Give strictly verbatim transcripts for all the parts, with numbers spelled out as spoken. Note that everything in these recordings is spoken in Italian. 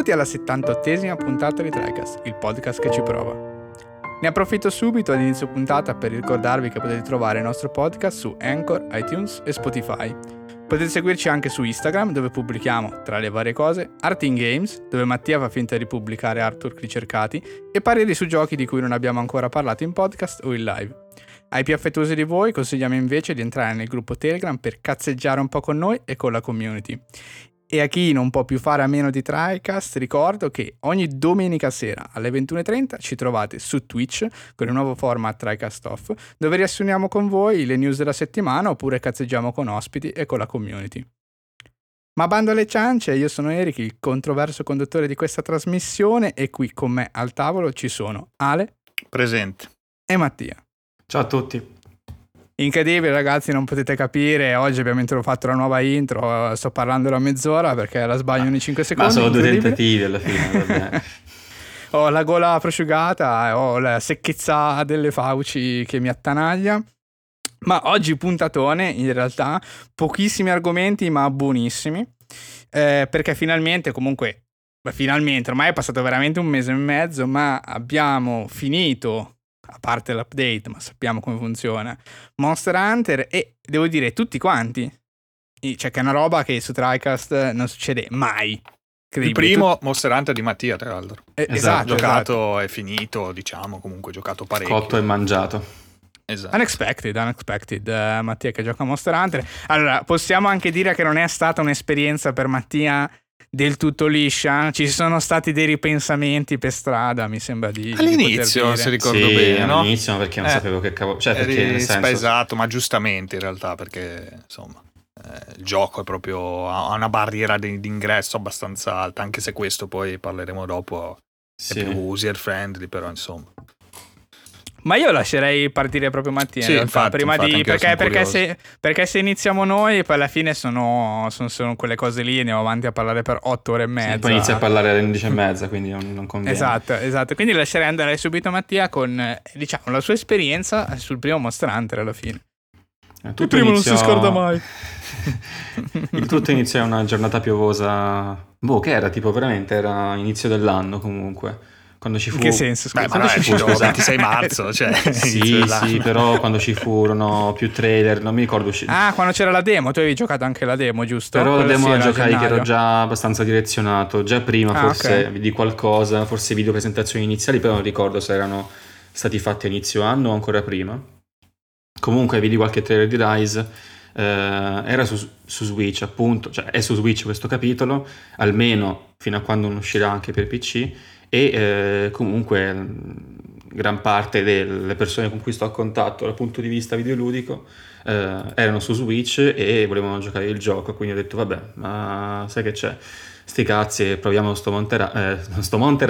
Benvenuti alla settantottesima puntata di TriCast, il podcast che ci prova. Ne approfitto subito ad inizio puntata per ricordarvi che potete trovare il nostro podcast su Anchor, iTunes e Spotify. Potete seguirci anche su Instagram, dove pubblichiamo, tra le varie cose, Art in Games, dove Mattia fa finta di pubblicare artwork ricercati, e pareri su giochi di cui non abbiamo ancora parlato in podcast o in live. Ai più affettuosi di voi consigliamo invece di entrare nel gruppo Telegram per cazzeggiare un po' con noi e con la community. E a chi non può più fare a meno di TriCast, ricordo che ogni domenica sera alle ventuno e trenta ci trovate su Twitch con il nuovo format TriCast Off, dove riassumiamo con voi le news della settimana oppure cazzeggiamo con ospiti e con la community. Ma bando alle ciance, io sono Eric, il controverso conduttore di questa trasmissione, e qui con me al tavolo ci sono Ale. Presente. E Mattia. Ciao a tutti. Incredibile, ragazzi, non potete capire, oggi abbiamo fatto la nuova intro, sto parlando da mezz'ora perché la sbaglio ogni cinque secondi. Ma sono due tentativi alla fine, vabbè. Ho la gola prosciugata, ho la secchezza delle fauci che mi attanaglia. Ma oggi puntatone, in realtà, pochissimi argomenti ma buonissimi, eh, perché finalmente, comunque, beh, finalmente, ormai è passato veramente un mese e mezzo, ma abbiamo finito, a parte l'update, ma sappiamo come funziona, Monster Hunter, e devo dire tutti quanti, cioè che è una roba che su TriCast non succede mai. Il primo Monster Hunter di Mattia, tra l'altro. Eh, esatto, giocato, esatto. È finito, diciamo, comunque giocato parecchio. Cotto e mangiato. Esatto. Unexpected, unexpected, uh, Mattia che gioca a Monster Hunter. Allora, possiamo anche dire che non è stata un'esperienza per Mattia del tutto liscia, ci sono stati dei ripensamenti per strada, mi sembra di all'inizio, di se ricordo sì, bene, no? all'inizio perché non eh, sapevo che cavolo, cioè perché nel senso... spaesato, ma giustamente in realtà, perché insomma eh, il gioco è proprio ha una barriera di, di ingresso abbastanza alta, anche se questo poi parleremo dopo sì. È più user friendly, però insomma. Ma io lascerei partire proprio Mattia, sì, in realtà, infatti, prima infatti, di perché, perché, se, perché se iniziamo noi, poi alla fine sono, sono, sono quelle cose lì, andiamo avanti a parlare per otto ore e mezza. Sì, poi inizia a parlare alle undici e mezza, quindi non, non conviene. Esatto, esatto. Quindi lascerei andare subito Mattia con, diciamo, la sua esperienza sul primo Monster Hunter alla fine. Tutto il primo iniziò... non si scorda mai. Il tutto iniziò una giornata piovosa, boh, che era tipo veramente, era inizio dell'anno comunque. Quando ci fu... In che senso? Beh, ma no, ci fu il ventisei marzo, cioè sì, sì, però quando ci furono più trailer, non mi ricordo uscito. Ah, quando c'era la demo, tu avevi giocato anche la demo, giusto? Però Quella la demo sì, la giocai gennaio. che ero già abbastanza direzionato, già prima ah, forse okay. di qualcosa, forse video presentazioni iniziali, però non ricordo se erano stati fatti a inizio anno o ancora prima. Comunque vidi qualche trailer di Rise, eh, era su, su Switch appunto, cioè è su Switch questo capitolo, almeno fino a quando non uscirà anche per P C. E eh, comunque gran parte delle persone con cui sto a contatto dal punto di vista videoludico eh, erano su Switch e volevano giocare il gioco, quindi ho detto vabbè, ma sai che c'è, sti cazzi, proviamo sto Monster eh, sto Monster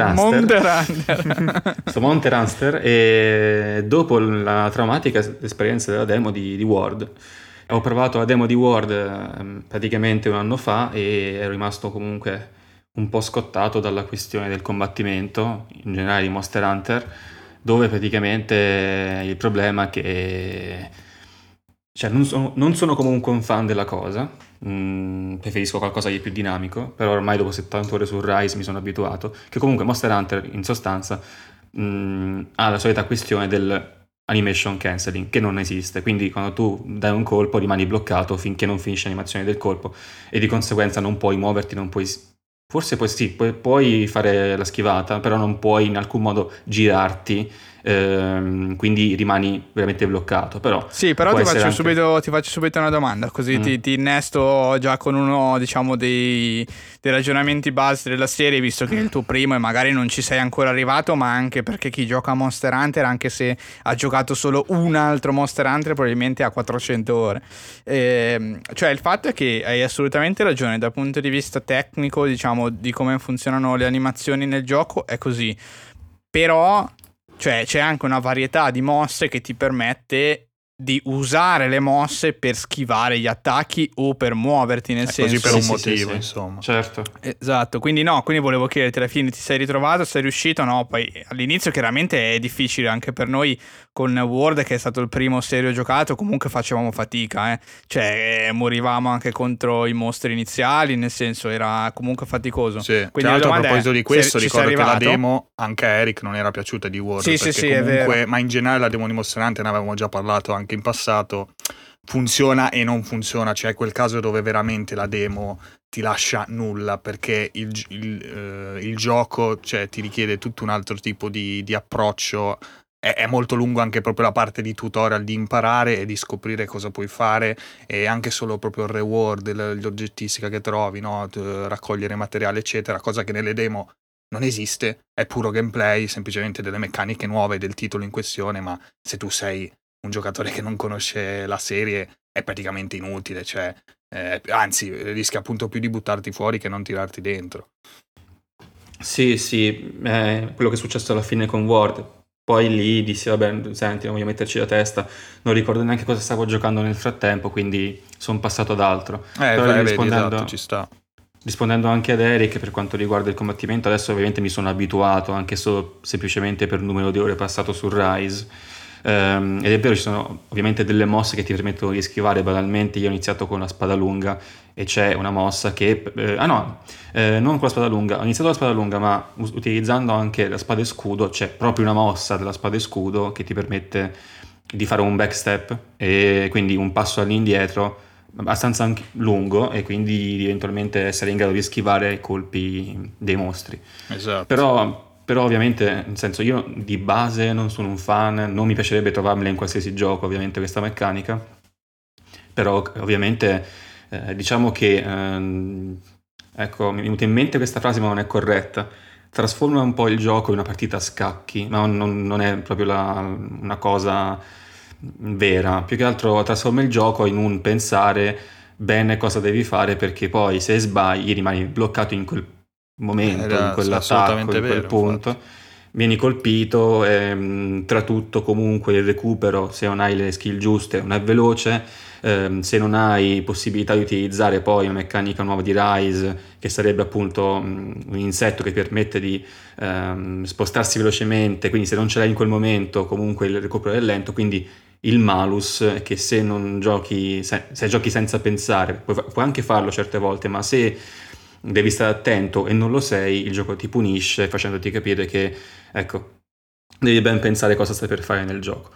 Hunter sto Monster Hunter e dopo la traumatica esperienza della demo di, di World ho provato la demo di World eh, praticamente un anno fa e ero rimasto comunque un po' scottato dalla questione del combattimento, in generale di Monster Hunter, dove praticamente il problema è che cioè non sono, non sono comunque un fan della cosa, mm, preferisco qualcosa di più dinamico, però ormai dopo settanta ore su Rise mi sono abituato, che comunque Monster Hunter in sostanza mm, ha la solita questione del animation cancelling, che non esiste, quindi quando tu dai un colpo rimani bloccato finché non finisce l'animazione del colpo e di conseguenza non puoi muoverti, non puoi... Forse poi sì, puoi, puoi fare la schivata, però non puoi in alcun modo girarti, ehm, quindi rimani veramente bloccato. Però sì, però ti faccio, anche... subito, ti faccio subito una domanda, così mm. ti, ti innesto già con uno, diciamo, dei, dei ragionamenti base della serie, visto che è il tuo primo e magari non ci sei ancora arrivato, ma anche perché chi gioca a Monster Hunter, anche se ha giocato solo un altro Monster Hunter, probabilmente ha quattrocento ore. E, cioè il fatto è che hai assolutamente ragione, dal punto di vista tecnico, diciamo, di come funzionano le animazioni nel gioco è così, però cioè c'è anche una varietà di mosse che ti permette di usare le mosse per schivare gli attacchi o per muoverti, nel È senso così per Sì, un sì, motivo, sì, sì. insomma. Certo. esatto, quindi no, quindi volevo chiederti alla fine ti sei ritrovato, sei riuscito? No, poi all'inizio chiaramente è difficile anche per noi con World, che è stato il primo serio giocato, comunque facevamo fatica, eh. Cioè eh, morivamo anche contro i mostri iniziali, nel senso era comunque faticoso. Sì. Quindi Tra la l'altro, a domanda è, proposito di questo, se- ci sei ricordo che la arrivato? demo anche a Eric non era piaciuta di World, Sì, sì, perché sì, è comunque, vero. ma in generale la demo di Monster Hunter, ne avevamo già parlato anche in passato, funziona e non funziona, cioè è quel caso dove veramente la demo ti lascia nulla, perché il, gi- il, eh, il gioco, cioè, ti richiede tutto un altro tipo di, di approccio. È, è molto lungo anche proprio la parte di tutorial, di imparare e di scoprire cosa puoi fare, e anche solo proprio il reward, l- l'oggettistica che trovi, no? T- raccogliere materiale eccetera, cosa che nelle demo non esiste, è puro gameplay, semplicemente delle meccaniche nuove del titolo in questione, ma se tu sei un giocatore che non conosce la serie è praticamente inutile, cioè, eh, anzi rischia appunto più di buttarti fuori che non tirarti dentro. Sì, sì, è quello che è successo alla fine con Word. Poi lì dissi, vabbè, senti, non voglio metterci la testa, non ricordo neanche cosa stavo giocando nel frattempo, quindi sono passato ad altro. Eh, Però beh, vedi, rispondendo, esatto, ci sta. rispondendo anche ad Eric per quanto riguarda il combattimento, adesso ovviamente mi sono abituato, anche solo semplicemente per il numero di ore passato su Rise. Ehm, ed è vero, ci sono ovviamente delle mosse che ti permettono di schivare banalmente. Io ho iniziato con la spada lunga e c'è una mossa che... eh, ah no, eh, non con la spada lunga, ho iniziato con la spada lunga, ma us- utilizzando anche la spada e scudo, c'è proprio una mossa della spada e scudo che ti permette di fare un backstep, e quindi un passo all'indietro abbastanza anche lungo, e quindi eventualmente essere in grado di schivare i colpi dei mostri. Esatto. Però, però ovviamente, nel senso, io di base non sono un fan, non mi piacerebbe trovarmela in qualsiasi gioco, ovviamente, questa meccanica. Però ovviamente eh, diciamo che ehm, ecco, mi è venuta in mente questa frase, ma non è corretta. Trasforma un po' il gioco in una partita a scacchi, ma non, non è proprio la- una cosa vera. Più che altro trasforma il gioco in un pensare bene cosa devi fare, perché poi se sbagli rimani bloccato in quel momento, in Era quell'attacco, assolutamente in quel vero, punto. infatti. Vieni colpito, ehm, tra tutto comunque il recupero, se non hai le skill giuste, non è veloce. Ehm, se non hai possibilità di utilizzare poi una meccanica nuova di Rise, che sarebbe appunto mh, un insetto che permette di ehm, spostarsi velocemente, quindi se non ce l'hai in quel momento comunque il recupero è lento, quindi il malus è che se non giochi, se, se giochi senza pensare, puoi, fa- puoi anche farlo certe volte, ma se devi stare attento e non lo sei, il gioco ti punisce facendoti capire che, ecco, devi ben pensare cosa stai per fare nel gioco.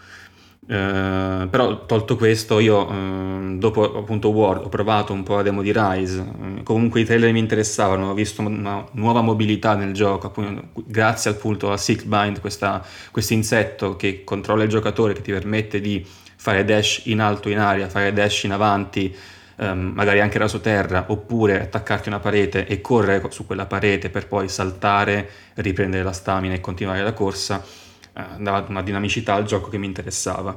Eh, però tolto questo, io eh, dopo appunto World ho provato un po' la demo di Rise, eh, comunque i trailer mi interessavano, ho visto una nuova mobilità nel gioco, appunto, grazie appunto a Silkbind, questo insetto che controlla il giocatore, che ti permette di fare dash in alto in aria, fare dash in avanti, ehm, magari anche rasoterra, oppure attaccarti a una parete e correre su quella parete per poi saltare, riprendere la stamina e continuare la corsa. Eh, dava una dinamicità al gioco che mi interessava,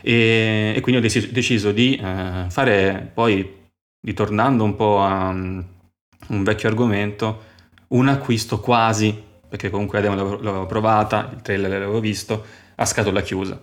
e, e quindi ho deciso, deciso di eh, fare, poi ritornando un po' a um, un vecchio argomento, un acquisto quasi, perché comunque la demo l'avevo, l'avevo provata, il trailer l'avevo visto, a scatola chiusa,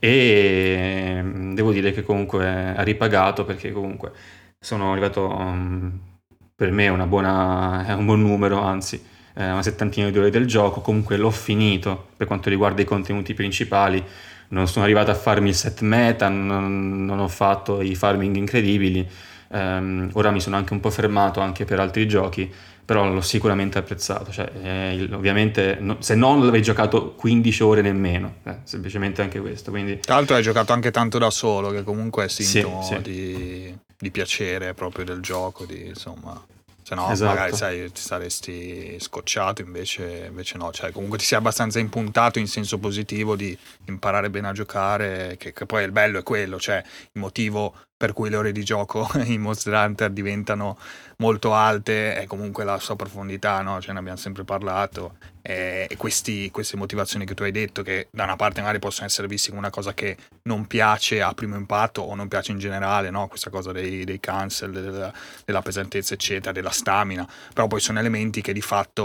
e mm, devo dire che comunque ha ripagato, perché comunque sono arrivato um, per me è una buona, è un buon numero, anzi eh, una settantina di ore del gioco. Comunque l'ho finito per quanto riguarda i contenuti principali, non sono arrivato a farmi il set meta, non, non ho fatto i farming incredibili. Ehm, ora mi sono anche un po' fermato anche per altri giochi, però l'ho sicuramente apprezzato, cioè, eh, il- ovviamente no- se non l'avrei giocato quindici ore nemmeno, eh, semplicemente anche questo, quindi Tra l'altro hai giocato anche tanto da solo, che comunque è sì, sintomo sì, di, di piacere proprio del gioco, di, insomma, se no magari esatto. sai ti saresti scocciato, invece, invece no, cioè comunque ti sei abbastanza impuntato in senso positivo di imparare bene a giocare, che, che poi il bello è quello, cioè il motivo per cui le ore di gioco in Monster Hunter diventano molto alte è comunque la sua profondità, no? Cioè ne abbiamo sempre parlato, e, e questi, queste motivazioni che tu hai detto, che da una parte magari possono essere visti come una cosa che non piace a primo impatto o non piace in generale, no? Questa cosa dei, dei cancel, della, della pesantezza eccetera, della stamina, però poi sono elementi che di fatto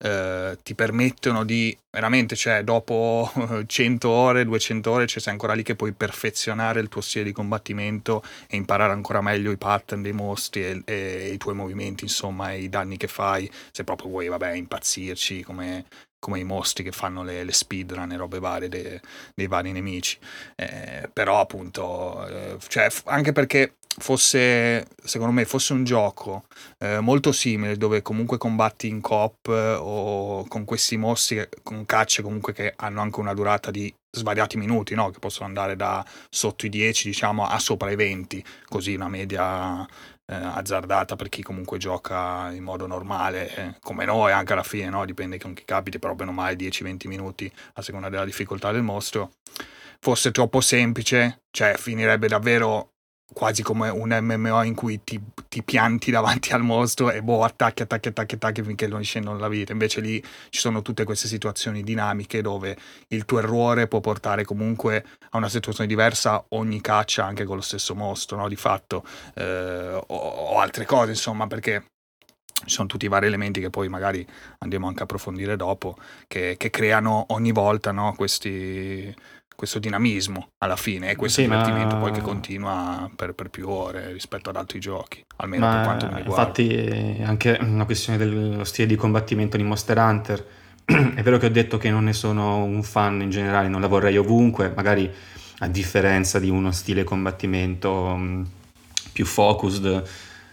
eh, ti permettono di veramente, cioè dopo cento ore, duecento ore, cioè sei ancora lì che puoi perfezionare il tuo stile di combattimento e imparare ancora meglio i pattern dei mostri e, e i tuoi movimenti, insomma, e i danni che fai, se proprio vuoi, vabbè, impazzirci come, come i mostri che fanno le, le speedrun e robe varie de, dei vari nemici. Eh, però appunto, eh, cioè, anche perché fosse, secondo me, fosse un gioco eh, molto simile, dove comunque combatti in coop eh, o con questi mostri, con cacce comunque che hanno anche una durata di svariati minuti, no? Che possono andare da sotto i dieci, diciamo, a sopra i venti, così una media eh, azzardata per chi comunque gioca in modo normale, eh, come noi anche alla fine, no? Dipende con chi capiti, però bene o male dieci venti minuti a seconda della difficoltà del mostro. Fosse troppo semplice, cioè finirebbe davvero quasi come un M M O in cui ti, ti pianti davanti al mostro e boh, attacchi, attacchi, attacchi, attacchi finché non scendono la vita. Invece lì ci sono tutte queste situazioni dinamiche dove il tuo errore può portare comunque a una situazione diversa ogni caccia, anche con lo stesso mostro, no? Di fatto, eh, o, o altre cose, insomma, perché ci sono tutti i vari elementi che poi magari andremo anche a approfondire dopo, che, che creano ogni volta, no? Questi... questo dinamismo alla fine e questo Sì, divertimento ma... poi che continua per, per più ore rispetto ad altri giochi, almeno per Ma quanto mi riguarda. infatti anche una questione dello stile di combattimento di Monster Hunter, è vero che ho detto che non ne sono un fan in generale, non la vorrei ovunque, magari a differenza di uno stile combattimento mh, più focused,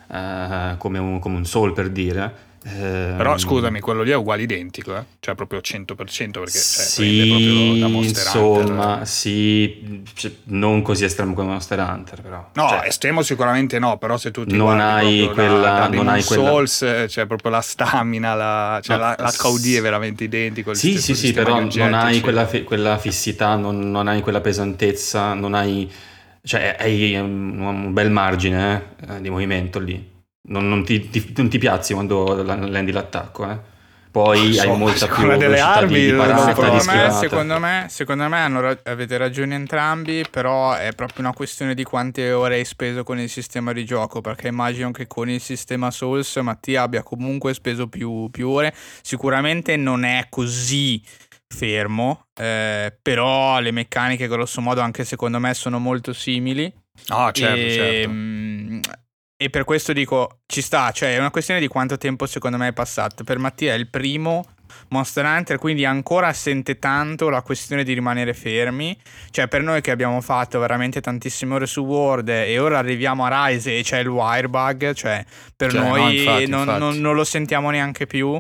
eh, come, un, come un Soul per dire. Eh, Però scusami, quello lì è uguale identico, eh? Cioè proprio cento per cento perché cioè, sì, prende proprio da Monster insomma, Hunter. sì, cioè, non così estremo come Monster Hunter, però. No, Cioè, estremo sicuramente no, però se tu ti non guardi hai proprio quella, da, da non Demon hai quella... Souls, eh, cioè proprio la stamina, la, cioè No, la, l'H U D è veramente identico. Il sì, stesso sì, sì, sistema però di oggetti, non hai eccetera. quella, fi- quella fissità, non, non hai quella pesantezza, non hai... Cioè, hai un, un bel margine eh, di movimento lì. Non, non ti, ti- non ti piazzi quando la- lendi l'attacco, eh. Poi Insomma, hai molta più seconda delle velocità armi, di, di non parata, so. di Secondo me, schivata. secondo me, secondo me hanno ra- avete ragione entrambi, però è proprio una questione di quante ore hai speso con il sistema di gioco, perché immagino che con il sistema Souls Mattia abbia comunque speso più, più ore. Sicuramente non è così fermo, eh, però le meccaniche grosso modo anche secondo me sono molto simili. No, certo, e, certo. mm, e per questo dico, ci sta, cioè è una questione di quanto tempo secondo me è passato. Per Mattia è il primo Monster Hunter, quindi ancora sente tanto la questione di rimanere fermi. Cioè per noi che abbiamo fatto veramente tantissime ore su World e ora arriviamo a Rise e c'è il wirebug, cioè per Cioè, no, noi infatti, non, infatti. non- non lo sentiamo neanche più.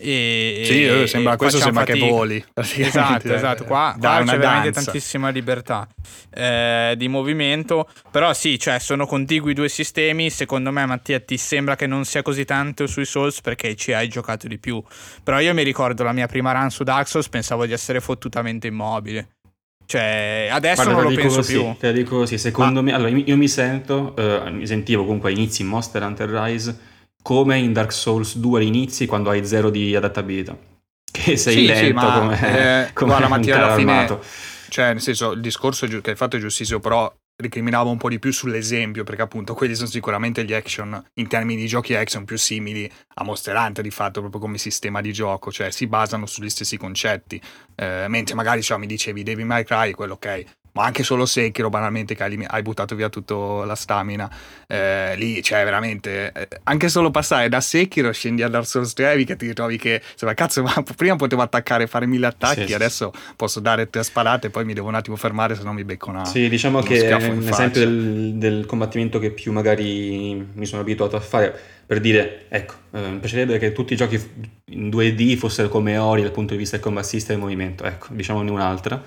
E, Sì, e- eh, sembra, e questo facciamo sembra che fatica. voli. praticamente, Esatto, eh, esatto. Qua, dà qua una c'è veramente danza. tantissima libertà eh, di movimento. Però sì, cioè sono contigui i due sistemi. Secondo me, Mattia, ti sembra che non sia così tanto sui Souls perché ci hai giocato di più. Però io mi ricordo la mia prima run su Dark Souls, pensavo di essere fottutamente immobile. Cioè, adesso Guarda, non te lo la dico penso così, più. te la dico così, secondo Ma- me, allora io, io mi sento, eh, mi sentivo comunque agli inizi in Monster Hunter Rise come in Dark Souls due all'inizi quando hai zero di adattabilità, che sei Sì, lento sì, ma come, eh, come guarda un Mattia, carro alla fine, armato. cioè nel senso il discorso è giu- che hai fatto è giustissimo, però ricriminavo un po' di più sull'esempio, perché appunto quelli sono sicuramente gli action in termini di giochi action più simili a Monster Hunter di fatto, proprio come sistema di gioco, cioè si basano sugli stessi concetti, eh, mentre magari cioè, mi dicevi Devil May Cry, quello ok, ma anche solo Sekiro banalmente che hai, hai buttato via tutta la stamina, eh, lì cioè veramente eh, anche solo passare da Sekiro scendi a Dark Souls tre che ti ritrovi che insomma, cazzo, ma prima potevo attaccare e fare mille attacchi, Sì, sì, adesso posso dare tre sparate e poi mi devo un attimo fermare se no mi becco una, Sì, diciamo uno che schiaffo in l'esempio faccia. del, del combattimento che più magari mi sono abituato a fare, per dire, ecco, eh, mi piacerebbe che tutti i giochi in due D fossero come Ori dal punto di vista del combat system e movimento, ecco, diciamone un'altra.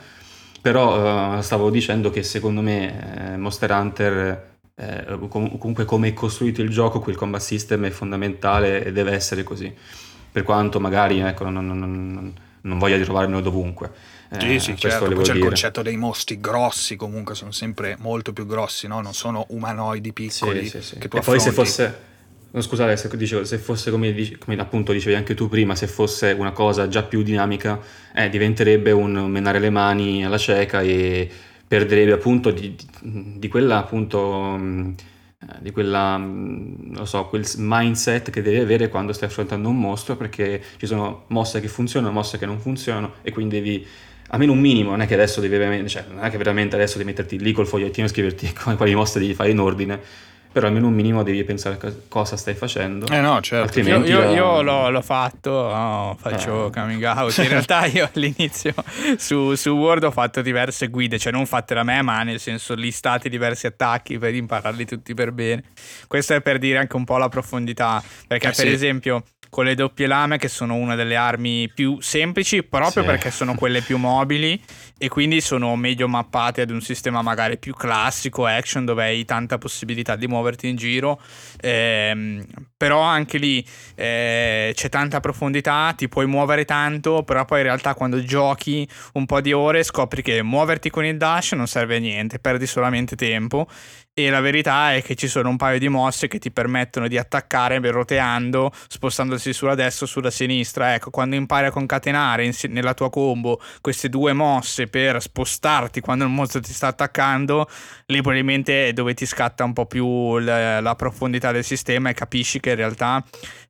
Però eh, stavo dicendo che secondo me eh, Monster Hunter, eh, com- comunque come è costruito il gioco, qui il combat system è fondamentale e deve essere così. Per quanto magari ecco, non, non, non, non voglia di trovarmelo dovunque. Eh, Sì, sì, questo certo, volevo poi c'è dire. il concetto dei mostri grossi, comunque sono sempre molto più grossi, no? Non sono umanoidi piccoli Sì, sì, sì. che tu E poi se affronti. fosse, no, scusate, se, dicevo, se fosse come, dici- come appunto dicevi anche tu prima, se fosse una cosa già più dinamica, eh, diventerebbe un menare le mani alla cieca e perderebbe appunto di, di- di quella appunto mh, di quella, non lo so, quel mindset che devi avere quando stai affrontando un mostro, perché ci sono mosse che funzionano, mosse che non funzionano, e quindi devi almeno un minimo, non è che adesso devi veramente, cioè non è che veramente adesso devi metterti lì col fogliettino e scriverti quali mosse devi fare in ordine, però almeno un minimo devi pensare a cosa stai facendo. Eh no, certo. Altrimenti io, io, la... io l'ho, l'ho fatto, no, faccio Eh. coming out. In realtà io all'inizio su, su Word ho fatto diverse guide, cioè non fatte da me, ma nel senso listati diversi attacchi per impararli tutti per bene. Questo è per dire anche un po' la profondità, perché Eh, per sì. esempio con le doppie lame, che sono una delle armi più semplici proprio Sì. perché sono quelle più mobili e quindi sono meglio mappate ad un sistema magari più classico, action, dove hai tanta possibilità di muoverti in giro. Ehm, però anche lì eh, c'è tanta profondità, ti puoi muovere tanto, però poi in realtà quando giochi un po' di ore scopri che muoverti con il dash non serve a niente, perdi solamente tempo. E la verità è che ci sono un paio di mosse che ti permettono di attaccare roteando, spostandosi sulla destra o sulla sinistra. Ecco, quando impari a concatenare in, nella tua combo queste due mosse per spostarti quando il mostro ti sta attaccando, lì probabilmente è dove ti scatta un po' più la, la profondità del sistema e capisci che in realtà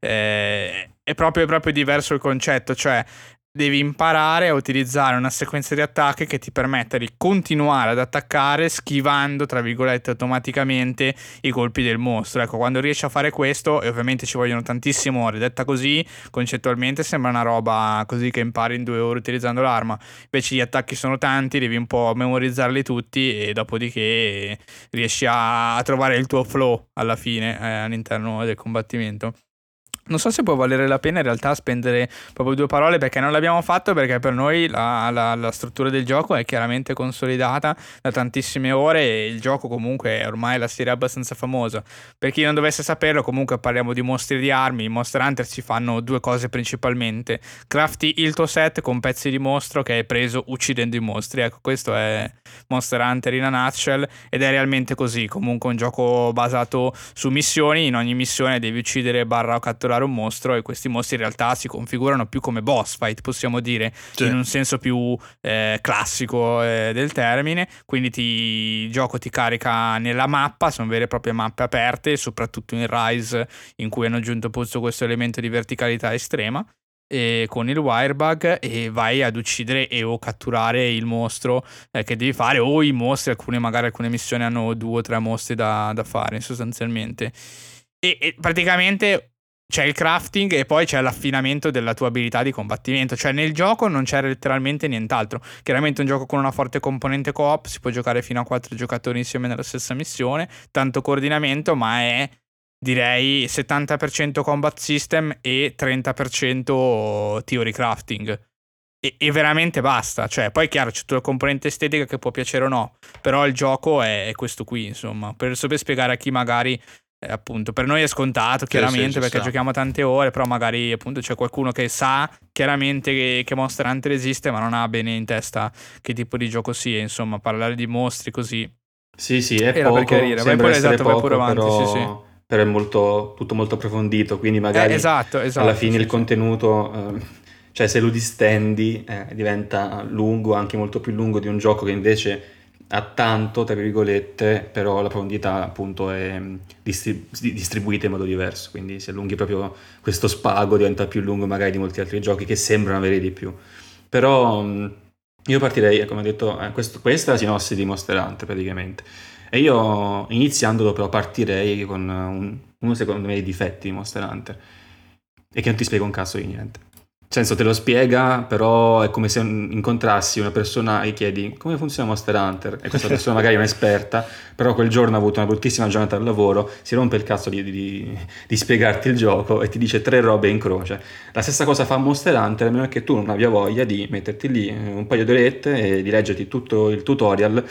eh, è, proprio, è proprio diverso il concetto, cioè devi imparare a utilizzare una sequenza di attacchi che ti permetta di continuare ad attaccare schivando, tra virgolette, automaticamente i colpi del mostro. Ecco, quando riesci a fare questo, e ovviamente ci vogliono tantissime ore, detta così, concettualmente sembra una roba così che impari in due ore utilizzando l'arma. Invece gli attacchi sono tanti, devi un po' memorizzarli tutti e dopodiché riesci a, a trovare il tuo flow alla fine eh, all'interno del combattimento. Non so se può valere la pena in realtà spendere proprio due parole, perché non l'abbiamo fatto, perché per noi la, la, la struttura del gioco è chiaramente consolidata da tantissime ore e il gioco comunque è ormai la serie abbastanza famosa. Per chi non dovesse saperlo, comunque parliamo di mostri di armi. In Monster Hunter si fanno due cose principalmente: crafti il tuo set con pezzi di mostro che hai preso uccidendo i mostri. Ecco, questo è Monster Hunter in a nutshell, ed è realmente così. Comunque un gioco basato su missioni, in ogni missione devi uccidere barra catturare un mostro, e questi mostri in realtà si configurano più come boss fight, possiamo dire, sì, in un senso più eh, classico eh, del termine. Quindi ti, il gioco ti carica nella mappa, sono vere e proprie mappe aperte, soprattutto in Rise, in cui hanno aggiunto appunto questo elemento di verticalità estrema, e con il wirebug, e vai ad uccidere e o catturare il mostro eh, che devi fare, o i mostri. Alcune magari alcune missioni hanno due o tre mostri da, da fare sostanzialmente, e, e praticamente c'è il crafting e poi c'è l'affinamento della tua abilità di combattimento. Cioè nel gioco non c'è letteralmente nient'altro. Chiaramente un gioco con una forte componente co-op, si può giocare fino a quattro giocatori insieme nella stessa missione, tanto coordinamento, ma è, direi, settanta per cento combat system e trenta per cento theory crafting. E, e veramente basta. Cioè poi chiaro c'è tutta la componente estetica che può piacere o no, però il gioco è, è questo qui, insomma, per saper spiegare a chi magari Eh, appunto per noi è scontato chiaramente, sì, sì, perché sta. giochiamo tante ore, però magari appunto c'è qualcuno che sa chiaramente che, che Monster Hunter esiste, ma non ha bene in testa che tipo di gioco sia. Insomma, parlare di mostri così Sì, sì, è era poco, per chiarire. Vai sembra pure, essere esatto, vai poco, pure avanti, però, sì, sì. però è molto, tutto molto approfondito, quindi magari Eh, esatto, esatto, alla fine sì, il sì. contenuto, eh, cioè se lo distendi, eh, diventa lungo, anche molto più lungo di un gioco che invece ha tanto, tra virgolette, però la profondità appunto è distri- distribuita in modo diverso, quindi se allunghi proprio questo spago diventa più lungo magari di molti altri giochi che sembrano avere di più. Però mh, io partirei, come ho detto, eh, questo, questa è la sinossi di Monster Hunter praticamente, e io iniziandolo però partirei con un, uno secondo me dei difetti di Monster Hunter, e che non ti spiega un cazzo di niente. Nel senso, te lo spiega, però è come se incontrassi una persona e chiedi come funziona Monster Hunter, e questa persona magari è un'esperta, però quel giorno ha avuto una bruttissima giornata al lavoro, si rompe il cazzo di, di, di spiegarti il gioco e ti dice tre robe in croce. La stessa cosa fa Monster Hunter, a meno che tu non abbia voglia di metterti lì un paio di orette e di leggerti tutto il tutorial,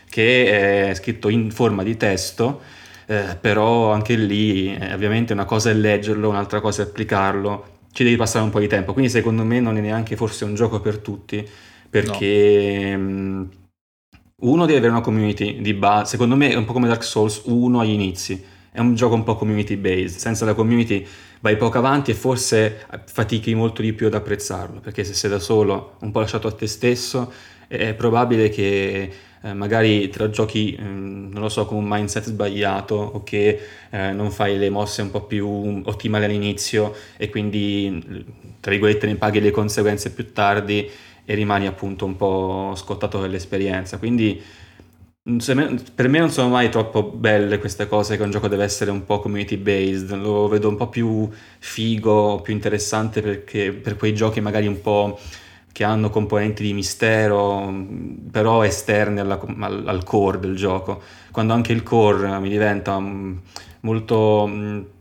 che è scritto in forma di testo, eh, però anche lì eh, ovviamente una cosa è leggerlo, un'altra cosa è applicarlo. Ci devi passare un po' di tempo, quindi secondo me non è neanche forse un gioco per tutti, perché no. Uno deve avere una community di base, secondo me è un po' come Dark Souls uno agli inizi, è un gioco un po' community based, senza la community vai poco avanti e forse fatichi molto di più ad apprezzarlo, perché se sei da solo, un po' lasciato a te stesso, è probabile che eh, magari te la giochi, eh, non lo so, con un mindset sbagliato o che eh, non fai le mosse un po' più ottimali all'inizio e quindi, tra virgolette, ne paghi le conseguenze più tardi e rimani appunto un po' scottato dall'esperienza. Quindi per me non sono mai troppo belle queste cose che un gioco deve essere un po' community based, lo vedo un po' più figo, più interessante perché per quei giochi magari un po' che hanno componenti di mistero però esterne alla, al, al core del gioco, quando anche il core mi diventa molto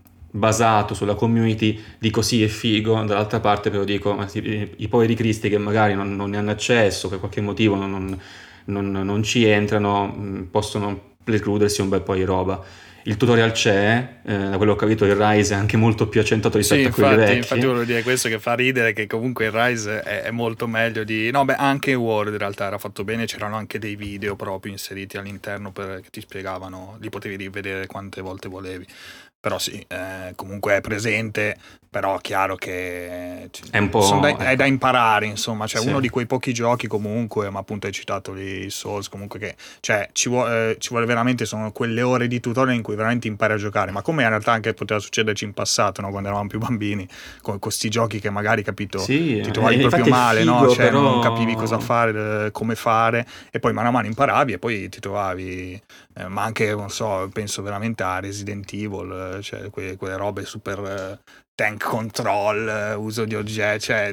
basato sulla community, dico sì è figo, dall'altra parte però dico ma i, i poveri cristi che magari non, non ne hanno accesso per qualche motivo, non, non Non, non ci entrano, possono precludersi un bel po' di roba. Il tutorial c'è, eh, da quello che ho capito il Rise è anche molto più accentuato rispetto sì, a quelli infatti, vecchi. Infatti volevo dire questo, che fa ridere, che comunque il Rise è, è molto meglio di... No, beh, anche World in realtà era fatto bene, c'erano anche dei video proprio inseriti all'interno per, che ti spiegavano, li potevi rivedere quante volte volevi. Però sì, eh, comunque è presente, però è chiaro che è un po' da, ecco. è da imparare, insomma, cioè sì. uno di quei pochi giochi comunque, ma appunto hai citato lì Souls, comunque che cioè ci vuole, eh, ci vuole veramente, sono quelle ore di tutorial in cui veramente impari a giocare, ma come in realtà anche poteva succederci in passato, no? Quando eravamo più bambini, con questi giochi che magari, capito, sì, ti trovavi proprio male, figo, no? Cioè però... non capivi cosa fare, come fare, e poi mano a mano imparavi e poi ti trovavi, eh, ma anche, non so, penso veramente a Resident Evil, cioè que- quelle robe super uh, tank control, uh, uso di oggetti, cioè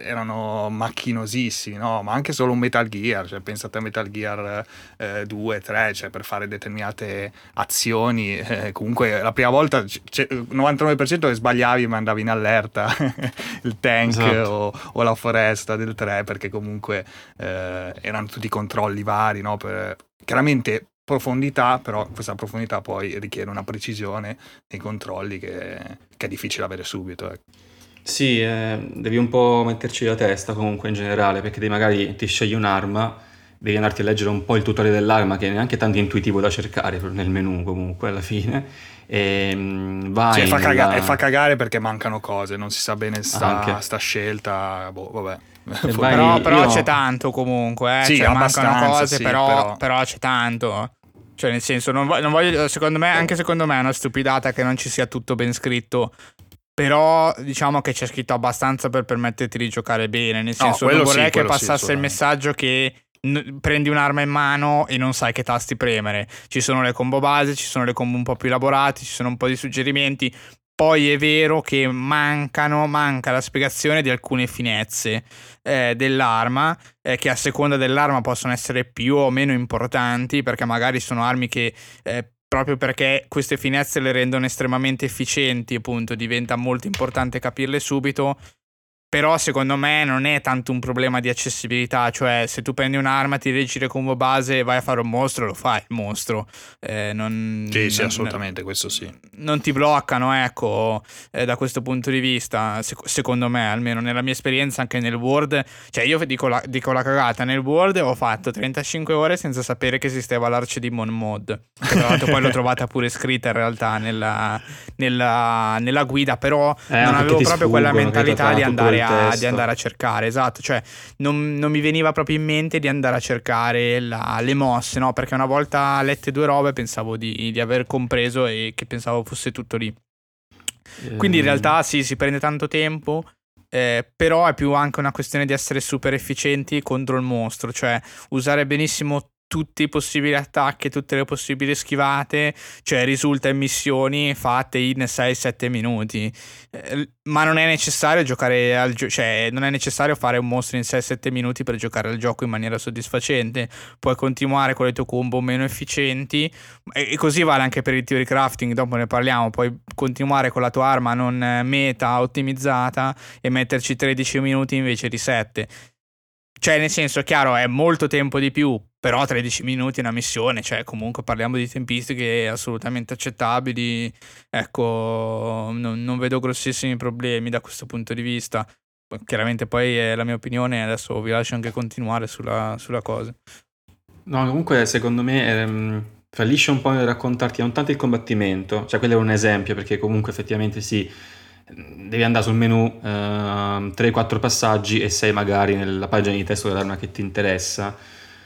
erano macchinosissimi, no? Ma anche solo un Metal Gear, cioè pensate a Metal Gear uh, due, tre, cioè per fare determinate azioni, eh, comunque la prima volta il novantanove per cento che sbagliavi mandavi in allerta il tank esatto. o, o la foresta del tre, perché comunque eh, erano tutti controlli vari, no? Per, chiaramente profondità, però questa profondità poi richiede una precisione nei controlli che, che è difficile avere subito. Ecco. Sì, eh, devi un po' metterci la testa comunque in generale, perché devi magari ti scegli un'arma, devi andarti a leggere un po' il tutorial dell'arma, che è neanche tanto intuitivo da cercare nel menu comunque alla fine, e vai sì, fa, nella... caga- fa cagare perché mancano cose, non si sa bene sta, sta scelta, boh, vabbè. Vai, però, però io... c'è tanto comunque, eh? Sì, cioè, mancano cose, sì, però, però... però c'è tanto. Cioè, nel senso, non voglio, non voglio, secondo me, anche secondo me è una stupidata che non ci sia tutto ben scritto. Però diciamo che c'è scritto abbastanza per permetterti di giocare bene. Nel senso, no, non vorrei sì, che passasse sì, il messaggio che n- prendi un'arma in mano e non sai che tasti premere. Ci sono le combo base, ci sono le combo un po' più elaborate, ci sono un po' di suggerimenti. Poi è vero che mancano, manca la spiegazione di alcune finezze eh, dell'arma, eh, che a seconda dell'arma possono essere più o meno importanti, perché magari sono armi che, eh, proprio perché queste finezze le rendono estremamente efficienti, appunto, diventa molto importante capirle subito. Però secondo me non è tanto un problema di accessibilità, cioè se tu prendi un'arma, ti leggi le combo base e vai a fare un mostro, lo fai il mostro. Eh, non, sì, sì, non, assolutamente, questo sì. Non ti bloccano, ecco, eh, da questo punto di vista, sec- secondo me, almeno nella mia esperienza anche nel World, cioè io dico la, dico la cagata, nel World ho fatto trentacinque ore senza sapere che esisteva l'Archedemon mod, che tra l'altro poi l'ho trovata pure scritta in realtà nella, nella, nella guida, però eh, non avevo proprio sfuggono, quella mentalità di andare A, di testo. andare a cercare, esatto, cioè non, non mi veniva proprio in mente di andare a cercare la, le mosse, no? Perché una volta lette due robe pensavo di, di aver compreso e che pensavo fosse tutto lì. Quindi in realtà sì, si prende tanto tempo, eh, però è più anche una questione di essere super efficienti contro il mostro, cioè usare benissimo tutti i possibili attacchi, tutte le possibili schivate, cioè risulta in missioni fatte in sei sette minuti, eh, ma non è necessario giocare al gioco, cioè non è necessario fare un mostro in sei sette minuti per giocare al gioco in maniera soddisfacente. Puoi continuare con le tue combo meno efficienti, e, e così vale anche per il theory crafting, dopo ne parliamo. Puoi continuare con la tua arma non meta ottimizzata e metterci tredici minuti invece di sette. Cioè, nel senso, chiaro, è molto tempo di più, però tredici minuti è una missione, cioè comunque parliamo di tempistiche assolutamente accettabili. Ecco, non, non vedo grossissimi problemi da questo punto di vista. Chiaramente poi è la mia opinione, adesso vi lascio anche continuare sulla, sulla cosa. No, comunque secondo me ehm, fallisce un po' nel raccontarti non tanto il combattimento, cioè quello è un esempio, perché comunque effettivamente sì, devi andare sul menu uh, tre quattro passaggi e sei magari nella pagina di testo dell'arma che ti interessa.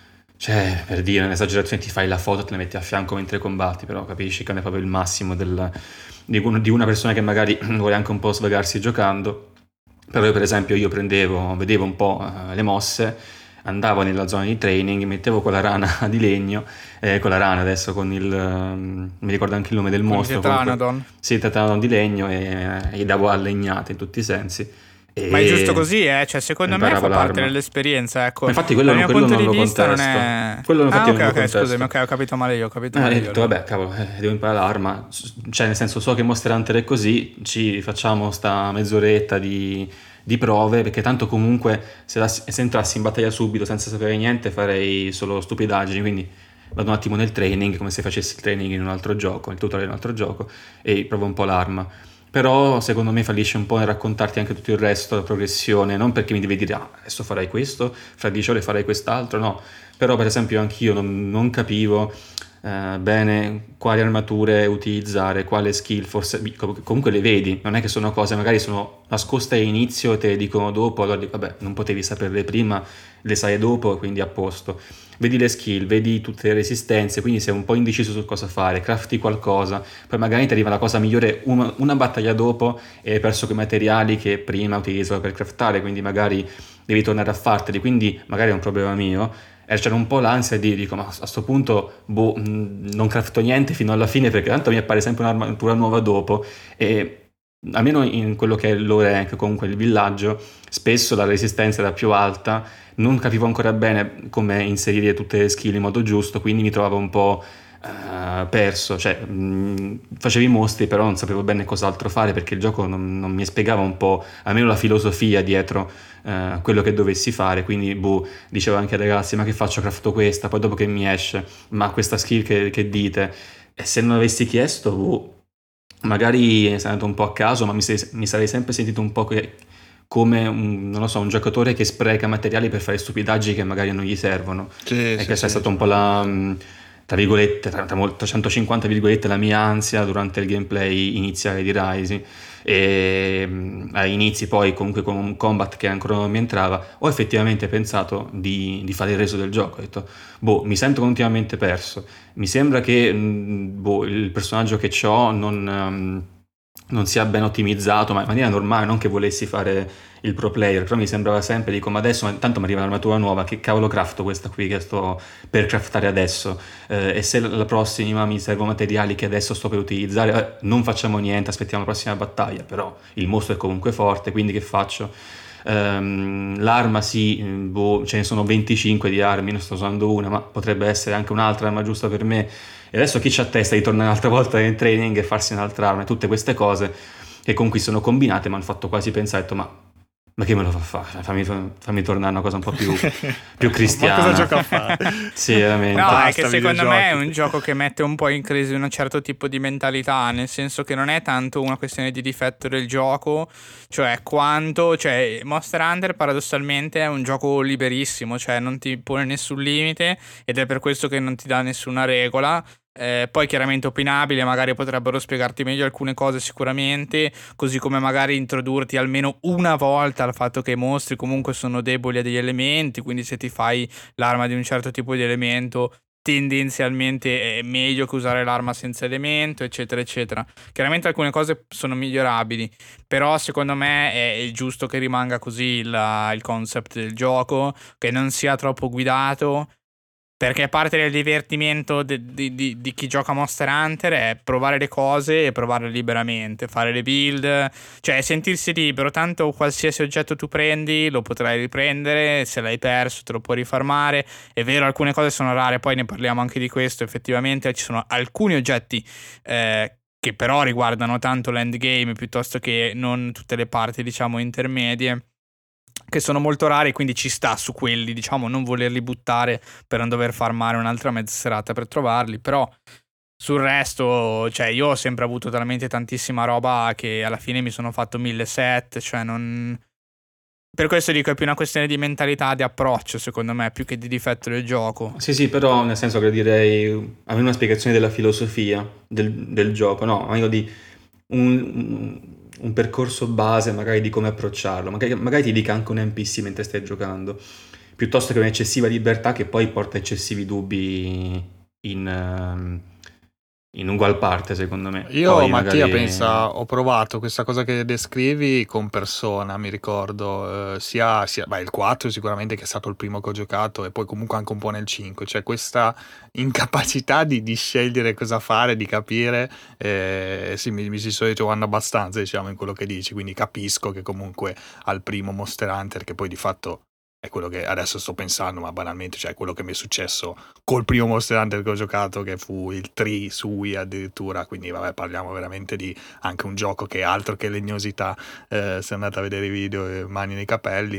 Cioè, per dire un'esagerazione, ti fai la foto, te la metti a fianco mentre combatti, però capisci che non è proprio il massimo del, di, un- di una persona che magari vuole anche un po' svagarsi giocando. Però io per esempio io prendevo, vedevo un po' eh, le mosse, andavo nella zona di training, mettevo quella rana di legno, eh, con la rana adesso con il... ehm, mi ricordo anche il nome del Con il mostro, comunque, Tetranodon. sì, tetano di legno e eh, gli davo a legnate in tutti i sensi. Ma è giusto E così, eh? Cioè, secondo me fa imparavo parte l'arma. dell'esperienza, ecco. Ma infatti quello, Dal non- mio quello punto non di lo vista non contesto. è... Quello Ah, infatti ok, non lo ok, contesto. scusami, ok, ho capito male io, ho capito Eh, male ho io. detto, vabbè, cavolo, eh, devo imparare l'arma. S- Cioè, nel senso, so che Monster Hunter è così, ci facciamo sta mezz'oretta di, di prove, perché tanto comunque se, la- se entrassi in battaglia subito senza sapere niente farei solo stupidaggini, quindi vado un attimo nel training, come se facessi il training in un altro gioco, il tutorial in un altro gioco, e provo un po' l'arma. Però secondo me fallisce un po' nel raccontarti anche tutto il resto, la progressione, non perché mi devi dire, ah, adesso farai questo, fra dieci ore farai quest'altro, no. Però per esempio anch'io non, non capivo eh, bene quali armature utilizzare, quale skill, forse com- comunque le vedi, non è che sono cose, magari sono nascoste all'inizio e te le dicono dopo, allora dico, vabbè, non potevi saperle prima, le sai dopo, quindi a posto. Vedi le skill, vedi tutte le resistenze, quindi sei un po' indeciso su cosa fare, crafti qualcosa, poi magari ti arriva la cosa migliore una, una battaglia dopo e hai perso quei materiali che prima utilizzavi per craftare, quindi magari devi tornare a farteli, quindi magari è un problema mio. E c'era un po' l'ansia di, dico, ma a sto punto boh, mh, non crafto niente fino alla fine perché tanto mi appare sempre un'armatura nuova dopo e almeno in quello che è l'Orenk, comunque il villaggio, spesso la resistenza era più alta, non capivo ancora bene come inserire tutte le skill in modo giusto, quindi mi trovavo un po' eh, perso, cioè mh, facevo i mostri però non sapevo bene cos'altro fare perché il gioco non, non mi spiegava un po', almeno la filosofia dietro eh, quello che dovessi fare, quindi boh, dicevo anche ai ragazzi ma che faccio, crafto questa, poi dopo che mi esce, ma questa skill che, che dite, e se non avessi chiesto, boh, magari è andato un po' a caso, ma mi, sei- mi sarei sempre sentito un po' che- come un, non lo so, un giocatore che spreca materiali per fare stupidaggini che magari non gli servono. Sì, E sì, questa è sì. stata un po' la, mh, tra virgolette, tra, tra mol- trecentocinquanta virgolette, la mia ansia durante il gameplay iniziale di Rising. E mh, a inizi poi comunque con un combat che ancora non mi entrava, ho effettivamente pensato di, di fare il reso del gioco. Ho detto, boh, mi sento continuamente perso. Mi sembra che mh, boh, il personaggio che ho non, ehm, non sia ben ottimizzato, ma in maniera normale, non che volessi fare il pro player, però mi sembrava sempre, dico, ma adesso ma tanto mi arriva l'armatura nuova, che cavolo crafto questa qui che sto per craftare adesso? Eh, e se la prossima mi servono materiali che adesso sto per utilizzare, eh, non facciamo niente, aspettiamo la prossima battaglia, però il mostro è comunque forte, quindi che faccio? Ehm, l'arma sì, boh, ce ne sono venticinque di armi, ne sto usando una, ma potrebbe essere anche un'altra arma giusta per me. E adesso chi c'ha testa di tornare un'altra volta nel training e farsi un'altra arma? Tutte queste cose che con cui sono combinate mi hanno fatto quasi pensare, ho detto, ma, ma che me lo fa fare? Fammi, fammi tornare a una cosa un po' più, più cristiana. Ma cosa gioca a fare? Sì, veramente. No, Basta, è che secondo me è videogiochi. un gioco che mette un po' in crisi un certo tipo di mentalità, nel senso che non è tanto una questione di difetto del gioco, cioè quanto, cioè Monster Hunter paradossalmente è un gioco liberissimo, cioè non ti pone nessun limite ed è per questo che non ti dà nessuna regola. Eh, poi chiaramente opinabile, magari potrebbero spiegarti meglio alcune cose sicuramente, così come magari introdurti almeno una volta al fatto che i mostri comunque sono deboli a degli elementi, quindi se ti fai l'arma di un certo tipo di elemento tendenzialmente è meglio che usare l'arma senza elemento, eccetera eccetera. Chiaramente alcune cose sono migliorabili, però secondo me è giusto che rimanga così il, il concept del gioco, che non sia troppo guidato, perché parte del divertimento de- di, di- di chi gioca Monster Hunter è provare le cose e provarle liberamente, fare le build, cioè sentirsi libero, tanto qualsiasi oggetto tu prendi lo potrai riprendere, se l'hai perso te lo puoi rifarmare. È vero, alcune cose sono rare, poi ne parliamo anche di questo, effettivamente ci sono alcuni oggetti eh, che però riguardano tanto l'endgame piuttosto che non tutte le parti, diciamo, intermedie, che sono molto rari, quindi ci sta su quelli, diciamo, non volerli buttare per non dover farmare un'altra mezza serata per trovarli, però sul resto, cioè io ho sempre avuto talmente tantissima roba che alla fine mi sono fatto mille set, cioè non... Per questo dico è più una questione di mentalità, di approccio, secondo me, più che di difetto del gioco. Sì, sì, però nel senso che direi avere una spiegazione della filosofia del, del gioco, no? Ma io di un, un percorso base magari di come approcciarlo, magari, magari ti dica anche un N P C mentre stai giocando, piuttosto che un'eccessiva libertà che poi porta eccessivi dubbi in, ehm, in ugual parte, secondo me. Io, Poi Mattia, magari- pensa, ho provato questa cosa che descrivi con Persona, mi ricordo, eh, sia, sia beh, il quattro sicuramente, che è stato il primo che ho giocato, e poi comunque anche un po' nel cinque, cioè questa incapacità di, di scegliere cosa fare, di capire, eh, sì, mi, mi si sto ritrovando abbastanza, diciamo, in quello che dici, quindi capisco che comunque al primo Monster Hunter, che poi di fatto è quello che adesso sto pensando, ma banalmente, cioè quello che mi è successo col primo Monster Hunter che ho giocato, che fu il tre su Wii addirittura, quindi vabbè, parliamo veramente di anche un gioco che altro che legnosità, eh, se andate a vedere i video, eh, mani nei capelli,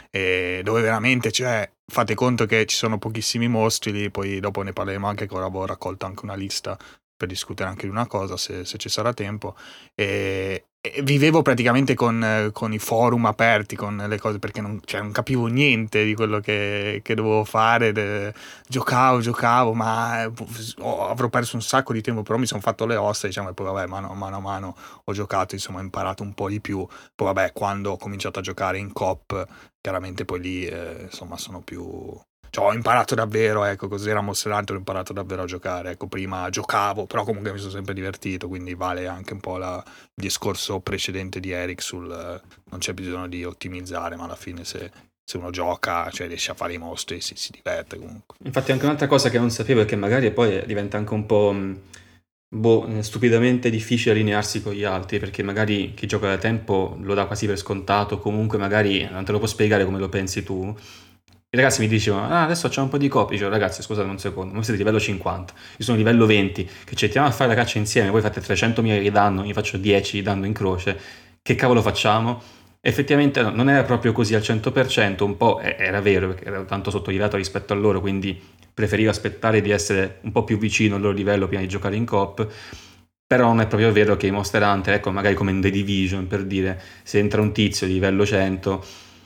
e dove veramente, cioè, fate conto che ci sono pochissimi mostri lì, poi dopo ne parleremo anche, che ora avevo raccolto anche una lista per discutere anche di una cosa, se, se ci sarà tempo, e, e vivevo praticamente con, eh, con i forum aperti, con le cose, perché non, cioè, non capivo niente di quello che, che dovevo fare, de, giocavo, giocavo, ma eh, oh, avrò perso un sacco di tempo, però mi sono fatto le ossa, diciamo, e poi vabbè, mano, mano a mano ho giocato, insomma, ho imparato un po' di più, poi vabbè, quando ho cominciato a giocare in coop, chiaramente poi lì, eh, insomma, sono più... Cioè, ho imparato davvero, ecco, così era Monster Hunter, ho imparato davvero a giocare, ecco, prima giocavo, però comunque mi sono sempre divertito, quindi vale anche un po' la, il discorso precedente di Eric sul eh, non c'è bisogno di ottimizzare, ma alla fine se, se uno gioca, cioè riesce a fare i mostri, si, si diverte comunque. Infatti anche un'altra cosa che non sapevo è che magari poi diventa anche un po' mh, boh, stupidamente difficile allinearsi con gli altri, perché magari chi gioca da tempo lo dà quasi per scontato, comunque magari non te lo può spiegare come lo pensi tu. I ragazzi mi dicevano, ah, adesso c'è un po' di copie. Dicevo, ragazzi, scusate un secondo, voi siete livello cinquanta, io sono livello venti, che ci mettiamo a fare la caccia insieme, voi fate trecentomila di danno, io faccio dieci di danno in croce, che cavolo facciamo? Effettivamente no, non era proprio così al cento per cento, un po' eh, era vero, perché ero tanto sottolivellato rispetto a loro, quindi preferivo aspettare di essere un po' più vicino al loro livello prima di giocare in coop. Però non è proprio vero che i Monster Hunter, ecco, magari come in The Division, per dire, se entra un tizio di livello cento...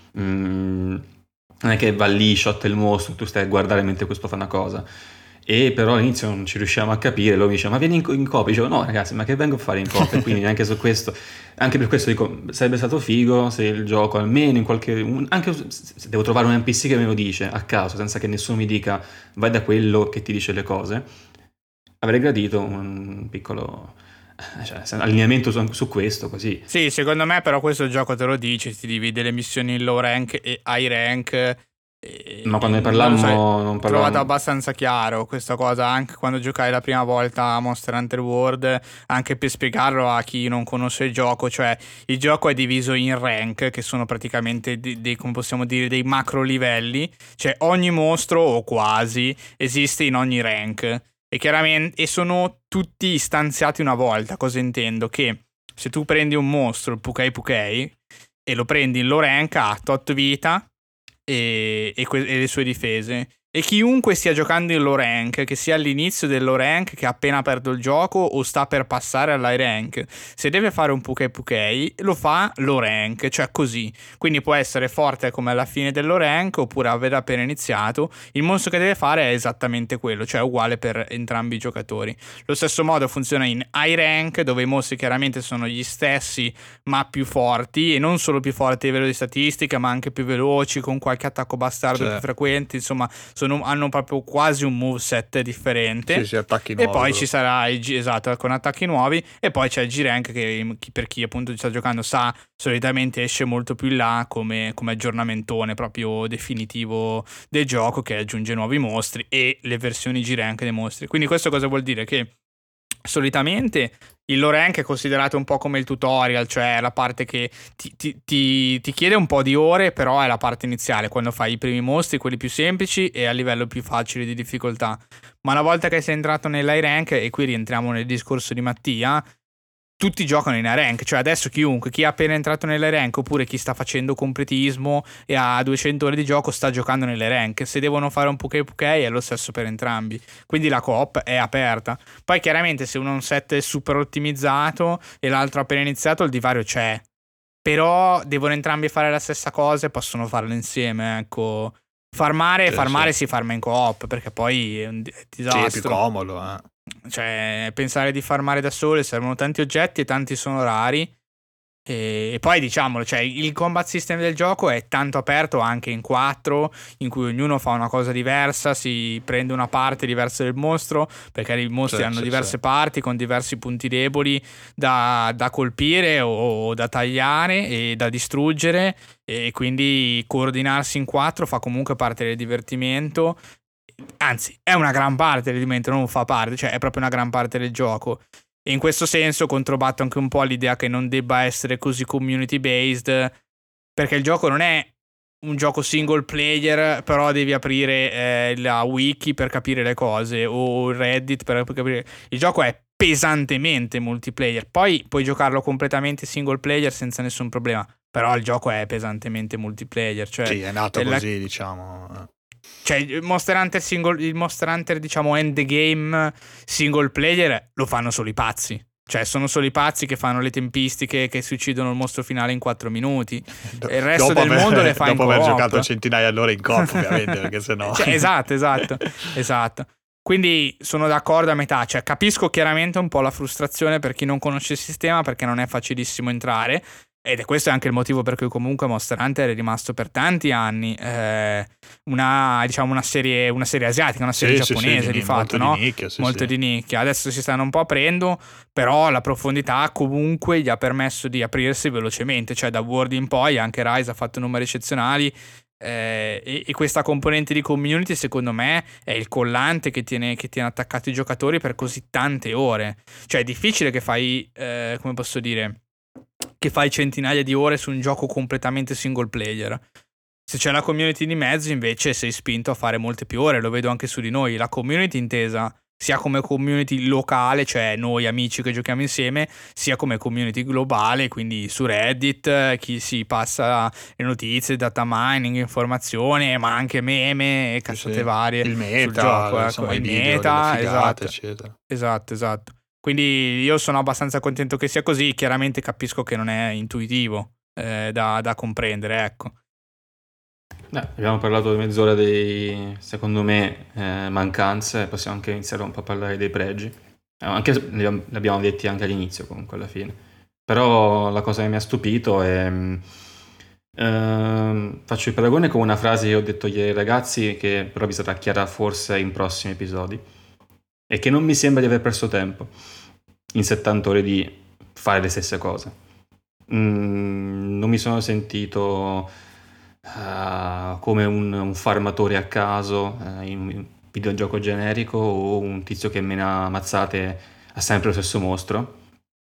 Mm, non è che va lì, shot il mostro, tu stai a guardare mentre questo fa una cosa. E però all'inizio non ci riusciamo a capire, loro mi dicevano, ma vieni in, in coppia? Dicevo, no ragazzi, ma che vengo a fare in coppia? Quindi neanche su questo, anche per questo dico, sarebbe stato figo se il gioco almeno in qualche, un, anche se devo trovare un N P C che me lo dice a caso, senza che nessuno mi dica, vai da quello che ti dice le cose, avrei gradito un piccolo... Cioè, allineamento su, su questo, così. Sì, secondo me però questo gioco te lo dice, ti divide le missioni in low rank e high rank. E ma quando ne non parlammo lo so, non ho parlavamo... trovato abbastanza chiaro questa cosa anche quando giocai la prima volta a Monster Hunter World, anche per spiegarlo a chi non conosce il gioco, cioè il gioco è diviso in rank, che sono praticamente dei, dei come possiamo dire, dei macro livelli, cioè ogni mostro o quasi esiste in ogni rank. E chiaramente e sono tutti istanziati una volta. Cosa intendo? Che se tu prendi un mostro, il Pukai Pukai, e lo prendi in low rank, ha tot vita e, e, que- e le sue difese. E chiunque stia giocando in low rank, che sia all'inizio del low rank, che ha appena aperto il gioco o sta per passare all'high rank, se deve fare un Pukai Pukai, lo fa low rank, cioè così. Quindi può essere forte come alla fine del low rank, oppure aver appena iniziato. Il mostro che deve fare è esattamente quello, cioè uguale per entrambi i giocatori. Lo stesso modo funziona in high rank, dove i mostri chiaramente sono gli stessi, ma più forti, e non solo più forti a livello di statistica, ma anche più veloci, con qualche attacco bastardo Cioè. più frequente, insomma... Sono, hanno proprio quasi un moveset differente. Sì, sì, attacchi e nuovi, poi però. ci sarà il G, esatto, con attacchi nuovi. E poi c'è il G-Rank che chi, per chi appunto ci sta giocando sa, solitamente esce molto più in là come, come aggiornamentone proprio definitivo del gioco, che aggiunge nuovi mostri e le versioni G-Rank dei mostri. Quindi questo cosa vuol dire? Che solitamente il low rank è considerato un po' come il tutorial, cioè la parte che ti, ti, ti, ti chiede un po' di ore, però è la parte iniziale, quando fai i primi mostri, quelli più semplici e a livello più facile di difficoltà. Ma una volta che sei entrato nell'high rank, e qui rientriamo nel discorso di Mattia, tutti giocano in high rank, cioè adesso chiunque, chi è appena entrato nelle rank oppure chi sta facendo completismo e ha duecento ore di gioco sta giocando nelle rank. Se devono fare un Pukai Pukai è lo stesso per entrambi, quindi la coop è aperta. Poi chiaramente se uno ha un set super ottimizzato e l'altro ha appena iniziato, il divario c'è, però devono entrambi fare la stessa cosa e possono farlo insieme, ecco. Farmare, Sì, farmare sì. si farma in coop, perché poi è un disastro. Sì, è più comodo, eh. Cioè, pensare di farmare da sole, servono tanti oggetti e tanti sono rari. E, e poi diciamolo, cioè, il combat system del gioco è tanto aperto anche in quattro, in cui ognuno fa una cosa diversa, si prende una parte diversa del mostro, perché i mostri Sì, hanno sì, diverse sì. parti con diversi punti deboli da, da colpire o, o da tagliare e da distruggere, e quindi coordinarsi in quattro fa comunque parte del divertimento. Anzi, è una gran parte del divertimento, non fa parte, cioè è proprio una gran parte del gioco. E in questo senso controbatto anche un po' l'idea che non debba essere così community based, perché il gioco non è un gioco single player, però devi aprire eh, la wiki per capire le cose o il Reddit per capire. Il gioco è pesantemente multiplayer, poi puoi giocarlo completamente single player senza nessun problema, però il gioco è pesantemente multiplayer, cioè Sì, è nato è la- così, diciamo. cioè il Monster Hunter single, il Monster Hunter diciamo endgame single player lo fanno solo i pazzi. Cioè sono solo i pazzi che fanno le tempistiche, che si uccidono il mostro finale in quattro minuti. E il resto Dopo del aver- mondo le fa in dopo aver co-op. giocato centinaia di ore in coop, ovviamente, perché sennò Cioè, esatto, esatto, esatto. Quindi sono d'accordo a metà, cioè capisco chiaramente un po' la frustrazione per chi non conosce il sistema, perché non è facilissimo entrare, ed è questo anche il motivo per cui comunque Monster Hunter è rimasto per tanti anni eh, una, diciamo, una serie, una serie asiatica, una serie Sì, sì, giapponese sì, di di- fatto, molto no? di nicchia, sì, Molto sì. di nicchia. Adesso si stanno un po' aprendo, però la profondità comunque gli ha permesso di aprirsi velocemente, cioè da World in poi anche Rise ha fatto numeri eccezionali. Eh, e, e questa componente di community secondo me è il collante che tiene, che tiene attaccati i giocatori per così tante ore. Cioè è difficile che fai, eh, come posso dire, che fai centinaia di ore su un gioco completamente single player. Se c'è la community di mezzo invece sei spinto a fare molte più ore, lo vedo anche su di noi. La community intesa sia come community locale, cioè noi amici che giochiamo insieme, sia come community globale, quindi su Reddit eh, chi si passa le notizie, data mining, informazione, ma anche meme e cazzate Sì, varie il sul meta, gioco, ecco, insomma, il i video, meta, delle figate, esatto, eccetera. esatto, esatto. Quindi io sono abbastanza contento che sia così, chiaramente capisco che non è intuitivo eh, da, da comprendere, ecco. Eh, abbiamo parlato di mezz'ora dei, secondo me, eh, mancanze, possiamo anche iniziare un po' a parlare dei pregi. Eh, anche se li ab- li abbiamo detti anche all'inizio, comunque alla fine. Però la cosa che mi ha stupito è... mh, ehm, faccio il paragone con una frase che ho detto ieri ai ragazzi, che però vi sarà chiara forse in prossimi episodi, e che non mi sembra di aver perso tempo in settanta ore di fare le stesse cose. Mm, non mi sono sentito uh, come un, un farmatore a caso uh, in un videogioco generico o un tizio che mena mazzate a sempre lo stesso mostro.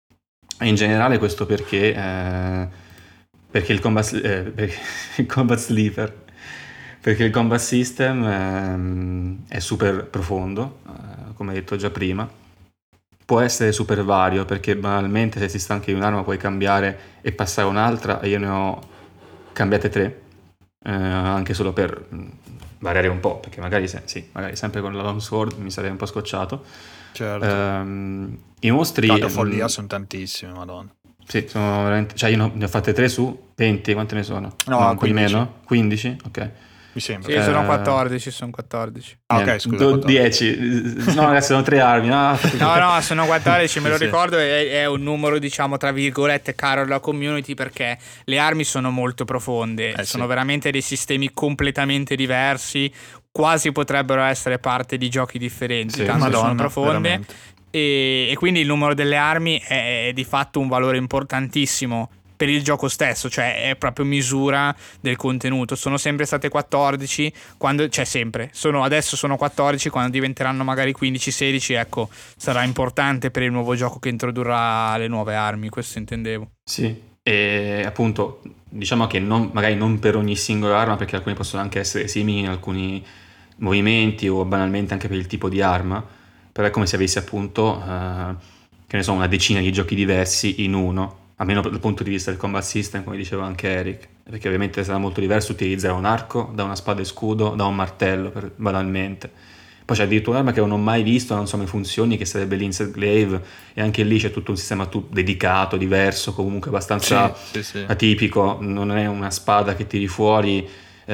E in generale questo perché eh, perché il combat, eh, perché il combat sleeper perché il combat system ehm, è super profondo, eh, come detto già prima. Può essere super vario, perché banalmente se si stanchi di un'arma puoi cambiare e passare a un'altra, e io ne ho cambiate tre, eh, anche solo per mh, variare un po', perché magari, se, sì, magari sempre con la longsword mi sarei un po' scocciato. Certo. Ehm, I mostri... Tanto follia mh, sono tantissimi, madonna. Sì, sono veramente... Cioè io ne ho- ne ho fatte tre su venti, quante ne sono? No, un po' di quindici. meno? quindici? Ok. Mi sembra. Sì, sono Eh, quattordici, sono quattordici. Ah, ok, Niente, scusa. do- quattordici. dieci. No, ragazzi, sono tre armi. No, No, no, sono quattordici, me lo Sì, sì. ricordo, è, è un numero, diciamo, tra virgolette, caro alla community, perché le armi sono molto profonde, Eh, sono sì. veramente dei sistemi completamente diversi, quasi potrebbero essere parte di giochi differenti, Sì, tanto sono Madonna, profonde. veramente. E, e quindi il numero delle armi è, è di fatto un valore importantissimo per il gioco stesso, cioè è proprio misura del contenuto. Sono sempre state quattordici, quando, cioè sempre, sono, adesso sono quattordici, quando diventeranno magari quindici sedici, ecco, sarà importante per il nuovo gioco che introdurrà le nuove armi, questo intendevo. Sì, e appunto diciamo che non, magari non per ogni singola arma, perché alcune possono anche essere simili in alcuni movimenti o banalmente anche per il tipo di arma, però è come se avessi appunto, eh, che ne so, una decina di giochi diversi in uno, almeno dal punto di vista del combat system, come diceva anche Eric, perché ovviamente sarà molto diverso utilizzare un arco da una spada e scudo, da un martello, per, banalmente. Poi c'è addirittura un'arma che non ho mai visto, non so come funzioni, che sarebbe l'Insect Glaive, e anche lì c'è tutto un sistema tu- dedicato, diverso, comunque abbastanza Sì, sì, sì. atipico, non è una spada che tiri fuori,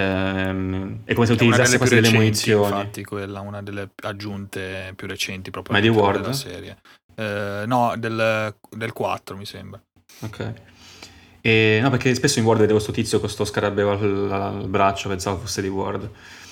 ehm, è come se È una utilizzasse delle più quasi delle recenti, munizioni. infatti, quella, una delle aggiunte più recenti proprio Ma di all'interno World? della serie. Eh, no, del, del quattro mi sembra. Ok. E, no, perché spesso in Word vedevo sto tizio con sto scarabeo al, al braccio, pensavo fosse di Word.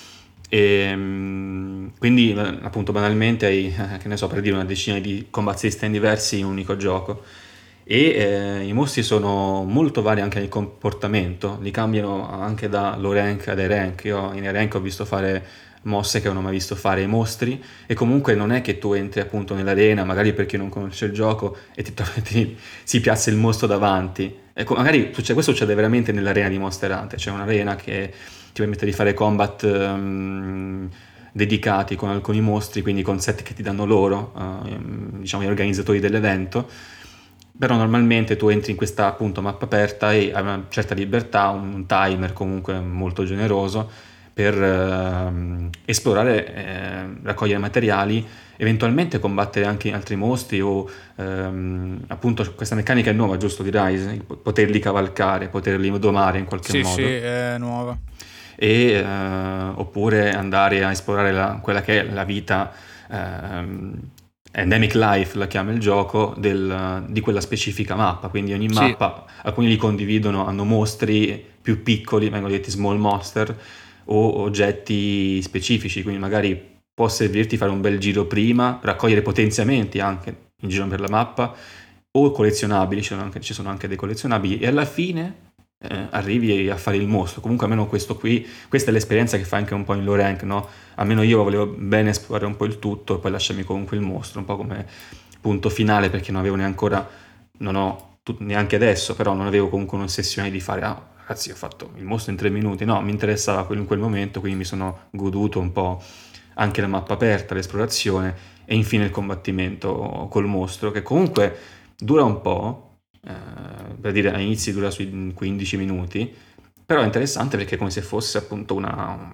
E mm, quindi eh, appunto banalmente hai, eh, che ne so, per dire una decina di combat system diversi in un unico gioco. E eh, i mostri sono molto vari anche nel comportamento, li cambiano anche da low rank ad high rank. Io in high rank ho visto fare mosse che non ho mai visto fare i mostri, e comunque non è che tu entri appunto nell'arena, magari perché non conosci il gioco, e ti, ti, si piazza il mostro davanti. Ecco, magari succede, questo succede veramente nell'arena di Monster Hunter, c'è un'arena che ti permette di fare combat um, dedicati con alcuni mostri, quindi con set che ti danno loro, uh, diciamo gli organizzatori dell'evento. Però normalmente tu entri in questa appunto mappa aperta e hai una certa libertà, un timer comunque molto generoso per ehm, esplorare, eh, raccogliere materiali, eventualmente combattere anche altri mostri o ehm, appunto questa meccanica è nuova, giusto, di Rise, poterli cavalcare, poterli domare in qualche Sì, modo. sì, è nuova. E, eh, oppure andare a esplorare la, quella che è la vita ehm, endemic life, la chiama il gioco, del, di quella specifica mappa. Quindi ogni Sì. mappa, alcuni li condividono, hanno mostri più piccoli, vengono detti small monster, o oggetti specifici, quindi magari può servirti fare un bel giro prima, raccogliere potenziamenti anche in giro per la mappa, o collezionabili, ci sono anche, ci sono anche dei collezionabili, e alla fine eh, arrivi a fare il mostro. Comunque almeno questo qui, questa è l'esperienza che fa anche un po' in low rank, no? Almeno io volevo bene esplorare un po' il tutto e poi lasciarmi comunque il mostro, un po' come punto finale, perché non avevo neanche ancora, non ho neanche adesso, però non avevo comunque un'ossessione di fare, ah ragazzi ho fatto il mostro in tre minuti, no, mi interessava quello in quel momento, quindi mi sono goduto un po' anche la mappa aperta, l'esplorazione e infine il combattimento col mostro, che comunque dura un po', eh, per dire all'inizio dura sui quindici minuti, però è interessante perché è come se fosse appunto una,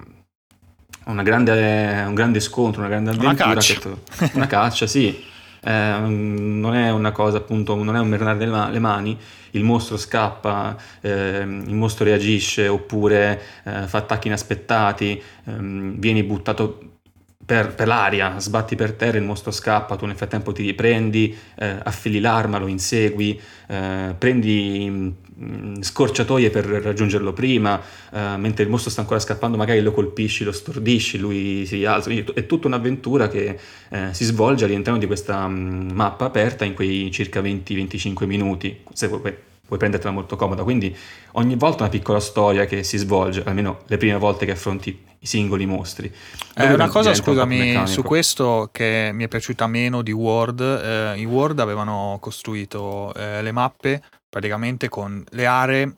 una grande, un grande scontro, una grande avventura, una caccia, che, una caccia sì, eh, non è una cosa appunto, non è un meronare le mani, il mostro scappa, eh, il mostro reagisce oppure eh, fa attacchi inaspettati, ehm, vieni buttato per, per l'aria, sbatti per terra, il mostro scappa, tu nel frattempo ti riprendi, eh, affili l'arma, lo insegui, eh, prendi mh, scorciatoie per raggiungerlo prima, eh, mentre il mostro sta ancora scappando magari lo colpisci, lo stordisci, lui si alza. Quindi è tutta un'avventura che eh, si svolge all'interno di questa mh, mappa aperta in quei circa venti venticinque minuti, se vuoi, puoi prendertela molto comoda, quindi ogni volta una piccola storia che si svolge, almeno le prime volte che affronti i singoli mostri. Eh, una cosa, scusami, un su questo che mi è piaciuta meno di Word, eh, in Word avevano costruito eh, le mappe praticamente con le aree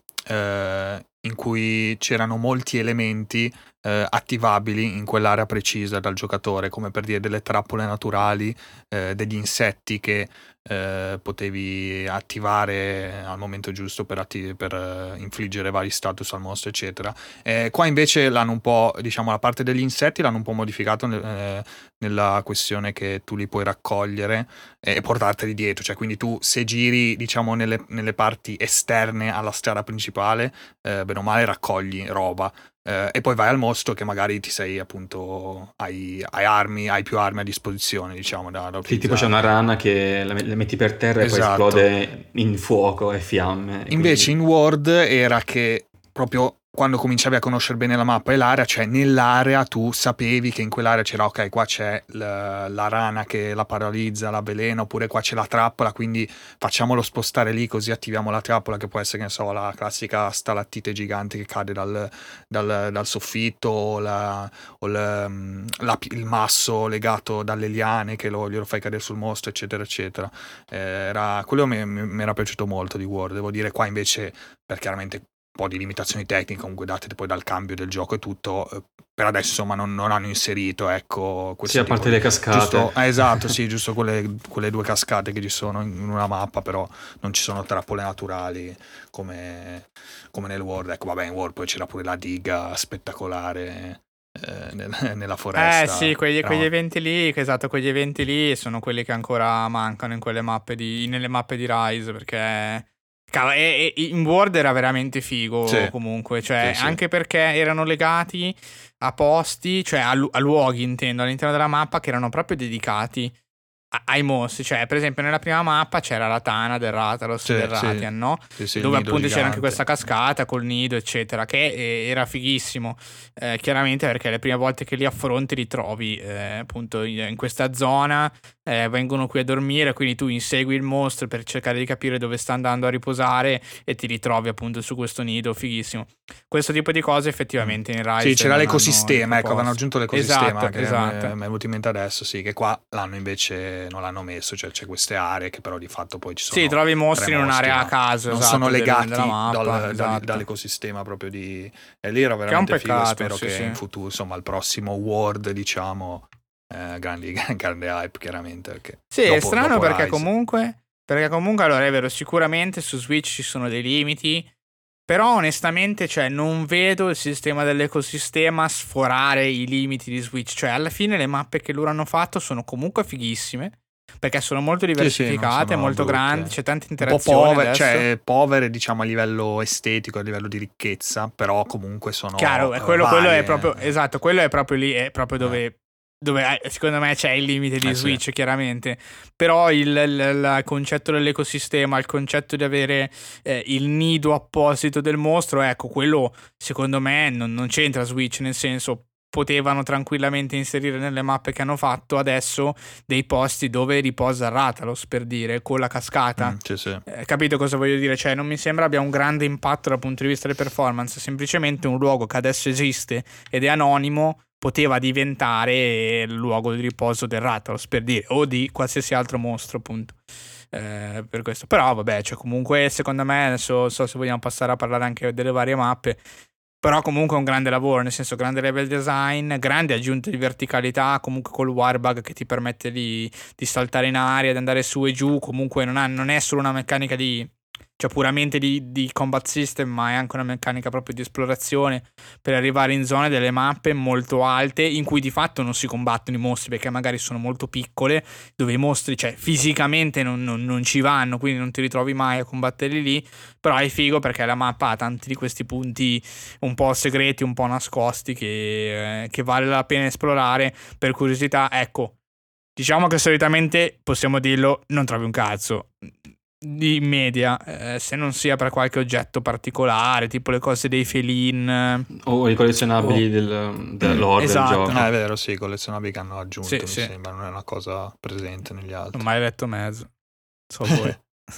eh, in cui c'erano molti elementi eh, attivabili in quell'area precisa dal giocatore, come per dire delle trappole naturali, eh, degli insetti che eh, potevi attivare al momento giusto per, atti- per uh, infliggere vari status al mostro, eccetera. Eh, qua invece l'hanno un po', diciamo, la parte degli insetti l'hanno un po' modificato nel, eh, nella questione che tu li puoi raccogliere e portarteli dietro, cioè quindi tu se giri, diciamo, nelle, nelle parti esterne alla strada principale, eh, bene o male raccogli roba. Uh, e poi vai al mostro che magari ti sei appunto hai, hai armi, hai più armi a disposizione, diciamo, da, da sì, tipo c'è una rana che la, la metti per terra e esatto. Poi esplode in fuoco e fiamme. E invece quindi... in Word era che proprio quando cominciavi a conoscere bene la mappa e l'area, cioè nell'area tu sapevi che in quell'area c'era, ok, qua c'è la, la rana che la paralizza, la velena, oppure qua c'è la trappola, quindi facciamolo spostare lì così attiviamo la trappola, che può essere, che ne so, la classica stalattite gigante che cade dal, dal, dal soffitto, o, la, o la, la, il masso legato dalle liane che lo, glielo fai cadere sul mostro, eccetera, eccetera. Eh, era, quello mi, mi era piaciuto molto di Word, devo dire. Qua invece, per chiaramente un po' di limitazioni tecniche comunque date poi dal cambio del gioco e tutto, eh, per adesso insomma non, non hanno inserito, ecco, sì, a parte di, le cascate, giusto, eh, esatto, sì, giusto quelle, quelle due cascate che ci sono in una mappa, però non ci sono trappole naturali come, come nel World. Ecco, vabbè, in World poi c'era pure la diga spettacolare eh, nel, nella foresta. Eh sì, quegli, no. quegli eventi lì, esatto, quegli eventi lì sono quelli che ancora mancano in quelle mappe di, nelle mappe di Rise, perché E, e in Word era veramente figo, sì, comunque, cioè sì, sì. Anche perché erano legati a posti, cioè a, a luoghi, intendo, all'interno della mappa che erano proprio dedicati ai mostri, cioè per esempio nella prima mappa c'era la tana del Rathalos, Sì, del sì. Ratian, no? Sì, sì, il Dove nido appunto c'era anche gigante. questa cascata col nido eccetera, che eh, era fighissimo, eh, chiaramente perché le prime volte che li affronti li trovi eh, appunto in, in questa zona, eh, vengono qui a dormire, quindi tu insegui il mostro per cercare di capire dove sta andando a riposare e ti ritrovi appunto su questo nido, fighissimo. Questo tipo di cose effettivamente in Rise Sì, c'era non l'ecosistema, hanno ecco, avevano riproposto. aggiunto l'ecosistema Esatto, che esatto. mi è venuto in mente adesso, sì, che qua l'hanno invece non l'hanno messo, cioè c'è queste aree che però di fatto poi ci sono Sì, trovi i mostri tre in un'area no? a caso, non esatto, sono del- legati della mappa, dal- dal- esatto. dall'ecosistema proprio di... E lì era Che è un veramente figo, e peccato, spero sì, che sì. in futuro, insomma, al prossimo World, diciamo, eh, grandi, grande hype chiaramente. Perché Sì, è dopo- strano dopo perché Rise- comunque, perché comunque allora è vero, sicuramente su Switch ci sono dei limiti, però onestamente cioè, non vedo il sistema dell'ecosistema sforare i limiti di Switch, cioè alla fine le mappe che loro hanno fatto sono comunque fighissime, perché sono molto Sì, sì, non diversificate, sono molto brutte. grandi, c'è tanta un po' interazione povere, adesso. cioè povere diciamo a livello estetico, a livello di ricchezza, però comunque sono Chiaro, è eh, quello, quello varie. è proprio esatto, quello è proprio lì, è proprio Eh. dove, dove eh, secondo me c'è il limite di Eh, sì. Switch, chiaramente. Però il, il- il concetto dell'ecosistema, il concetto di avere eh, il nido apposito del mostro, ecco, quello secondo me non, non c'entra Switch, nel senso potevano tranquillamente inserire nelle mappe che hanno fatto adesso dei posti dove riposa Rathalos, per dire, con la cascata. Mm, sì, sì. Eh, capito cosa voglio dire? Cioè, non mi sembra abbia un grande impatto dal punto di vista delle performance. Semplicemente un luogo che adesso esiste ed è anonimo poteva diventare il luogo di riposo del Rathalos, per dire, o di qualsiasi altro mostro, appunto. Eh, per questo, però, vabbè, cioè, comunque, secondo me, adesso non so se vogliamo passare a parlare anche delle varie mappe. Però comunque è un grande lavoro, nel senso grande level design, grande aggiunta di verticalità, comunque col warbug che ti permette di, di saltare in aria, di andare su e giù, comunque non, ha, non è solo una meccanica di, cioè puramente di, di combat system, ma è anche una meccanica proprio di esplorazione per arrivare in zone delle mappe molto alte in cui di fatto non si combattono i mostri perché magari sono molto piccole, dove i mostri cioè fisicamente non, non, non ci vanno, quindi non ti ritrovi mai a combatterli lì, però è figo perché la mappa ha tanti di questi punti un po' segreti, un po' nascosti che, eh, che vale la pena esplorare per curiosità. Ecco, diciamo che solitamente, possiamo dirlo, non trovi un cazzo di media, eh, se non sia per qualche oggetto particolare, tipo le cose dei felin o i collezionabili Oh. del, della lore Esatto. del gioco. Ah, è vero, sì, i collezionabili che hanno aggiunto, Sì, mi sì. sembra, non è una cosa presente negli Non altri. ho mai letto mezzo. So voi.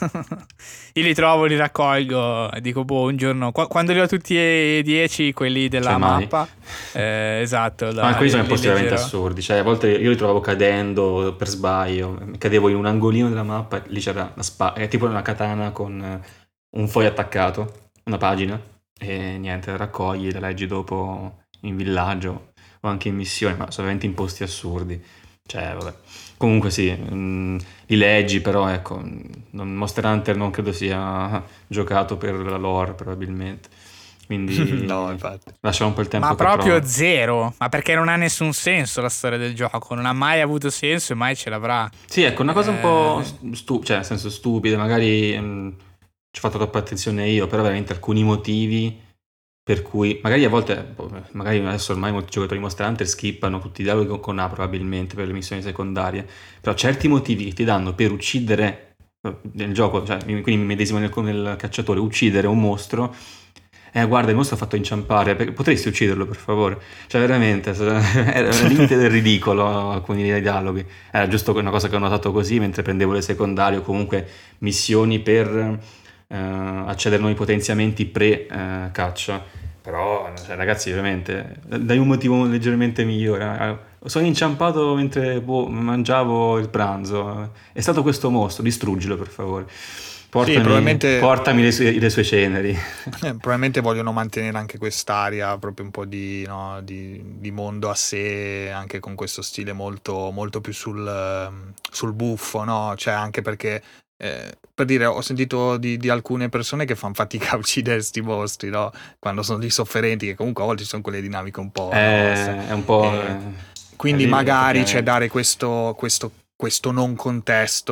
Io li trovo, li raccolgo e dico boh un giorno qua- quando li ho tutti e dieci quelli della Cioè, mai. mappa eh, esatto Ma quelli sono li- posti li veramente leggerò. assurdi. Cioè, a volte io li trovavo cadendo per sbaglio. Cadevo in un angolino della mappa, lì c'era una spada, è tipo una katana con eh, un foglio attaccato, una pagina, e niente, la raccogli, la leggi dopo in villaggio o anche in missione, ma sono veramente in posti assurdi. Cioè, vabbè. Comunque sì, mh, li leggi, però ecco, non- Monster Hunter non credo sia giocato per la lore, probabilmente. Quindi No, infatti. lasciamo un po' il tempo Ma che proprio prova. zero, ma perché non ha nessun senso la storia del gioco, non ha mai avuto senso e mai ce l'avrà. Sì, ecco, una cosa un po' Eh, stu- cioè, nel senso stupida, magari mh, ci ho fatto troppa attenzione io, però veramente alcuni motivi per cui, magari a volte, boh, magari adesso ormai molti giocatori di Monster Hunter skippano tutti i dialoghi con, con A probabilmente per le missioni secondarie, però certi motivi che ti danno per uccidere eh, nel gioco, cioè quindi mi medesimo nel, nel cacciatore, uccidere un mostro, eh guarda il mostro ha fatto inciampare, perché- potresti ucciderlo per favore, cioè veramente, era al limite del ridicolo alcuni dei dialoghi, era giusto una cosa che ho notato così mentre prendevo le secondarie o comunque missioni per eh, accedere a nuovi potenziamenti pre-caccia. Però, cioè, ragazzi, veramente, dai un motivo leggermente migliore. Eh, Sono inciampato mentre boh, mangiavo il pranzo. È stato questo mostro, distruggilo per favore. Portami, probabilmente- portami le, sue, le sue ceneri. Eh, probabilmente vogliono mantenere anche quest'aria proprio un po' di, no, di, di mondo a sé, anche con questo stile molto, molto più sul, ehm, sul buffo, no? Cioè anche perché eh, per dire, ho sentito di, di alcune persone che fanno fatica a uccidere sti mostri, no? Quando sono lì sofferenti, che comunque a volte ci sono quelle dinamiche un po'. È, no? è un po'... Eh, eh, Quindi lì, magari effettivamente. c'è dare questo, questo, questo non contesto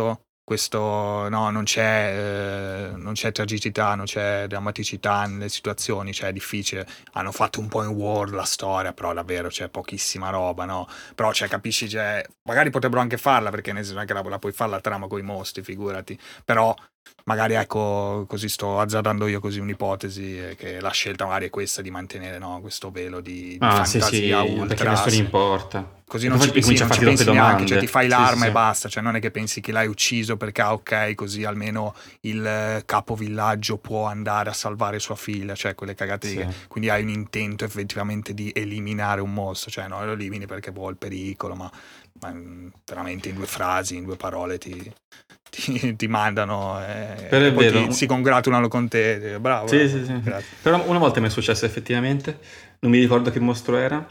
questo no, non c'è eh, non c'è tragicità, non c'è drammaticità nelle situazioni, cioè è difficile. Hanno fatto un po' in World la storia, però davvero c'è pochissima roba, no? Però cioè capisci, cioè, magari potrebbero anche farla, perché nel senso non è che la, la puoi fare la trama con i mostri, figurati, però magari ecco, così sto azzardando io così un'ipotesi, eh, che la scelta magari è questa di mantenere, no, questo velo di, di Ah, sì, sì, fantasia perché ultra, nessuno sì. importa. Così E non poi ci pensi, comincia a non ci farti pensi troppe neanche, cioè domande. ti fai Sì, l'arma sì, e sì. basta, cioè non è che pensi che l'hai ucciso perché ah, ok, così almeno il eh, capovillaggio può andare a salvare sua figlia, cioè quelle cagate Sì. lì, quindi hai un intento effettivamente di eliminare un mostro, cioè no, lo elimini perché vuoi il pericolo, ma, ma mm, veramente in due frasi, in due parole ti, ti, ti mandano eh, Però e è poi vero. ti, si congratulano con te, bravo, Sì, bravo, sì, sì. grazie. Però una volta mi è successo effettivamente, non mi ricordo che mostro era,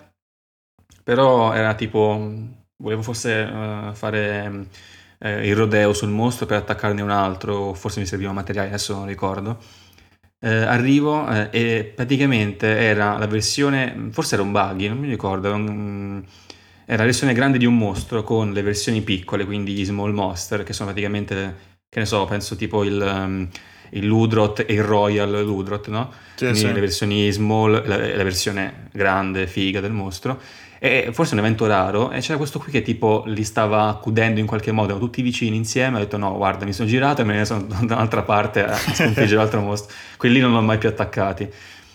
però era tipo, volevo forse eh, fare eh, il rodeo sul mostro per attaccarne un altro, o forse mi serviva materiale, adesso non ricordo. Eh, arrivo eh, e praticamente era la versione, forse era un buggy, non mi ricordo, era un- era la versione grande di un mostro con le versioni piccole, quindi gli small monster, che sono praticamente, che ne so, penso tipo il, um, il Ludroth e il Royal Ludroth, no? Sì, Quindi sì. le versioni small, la, la versione grande, figa del mostro. E forse un evento raro, e c'era questo qui che tipo li stava accudendo in qualche modo, erano tutti vicini insieme, ho detto no, guarda, mi sono girato e me ne sono da un'altra parte a sconfiggere l'altro mostro. Quelli non l'ho mai più attaccati.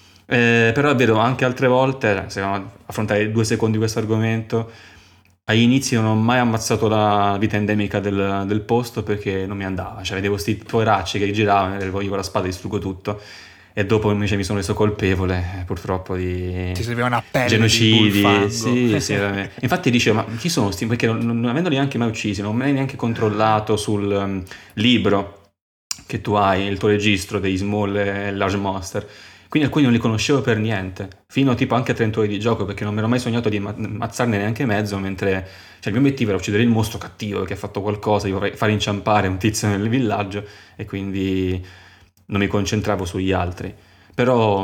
Eh, però è vero, anche altre volte, se vogliamo affrontare due secondi questo argomento, agli inizi non ho mai ammazzato la vita endemica del, del posto perché non mi andava, cioè vedevo sti poveracci che giravano, e io con la spada distruggo tutto. E dopo invece mi sono reso colpevole, eh, purtroppo, di Ti serviva una pelle genocidi. di bulfango. Sì, sì, veramente. Infatti dicevo, ma chi sono sti? Perché non, non avendoli neanche mai uccisi, non ho mai neanche controllato sul um, libro che tu hai, il tuo registro dei small e large monster. Quindi alcuni non li conoscevo per niente, fino tipo anche a trenta ore di gioco, perché non mi ero mai sognato di ma- ammazzarne neanche mezzo, mentre cioè, il mio obiettivo era uccidere il mostro cattivo che ha fatto qualcosa, io vorrei far inciampare un tizio nel villaggio e quindi non mi concentravo sugli altri. Però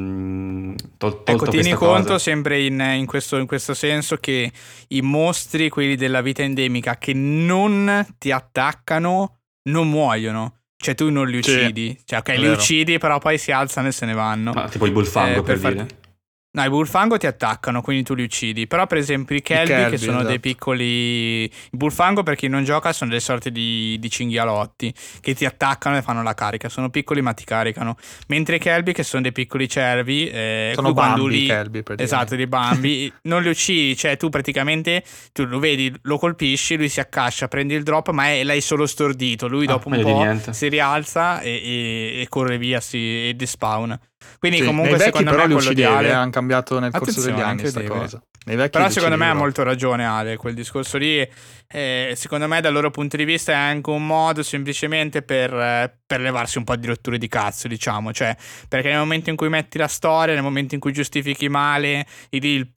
mh, tol- tolta Ecco, tieni questa conto cosa, sempre in, in questo, in questo senso che i mostri, quelli della vita endemica, che non ti attaccano, non muoiono. Cioè tu non li Sì, uccidi. Cioè ok, è li vero. uccidi, però poi si alzano e se ne vanno. ma tipo il bulfango Eh, per farti- dire. No, i bulfango ti attaccano, quindi tu li uccidi. Però, per esempio, i Kelby, Kelby, che sono dei esatto. piccoli. Il bulfango, per chi non gioca, sono delle sorte di, di cinghialotti che ti attaccano e fanno la carica. Sono piccoli, ma ti caricano. Mentre i Kelby, che sono dei piccoli cervi, eh, Sono tu quando Bambi, li. Kelby, praticamente. Esatto, dei Bambi, non li uccidi, cioè tu praticamente tu lo vedi, lo colpisci, lui si accascia, prendi il drop, ma è, l'hai solo stordito. Lui Ah, dopo un meglio di po' niente. si rialza e, e- e corre via, si, e despawn. Quindi Sì, comunque nei vecchi secondo però me li quello di uccidevi, Ale. eh, hanno cambiato nel corso Attenzione, degli anni sta incredibile. cosa. Nei vecchi Però li secondo me ha uccidevi molto ragione Ale, quel discorso lì, eh, secondo me dal loro punto di vista è anche un modo semplicemente per, eh, per levarsi un po' di rotture di cazzo, diciamo, cioè perché nel momento in cui metti la storia, nel momento in cui giustifichi male il, il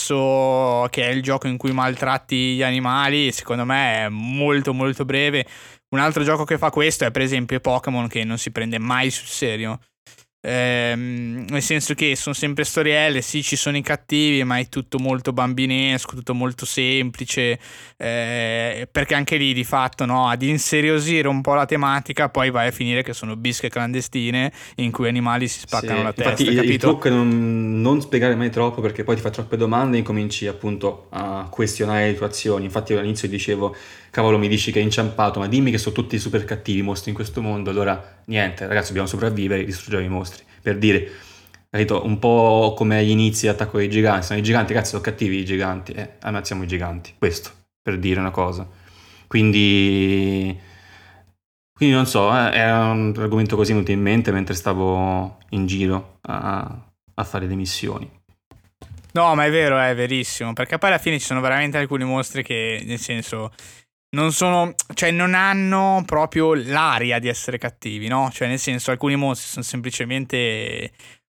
passo che è il gioco in cui maltratti gli animali, secondo me è molto molto breve. Un altro gioco che fa questo è per esempio Pokémon, che non si prende mai sul serio. Ehm, nel senso che sono sempre storielle, sì, ci sono i cattivi, ma è tutto molto bambinesco, tutto molto semplice, eh, perché anche lì di fatto, no, ad inseriosire un po' la tematica, poi vai a finire che sono bische clandestine in cui animali si spaccano Sì, la infatti testa, il, il capito? trucco è non, non spiegare mai troppo perché poi ti fa troppe domande e incominci appunto a questionare le tue azioni. Infatti io all'inizio dicevo, cavolo mi dici che hai inciampato, ma dimmi che sono tutti super cattivi i mostri in questo mondo, allora niente ragazzi dobbiamo sopravvivere e distruggere i mostri. Per dire, capito, un po' come agli inizi Attacco ai giganti, sono i giganti, cazzo sono cattivi i giganti, eh, ammazziamo i giganti, questo, per dire una cosa. Quindi... Quindi non so, eh, era un argomento così venuto in mente mentre stavo in giro a, a fare le missioni. No, ma è vero, è verissimo, perché poi alla fine ci sono veramente alcuni mostri che, nel senso, non sono, cioè non hanno proprio l'aria di essere cattivi, no? Cioè nel senso alcuni mostri sono semplicemente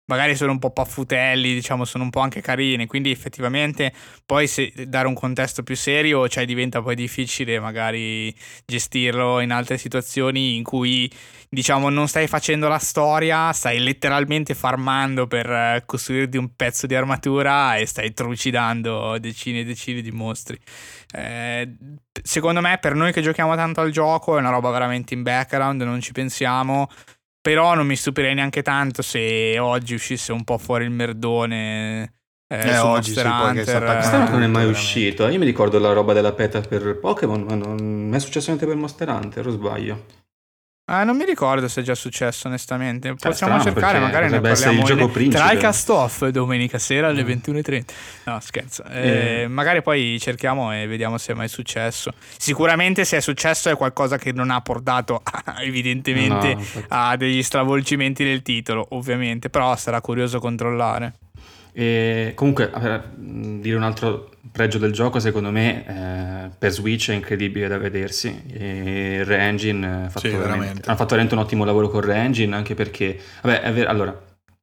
magari sono un po' paffutelli, diciamo, sono un po' anche carini, quindi effettivamente poi se dare un contesto più serio, cioè diventa poi difficile magari gestirlo in altre situazioni in cui, diciamo, non stai facendo la storia, stai letteralmente farmando per eh, costruirti un pezzo di armatura e stai trucidando decine e decine di mostri. Eh, secondo me, per noi che giochiamo tanto al gioco, è una roba veramente in background, non ci pensiamo. Però non mi stupirei neanche tanto se oggi uscisse un po' fuori il merdone eh, Eh, su oggi Monster sì, poi che Hunter. sta Questa non è mai veramente. uscito. Io mi ricordo la roba della beta per Pokémon, ma non è successo niente per Monster Hunter, o sbaglio? Ah, non mi ricordo se è già successo, onestamente. Possiamo strano, cercare, perché magari ne potrebbe essere parliamo il gioco in- principe. tra il cast off domenica sera alle Mm. ventuno e trenta. No, scherzo. Eh, Eh. Magari poi cerchiamo e vediamo se è mai successo. Sicuramente se è successo è qualcosa che non ha portato evidentemente No, infatti. a degli stravolgimenti del titolo, ovviamente. Però sarà curioso controllare. E comunque, per dire un altro pregio del gioco, secondo me, eh, per Switch è incredibile da vedersi. E Re-Engine ha fatto Sì, veramente, veramente. hanno fatto veramente un ottimo lavoro con Re-Engine, anche perché, vabbè, è vero, allora,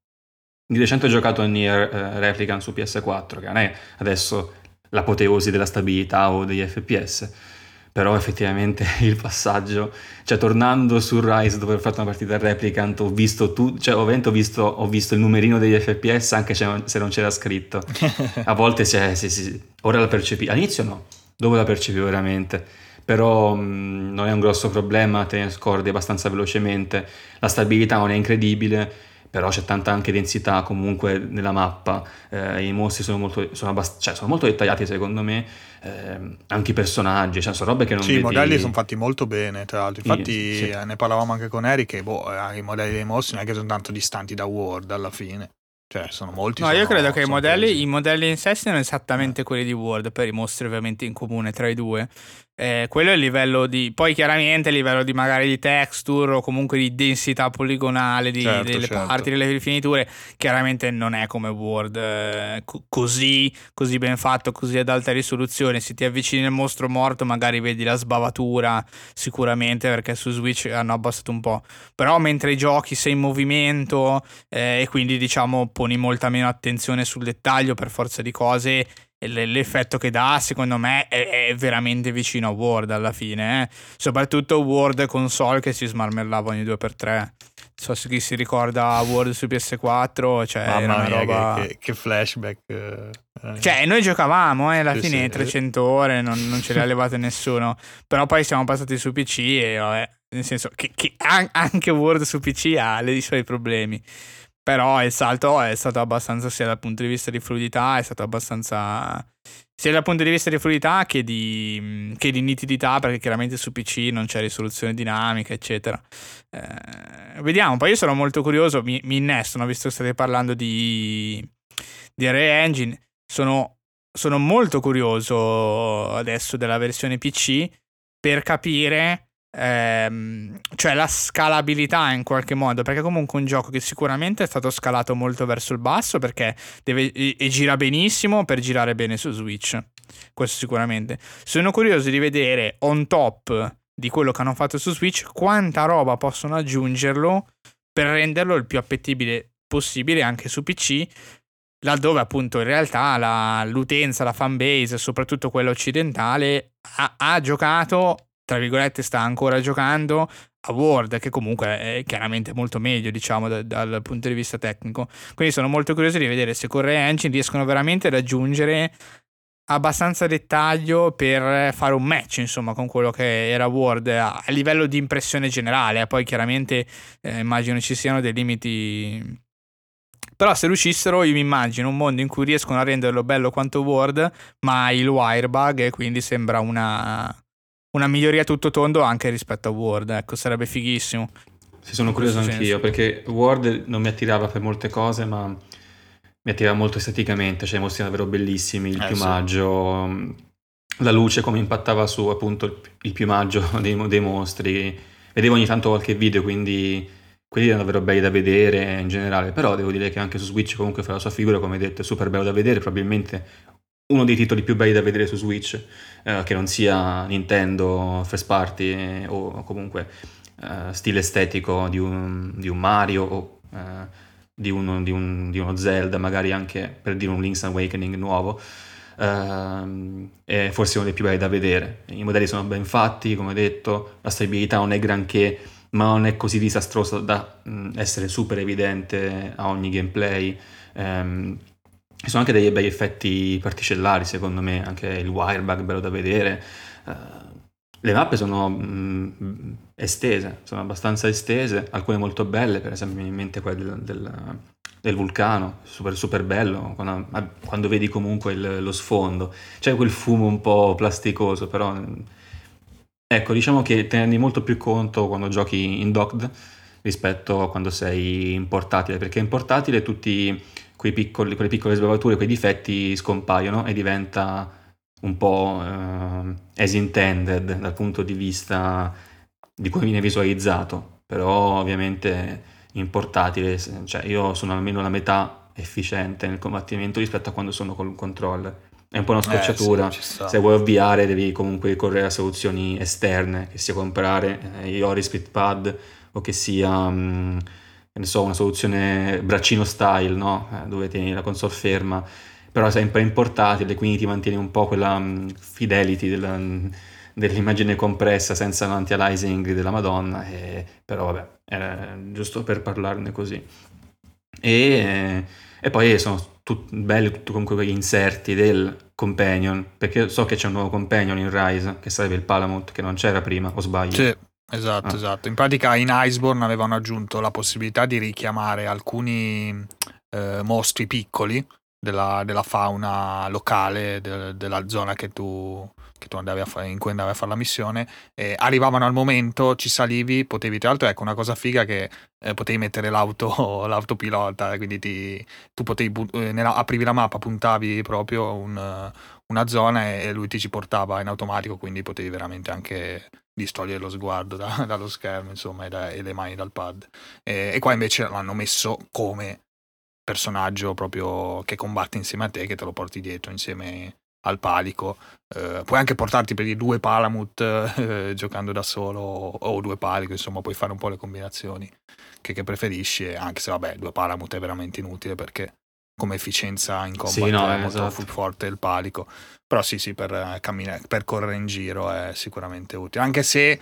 di recente ho giocato a Nier eh, Replicant su P S quattro, che non è adesso l'apoteosi della stabilità o degli F P S, però effettivamente il passaggio, cioè tornando su Rise dove ho fatto una partita a Replicant, ho visto tu, cioè ovviamente ho visto, ho visto il numerino degli F P S anche se non, se non c'era scritto. A volte c'è, sì, sì, ora la percepivo, all'inizio no, dopo la percepivo veramente, però mh, non è un grosso problema, te ne scordi abbastanza velocemente, la stabilità non è incredibile, però c'è tanta anche densità comunque nella mappa, eh, i mostri sono molto, sono, abbast- cioè, sono molto dettagliati secondo me, eh, anche i personaggi, cioè sono robe che non Sì, i vedi. modelli sono fatti molto bene, tra l'altro. Infatti Sì, sì. eh, ne parlavamo anche con Eric che boh, eh, i modelli dei mostri non è che sono tanto distanti da World alla fine. Cioè, sono molti. No, sono, io credo che i sono modelli, presi. i modelli in sé siano esattamente quelli di World, per i mostri ovviamente in comune tra i due. Eh, quello è il livello di. Poi chiaramente il livello di magari di texture o comunque di densità poligonale di, Certo, delle certo. parti, delle rifiniture, chiaramente non è come World eh, co- così, così ben fatto, così ad alta risoluzione. Se ti avvicini al mostro morto magari vedi la sbavatura sicuramente, perché su Switch hanno abbassato un po'. Però mentre giochi sei in movimento eh, e quindi diciamo poni molta meno attenzione sul dettaglio per forza di cose, e l- l'effetto che dà secondo me è, è veramente vicino a Word alla fine, eh. Soprattutto Word console che si smarmellava ogni due per tre. Non so se chi si ricorda Word su P S quattro, cioè era Mamma una mia, roba... che, che- che flashback. eh, eh. Cioè, noi giocavamo, eh, alla Sì, fine sì. trecento ore, non, non ce le ha levate nessuno. Però poi siamo passati su P C e, vabbè, nel senso che, che an- anche Word su P C ha le- i suoi problemi. Però il salto è stato abbastanza, sia dal punto di vista di fluidità, è stato abbastanza... sia dal punto di vista di fluidità che di, che di nitidità, perché chiaramente su P C non c'è risoluzione dinamica, eccetera. Eh, vediamo, poi io sono molto curioso, mi, mi innestono, visto che state parlando di, di Re-Engine, sono, sono molto curioso adesso della versione P C per capire... Ehm, cioè la scalabilità in qualche modo, perché comunque è un gioco che sicuramente è stato scalato molto verso il basso perché deve, e, e gira benissimo per girare bene su Switch, questo sicuramente. Sono curioso di vedere on top di quello che hanno fatto su Switch quanta roba possono aggiungerlo per renderlo il più appetibile possibile anche su P C, laddove appunto in realtà la, l'utenza, la fanbase, soprattutto quella occidentale, ha, ha giocato, tra virgolette sta ancora giocando a World, che comunque è chiaramente molto meglio, diciamo, da, dal punto di vista tecnico. Quindi sono molto curioso di vedere se con Re-Engine riescono veramente ad aggiungere abbastanza dettaglio per fare un match, insomma, con quello che era World a, a livello di impressione generale. Poi chiaramente eh, immagino ci siano dei limiti. Però se riuscissero, io mi immagino un mondo in cui riescono a renderlo bello quanto World, ma il wirebug, e quindi sembra una, una miglioria tutto tondo anche rispetto a World. Ecco, sarebbe fighissimo. Sì, sono In curioso questo anch'io, senso. perché World non mi attirava per molte cose, ma mi attirava molto esteticamente, cioè i mostri davvero bellissimi, il Eh, piumaggio, la luce come impattava su appunto il, il piumaggio dei, dei mostri. Vedevo ogni tanto qualche video, quindi quelli erano davvero belli da vedere in generale, però devo dire che anche su Switch comunque fa la sua figura, come detto, è super bello da vedere, probabilmente uno dei titoli più belli da vedere su Switch, eh, che non sia Nintendo, first party eh, o comunque eh, stile estetico di un, di un Mario o eh, di uno, di, un, di uno Zelda, magari anche per dire un Link's Awakening nuovo. Uh, è forse uno dei più belli da vedere. I modelli sono ben fatti, come detto, la stabilità non è granché, ma non è così disastrosa da mh, essere super evidente a ogni gameplay. Um, ci sono anche dei bei effetti particellari, secondo me, anche il wirebug bello da vedere. Uh, le mappe sono mh, estese, sono abbastanza estese, alcune molto belle, per esempio mi viene in mente quella del, del, del vulcano, super super bello, quando, quando vedi comunque il, lo sfondo, c'è quel fumo un po' plasticoso, però ecco, diciamo che te ne rendi molto più conto quando giochi in docked rispetto a quando sei in portatile, perché in portatile tutti quei piccoli, quelle piccole sbavature, quei difetti scompaiono e diventa un po' eh, as intended dal punto di vista di come viene visualizzato, però ovviamente in portatile, cioè io sono almeno la metà efficiente nel combattimento rispetto a quando sono col controller. È un po' una scocciatura, eh, sì, se vuoi ovviare devi comunque ricorrere a soluzioni esterne, che sia comprare eh, i Ori Split Pad o che sia mh, ne so, una soluzione braccino style, no? Eh, dove tieni la console ferma, però sempre in portatile, quindi ti mantieni un po' quella mh, fidelity della, dell'immagine compressa senza l'anti-aliasing della Madonna, e, però vabbè, era giusto per parlarne così. E, e poi sono tut, belli tutti comunque quegli inserti del companion, perché so che c'è un nuovo companion in Rise, che sarebbe il Palamute, che non c'era prima, o sbaglio? Sì, esatto, ah. esatto. In pratica in Iceborne avevano aggiunto la possibilità di richiamare alcuni eh, mostri piccoli della, della fauna locale de, della zona che tu, che tu andavi a fare, in cui andavi a fare la missione, e arrivavano al momento, ci salivi, potevi, tra l'altro ecco una cosa figa che eh, potevi mettere l'auto, l'autopilota, quindi ti, tu potevi, eh, nella, aprivi la mappa, puntavi proprio un, una zona e, e lui ti ci portava in automatico, quindi potevi veramente anche distogliere lo sguardo da, dallo schermo, insomma, e, da, e le mani dal pad. E, e qua invece l'hanno messo come personaggio proprio che combatte insieme a te, che te lo porti dietro insieme al palico. Eh, puoi anche portarti per i due Palamute eh, giocando da solo, o, o due palico, insomma puoi fare un po' le combinazioni che, che preferisci, anche se vabbè due Palamute è veramente inutile perché come efficienza in combat sì, no, è eh, molto esatto. forte il palico, però sì sì per, uh, camminare, per correre in giro è sicuramente utile, anche se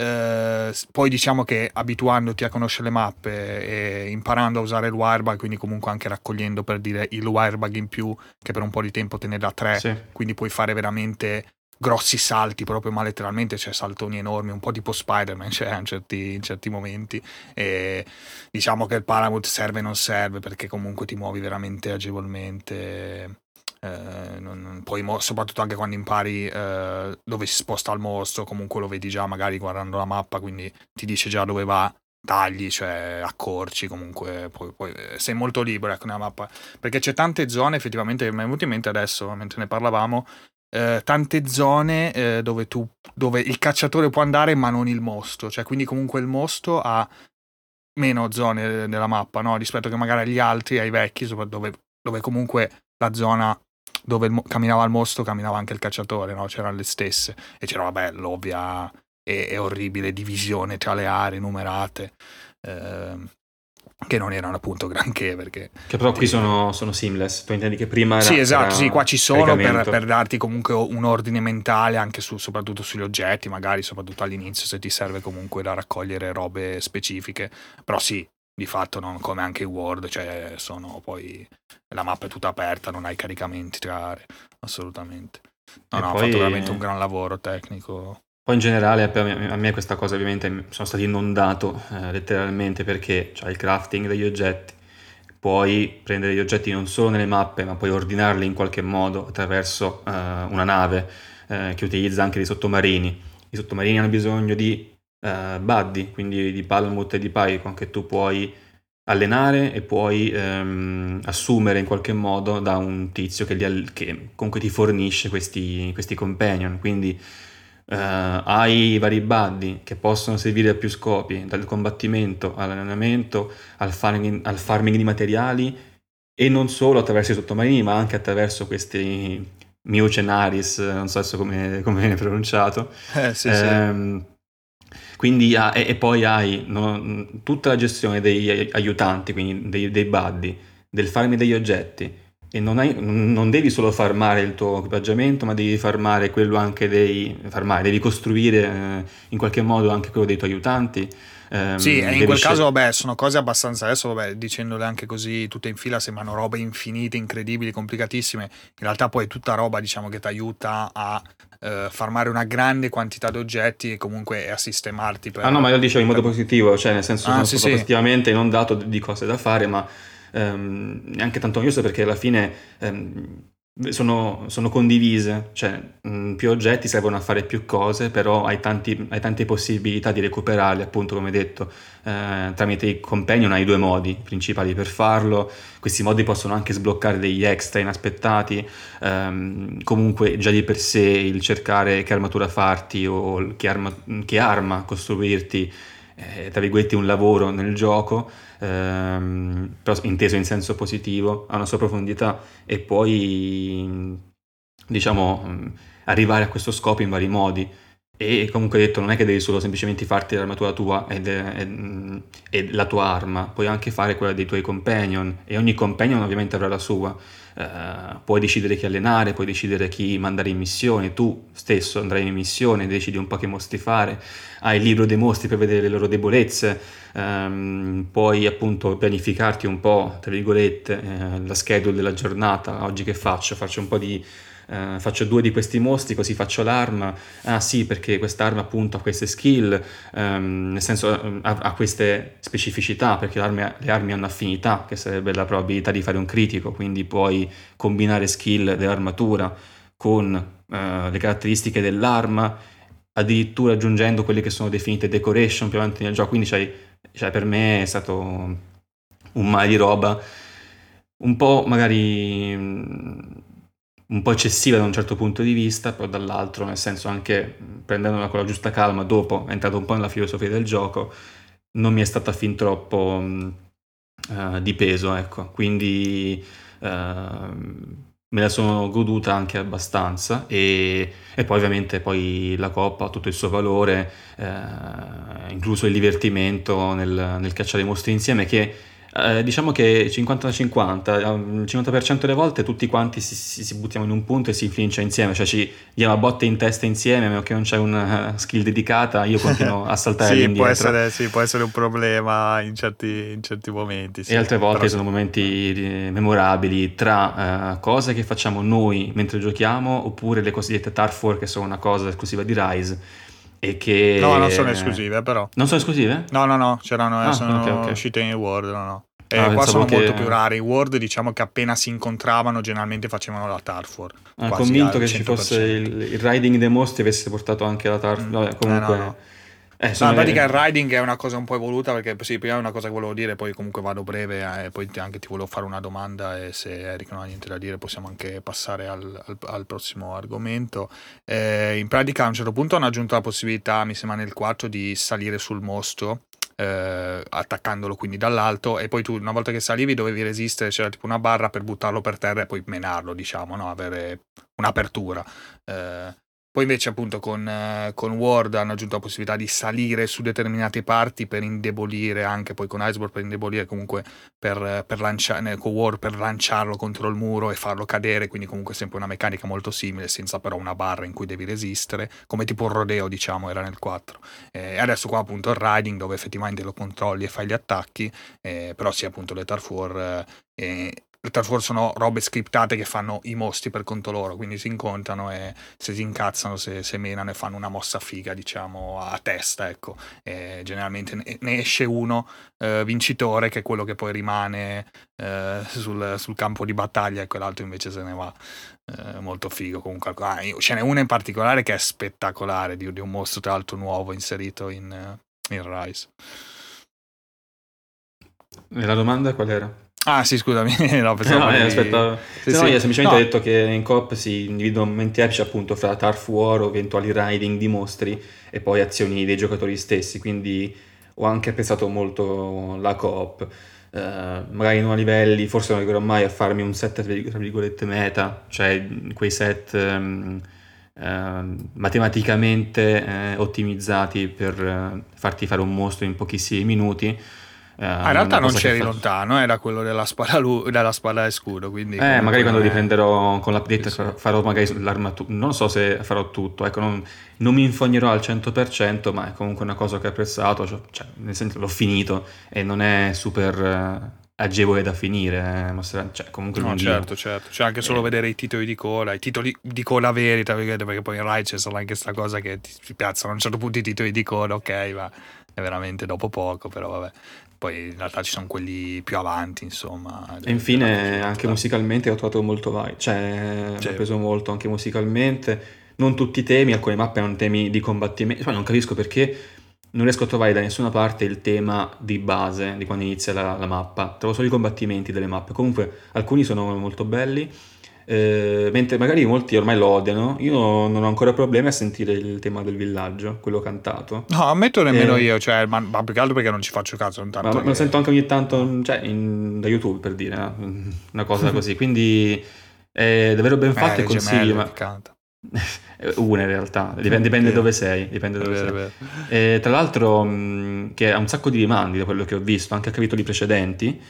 eh, poi diciamo che abituandoti a conoscere le mappe e imparando a usare il wirebug, quindi comunque anche raccogliendo per dire il wirebug in più che per un po' di tempo te ne dà tre, sì. quindi puoi fare veramente grossi salti proprio, ma letteralmente c'è cioè saltoni enormi, un po' tipo Spider-Man cioè, in, certi, in certi momenti, e diciamo che il Palamute serve non serve perché comunque ti muovi veramente agevolmente, eh, non, non, poi mo, soprattutto anche quando impari eh, dove si sposta il mostro, comunque lo vedi già magari guardando la mappa, quindi ti dice già dove va, tagli, cioè accorci, comunque poi, poi sei molto libero ecco nella mappa, perché c'è tante zone effettivamente che mi è venuto in mente adesso mentre ne parlavamo. Eh, tante zone eh, dove tu dove il cacciatore può andare ma non il mostro, cioè quindi comunque il mostro ha meno zone della mappa, no? Rispetto che magari agli altri, ai vecchi, dove, dove comunque la zona dove il, camminava il mostro camminava anche il cacciatore, no? C'erano le stesse e c'era vabbè l'ovvia e, e orribile divisione tra le aree numerate, eh, che non erano appunto granché, perché che però qui ti... sono, sono seamless, tu intendi che prima era, sì esatto, era sì, qua ci sono per, per darti comunque un ordine mentale anche su, soprattutto sugli oggetti, magari soprattutto all'inizio se ti serve comunque da raccogliere robe specifiche, però sì, di fatto non come anche i World, cioè sono poi la mappa è tutta aperta, non hai caricamenti tra aree, assolutamente. No, e no, poi... ha fatto veramente un gran lavoro tecnico. Poi in generale a me questa cosa ovviamente sono stato inondato eh, letteralmente, perché c'hai il crafting degli oggetti, puoi prendere gli oggetti non solo nelle mappe ma puoi ordinarli in qualche modo attraverso eh, una nave eh, che utilizza anche dei sottomarini. I sottomarini hanno bisogno di eh, buddy, quindi di Palamute e di Python che tu puoi allenare e puoi ehm, assumere in qualche modo da un tizio che, li, che comunque ti fornisce questi, questi companion, quindi Uh, hai i vari buddy che possono servire a più scopi, dal combattimento all'allenamento, al farming, al farming di materiali, e non solo attraverso i sottomarini ma anche attraverso questi Miucenaris, non so adesso come, come viene pronunciato, eh, sì, ehm, sì. Quindi, ah, e, e poi hai no, tutta la gestione degli ai- aiutanti, quindi dei, dei buddy, del farmi degli oggetti. E non, hai, non non devi solo farmare il tuo equipaggiamento, ma devi farmare quello anche dei... farmare, devi costruire eh, in qualche modo anche quello dei tuoi aiutanti. Sì, Ehm, e in devi quel scel- caso, vabbè, sono cose abbastanza, adesso, vabbè, dicendole anche così tutte in fila, sembrano robe infinite, incredibili, complicatissime. In realtà poi è tutta roba, diciamo, che ti aiuta a eh, farmare una grande quantità di oggetti e comunque a sistemarti Ah no, ma per... io lo dicevo in modo per- positivo, cioè nel senso Ah, sono sì, stato sì. positivamente inondato di cose da fare, ma ehm, neanche tanto noioso perché alla fine ehm, sono, sono condivise, cioè mh, più oggetti servono a fare più cose, però hai, tanti- hai tante possibilità di recuperarli, appunto come detto, eh, tramite i companion hai due modi principali per farlo, questi modi possono anche sbloccare degli extra inaspettati. Ehm, comunque già di per sé il cercare che armatura farti o che arma, che arma costruirti è tra virgolette un lavoro nel gioco, ehm, però inteso in senso positivo, ha una sua profondità e puoi diciamo mh, arrivare a questo scopo in vari modi. E comunque detto, non è che devi solo semplicemente farti l'armatura tua ed, ed- e la tua arma, puoi anche fare quella dei tuoi companion e ogni companion ovviamente avrà la sua. Eh, puoi decidere chi allenare, puoi decidere chi mandare in missione, tu stesso andrai in missione, decidi un po' che mostri fare, hai il libro dei mostri per vedere le loro debolezze, ehm, puoi appunto pianificarti un po', tra virgolette, eh, la schedule della giornata, oggi che faccio? Faccio un po' di... eh, faccio due di questi mostri, così faccio l'arma. Ah sì, perché quest'arma appunto ha queste skill, ehm, nel senso ehm, ha, ha queste specificità, perché le armi, le armi hanno affinità, che sarebbe la probabilità di fare un critico, quindi puoi combinare skill dell'armatura con eh, le caratteristiche dell'arma, addirittura aggiungendo quelle che sono definite decoration più avanti nel gioco, quindi c'hai- cioè, per me è stato un mare di roba, un po' magari mh, un po' eccessiva da un certo punto di vista, però dall'altro, nel senso anche mh, prendendola con la giusta calma, dopo è entrato un po' nella filosofia del gioco, non mi è stata fin troppo mh, eh, di peso, ecco, quindi ehm, me la sono goduta anche abbastanza e, e poi ovviamente poi la coppa ha tutto il suo valore, eh, incluso il divertimento nel, nel cacciare i mostri insieme che eh, diciamo che cinquanta cinquanta, il cinquanta per cento delle volte tutti quanti si, si, si buttiamo in un punto e si flincia insieme, cioè ci diamo a botte in testa insieme, a meno che non c'è una skill dedicata, io continuo a saltare Sì, può all'indietro. essere, sì, può essere un problema in certi, in certi momenti, E sì. altre volte Però sono sì. momenti eh, memorabili tra eh, cose che facciamo noi mentre giochiamo oppure le cosiddette Turf War che sono una cosa esclusiva di Rise e No, non sono che... esclusive, però. Non sono esclusive? No, no, no, c'erano, eh, Ah, ok, sono ok. uscite in World, no, no. Ah, E qua pensavo sono molto che... più rare. I World, diciamo che appena si incontravano, generalmente facevano la Turf War, Ah, quasi convinto al che ci fosse cento per cento. il, il riding dei mostri avesse portato anche la Turf. Mm. Vabbè, Eh, no, comunque... no. Eh, No, sono... in pratica il eh, riding è una cosa un po' evoluta perché sì, prima è una cosa che volevo dire, poi comunque vado breve eh, e poi ti- anche ti volevo fare una domanda e se Eric non ha niente da dire possiamo anche passare al, al- al prossimo argomento. Eh, in pratica a un certo punto hanno aggiunto la possibilità, mi sembra nel quattro, di salire sul mostro eh, attaccandolo quindi dall'alto e poi tu una volta che salivi dovevi resistere, c'era tipo una barra per buttarlo per terra e poi menarlo, diciamo, no? Avere un'apertura. Eh, Poi invece appunto con, eh, con Ward hanno aggiunto la possibilità di salire su determinate parti per indebolire anche, poi con Iceborne per indebolire comunque per, per lanciare, con Ward per lanciarlo contro il muro e farlo cadere, quindi comunque sempre una meccanica molto simile, senza però una barra in cui devi resistere, come tipo un rodeo diciamo era nel quattro. E adesso qua appunto il riding dove effettivamente lo controlli e fai gli attacchi, eh, però sì appunto le Turf War... Eh, le Turf War sono robe scriptate che fanno i mostri per conto loro, quindi si incontrano e se si incazzano, se, se menano e fanno una mossa figa, diciamo, a testa, ecco. E generalmente ne, ne esce uno eh, vincitore, che è quello che poi rimane eh, sul, sul campo di battaglia, e quell'altro invece se ne va. Eh, molto figo comunque. Ah, ce n'è una in particolare che è spettacolare, di, di un mostro tra l'altro nuovo inserito in, in Rise. E la domanda qual era? Ah sì, scusami, no, pensavo No, eh, di... aspetta, Sì, no, sì. io ho semplicemente No. detto che in coop si individuano momenti epici appunto fra Turf War o eventuali riding di mostri e poi azioni dei giocatori stessi, quindi ho anche apprezzato molto la coop. Eh, magari non a livelli, forse non arriverò mai a farmi un set tra virgolette meta, cioè quei set ehm, eh, matematicamente eh, ottimizzati per eh, farti fare un mostro in pochissimi minuti. Eh, ah, in realtà non c'eri fa... lontano, era quello della spada, lu- della spada e scudo. Quindi eh, magari quando è... riprenderò con l'update sì, sì. farò magari l'armatura. Non so se farò tutto, ecco, non, non mi infognerò al cento per cento, ma è comunque una cosa che ho apprezzato. Cioè, cioè, nel senso, l'ho finito e non è super eh, agevole da finire. Eh, mostra... cioè, comunque no, certo, certo. C'è anche solo eh. vedere i titoli di coda, i titoli di coda veri, perché poi in Rai c'è stata anche questa cosa che ti, ti piazzano a un certo punto i titoli di coda, ok, ma è veramente dopo poco, però vabbè. Poi in realtà ci sono quelli più avanti, insomma. E infine anche musicalmente ho trovato molto vai, cioè Sì. mi ha preso molto anche musicalmente. Non tutti i temi, alcune mappe hanno temi di combattimento, poi non capisco perché non riesco a trovare da nessuna parte il tema di base di quando inizia la, la mappa. Trovo solo i combattimenti delle mappe. Comunque alcuni sono molto belli, eh, mentre magari molti ormai lo odiano. Io non ho ancora problemi a sentire il tema del villaggio, quello cantato. No, ammetto nemmeno eh, io, cioè, ma, ma più che altro perché non ci faccio caso. Non tanto ma che... lo sento anche ogni tanto, cioè, in, da YouTube, per dire, eh, una cosa così. Quindi è davvero ben fatto eh, e consiglio. Ma... canta. Una in realtà, dipende, dipende dove sei, dipende dove vero, sei. Vero. E, tra l'altro mh, che ha un sacco di rimandi da quello che ho visto, anche a capitoli precedenti.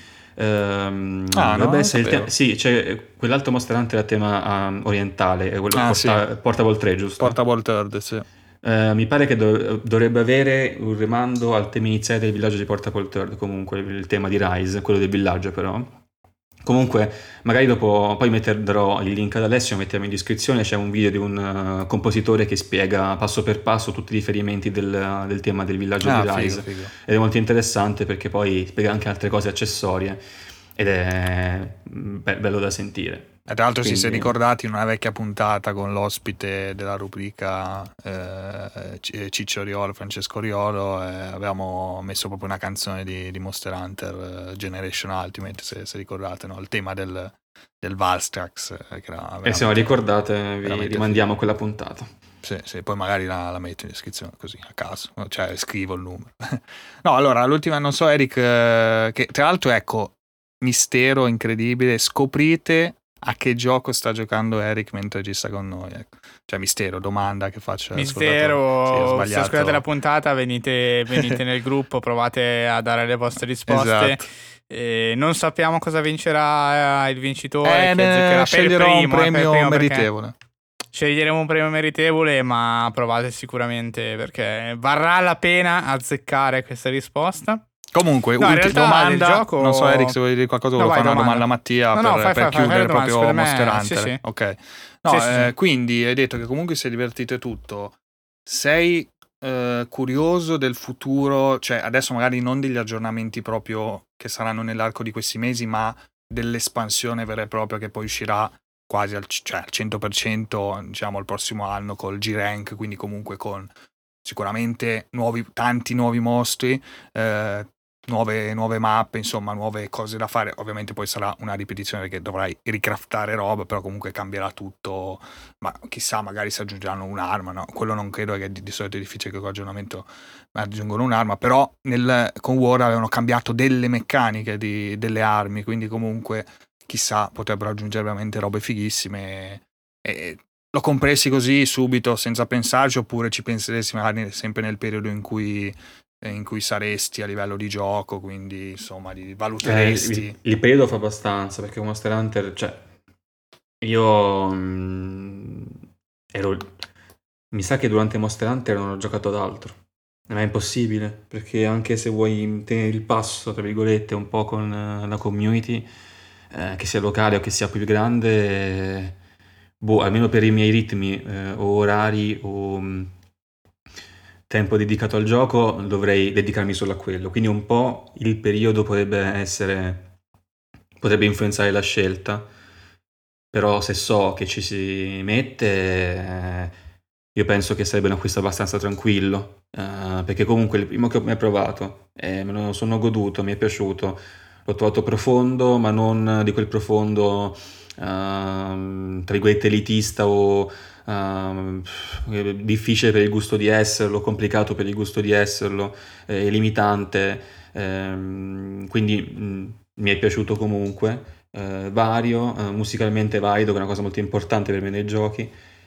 Ehm, ah, dovrebbe no? essere il tema, sì, c'è quell'altro Monster Hunter a tema um, orientale, è quello ah, porta, sì. Portable tre, giusto? Portable Third, sì. Uh, mi pare che do- dovrebbe avere un rimando al tema iniziale del villaggio di Portable Third, comunque il tema di Rise, quello del villaggio però. Comunque magari dopo poi metterò il link ad Alessio, mettiamo in descrizione, c'è un video di un uh, compositore che spiega passo per passo tutti i riferimenti del, del tema del villaggio ah, di Rise, figo, figo. ed è molto interessante perché poi spiega anche altre cose accessorie ed è be- bello da sentire. E tra l'altro, Quindi... si si è ricordati in una vecchia puntata con l'ospite della rubrica eh, Ciccio Riolo, Francesco Riolo, eh, avevamo messo proprio una canzone di, di Monster Hunter Generation Ultimate, se, se ricordate, no? Il tema del, del Valstrax. Eh, che era e se non ricordate vi rimandiamo quella puntata. Sì, sì, poi magari la, la metto in descrizione così, a caso, cioè scrivo il numero. No, allora, l'ultima, non so Eric, eh, che tra l'altro, ecco, mistero incredibile, scoprite a che gioco sta giocando Eric mentre ci sta con noi, ecco. Cioè mistero, domanda che faccio. Mistero, sì, se ascoltate la puntata venite, venite nel gruppo, provate a dare le vostre risposte. Esatto. Eh, non sappiamo cosa vincerà il vincitore, eh, che ne sceglierò per primo, un premio per primo meritevole. Sceglieremo un premio meritevole, ma provate sicuramente perché varrà la pena azzeccare questa risposta. Comunque, no, ultima domanda, gioco... non so Eric se vuoi dire qualcosa, no, volevo fare domanda. una domanda a Mattia no, per, no, fai, per fai, chiudere fai, proprio per Monster me, Hunter. sì, sì. Ok. No, sì, eh, sì, sì. Quindi hai detto che comunque si è divertito tutto. Sei eh, curioso del futuro, cioè adesso magari non degli aggiornamenti proprio che saranno nell'arco di questi mesi, ma dell'espansione vera e propria che poi uscirà quasi al, cioè, al cento per cento, diciamo, il prossimo anno col G-Rank, quindi comunque con sicuramente nuovi, tanti nuovi mostri, eh, Nuove, nuove mappe, insomma, nuove cose da fare. Ovviamente poi sarà una ripetizione perché dovrai ricraftare roba, però comunque cambierà tutto. Ma chissà, magari si aggiungeranno un'arma, no? Quello non credo, che di, di solito è difficile che con aggiornamento aggiungono un'arma, però nel, con War avevano cambiato delle meccaniche di, delle armi, quindi comunque chissà, potrebbero aggiungere veramente robe fighissime. E, e lo compresi così subito senza pensarci, oppure ci penseresti magari sempre nel periodo in cui in cui saresti a livello di gioco, quindi insomma li valuteresti. Eh, il, il periodo fa abbastanza, perché Monster Hunter, cioè io mh, ero mi sa che durante Monster Hunter non ho giocato ad altro, ma è impossibile, perché anche se vuoi tenere il passo tra virgolette un po' con uh, la community, eh, che sia locale o che sia più grande, eh, boh, almeno per i miei ritmi eh, o orari o mh, tempo dedicato al gioco, dovrei dedicarmi solo a quello, quindi un po' il periodo potrebbe essere potrebbe influenzare la scelta, però se so che ci si mette eh, io penso che sarebbe un acquisto abbastanza tranquillo, eh, perché comunque il primo che ho mai provato eh, me lo sono goduto, mi è piaciuto, l'ho trovato profondo, ma non di quel profondo eh, tra virgolette elitista o Uh, difficile per il gusto di esserlo, complicato per il gusto di esserlo, eh, limitante, ehm, quindi mh, mi è piaciuto comunque, eh, vario, eh, musicalmente valido, che è una cosa molto importante per me nei giochi,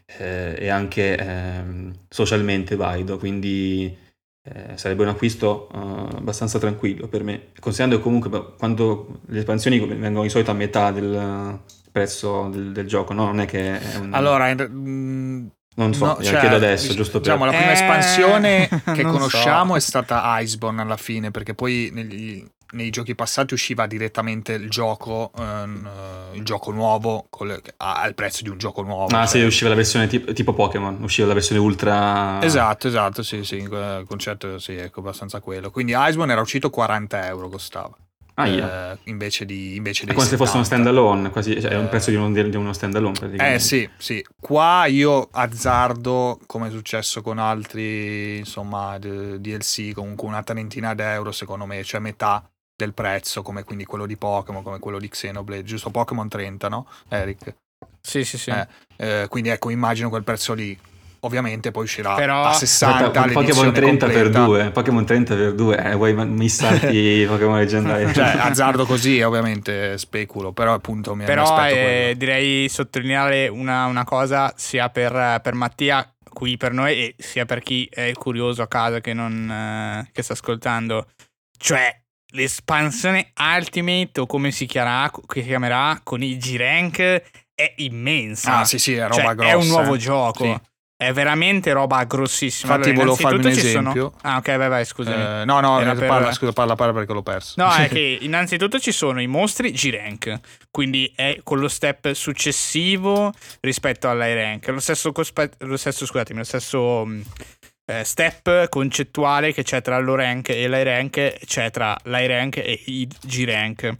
eh, e anche ehm, socialmente valido, quindi eh, sarebbe un acquisto eh, abbastanza tranquillo per me, considerando che comunque beh, quando le espansioni vengono di solito a metà del prezzo del, del gioco, no? Non è che è un... Allora, mh, non so, no, gliela cioè, chiedo adesso, dic- giusto per... diciamo, la prima Eh, espansione che non conosciamo so. è stata Iceborne alla fine, perché poi negli, nei giochi passati usciva direttamente il gioco, ehm, eh, il gioco nuovo con le- a- al prezzo di un gioco nuovo. Ah cioè- sì, usciva la versione tipo, tipo Pokémon, usciva la versione ultra... Esatto, esatto, sì, sì, il concetto sì, ecco, abbastanza quello. Quindi Iceborne era uscito quaranta euro, costava. Ah, yeah. Eh, invece di invece È dei come se fosse uno settanta. standalone, quasi, cioè, è un Eh, prezzo di uno, di uno standalone praticamente. Eh sì, sì. Qua io azzardo, come è successo con altri, insomma, d- D L C, comunque una trentina d'euro secondo me, cioè metà del prezzo, come quindi quello di Pokémon, come quello di Xenoblade, giusto? Pokémon trenta, no? Eric? Sì, sì, sì. Eh, eh, quindi ecco, immagino quel prezzo lì. Ovviamente poi uscirà Però- a sessanta Aspetta, Pokémon l'edizione trenta per completa. due, Pokémon trenta per due, eh, vuoi missarti i Pokémon leggendari? Cioè, azzardo così, ovviamente speculo, però appunto mi, mi Però aspetto eh, quello. direi sottolineare una, una cosa sia per, per Mattia qui per noi e sia per chi è curioso a casa che, non, eh, che sta ascoltando. Cioè l'espansione Ultimate o come si chiamerà, che si chiamerà con i G-Rank è immensa. Ah sì sì, è roba Cioè, grossa. è un nuovo eh. gioco. Sì. È veramente roba grossissima. Infatti Allora, volevo farvi un innanzitutto ci esempio. sono... Ah ok, vai vai, scusami. Eh, no, no, Era eh, per- parla, scusa, parla, parla perché l'ho perso. No, è che innanzitutto ci sono i mostri G-Rank, quindi è con lo step successivo rispetto all'I rank. Lo stesso, cospe- lo stesso scusatemi, lo stesso mh, eh, step concettuale che c'è tra l'O rank e l'I rank, c'è tra l'I rank e il G-Rank.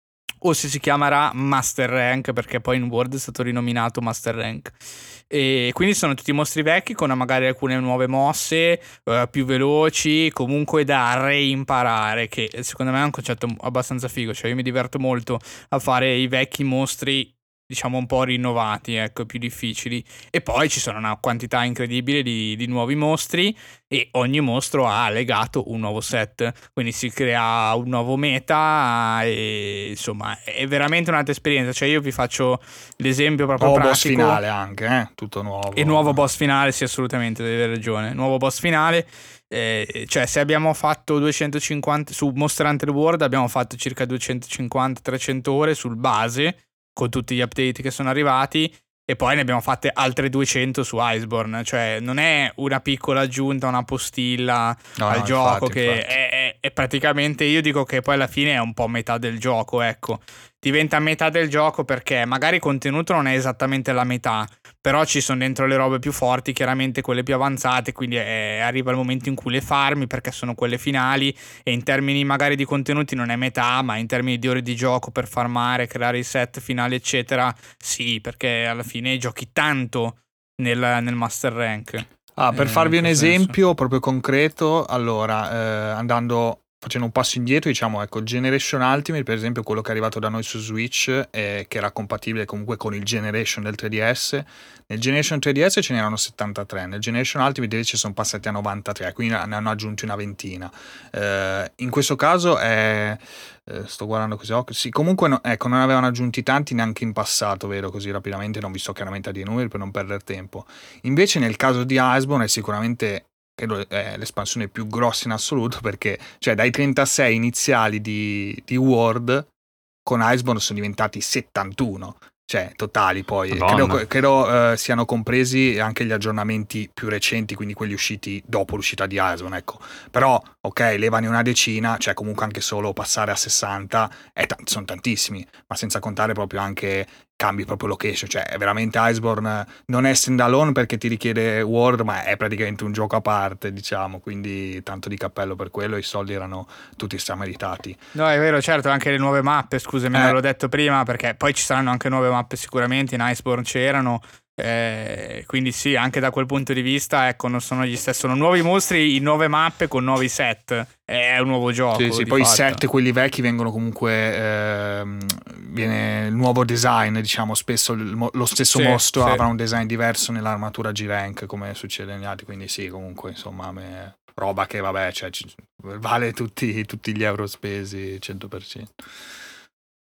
O se si chiamerà Master Rank, perché poi in World è stato rinominato Master Rank. E quindi sono tutti mostri vecchi con magari alcune nuove mosse eh, più veloci, comunque da reimparare, che secondo me è un concetto abbastanza figo. Cioè io mi diverto molto a fare i vecchi mostri, diciamo un po' rinnovati, ecco, più difficili. E poi ci sono una quantità incredibile di, di nuovi mostri e ogni mostro ha legato un nuovo set, quindi si crea un nuovo meta e insomma è veramente un'altra esperienza. Cioè io vi faccio l'esempio proprio Nuovo boss pratico. finale anche, eh? Tutto nuovo. E nuovo boss finale, sì, assolutamente, devi avere ragione. Nuovo boss finale, eh, cioè se abbiamo fatto duecentocinquanta su Monster Hunter World, abbiamo fatto circa duecentocinquanta trecento ore sul base, con tutti gli update che sono arrivati, e poi ne abbiamo fatte altre duecento su Iceborne. Cioè non è una piccola aggiunta, una postilla No, al no, gioco, infatti, che infatti. è, è- è praticamente, io dico che poi alla fine è un po' metà del gioco, ecco. Diventa metà del gioco perché magari il contenuto non è esattamente la metà, però ci sono dentro le robe più forti, chiaramente quelle più avanzate, quindi è- arriva il momento in cui le farmi perché sono quelle finali, e in termini magari di contenuti non è metà, ma in termini di ore di gioco per farmare, creare i set finali eccetera, sì, perché alla fine giochi tanto nel, nel Master Rank. Ah, per Eh, farvi in un questo esempio proprio concreto, allora, eh, andando, facendo un passo indietro, diciamo, ecco, Generation Ultimate, per esempio, quello che è arrivato da noi su Switch, eh, che era compatibile comunque con il Generation del tre D S. Nel Generation tre D S ce n'erano settantatré, nel Generation Ultimate invece sono passati a novantatré, quindi ne hanno aggiunti una ventina. Eh, in questo caso è... Eh, sto guardando così, oh, sì, comunque no, ecco, non avevano aggiunti tanti neanche in passato, vero, così rapidamente, non vi sto chiaramente a dire numeri per non perdere tempo. Invece nel caso di Iceborne è sicuramente credo, è l'espansione più grossa in assoluto, perché cioè dai trentasei iniziali di, di World con Iceborne sono diventati settantuno, cioè totali. Poi Madonna. credo, credo eh, siano compresi anche gli aggiornamenti più recenti, quindi quelli usciti dopo l'uscita di Iceborne, ecco. Però ok, levane una decina, cioè comunque anche solo passare a sessanta è t- sono tantissimi, ma senza contare proprio anche cambi proprio location, cioè è veramente Iceborne non è standalone perché ti richiede World, ma è praticamente un gioco a parte, diciamo, quindi tanto di cappello per quello, i soldi erano tutti strameritati. No, è vero, certo, anche le nuove mappe, scusami, Eh. non l'ho detto prima, perché poi ci saranno anche nuove mappe sicuramente, in Iceborne c'erano, eh, quindi sì, anche da quel punto di vista, ecco, non sono gli stessi, sono nuovi mostri in nuove mappe con nuovi set, è un nuovo gioco. Sì, sì, di poi i fatto. set, quelli vecchi, vengono comunque ehm, viene il nuovo design, diciamo, spesso il mo- lo stesso Sì, mostro sì. avrà un design diverso nell'armatura G-Rank, come succede negli altri, quindi sì, comunque, insomma, me- roba che, vabbè, cioè, ci- vale tutti, tutti gli euro spesi, cento per cento.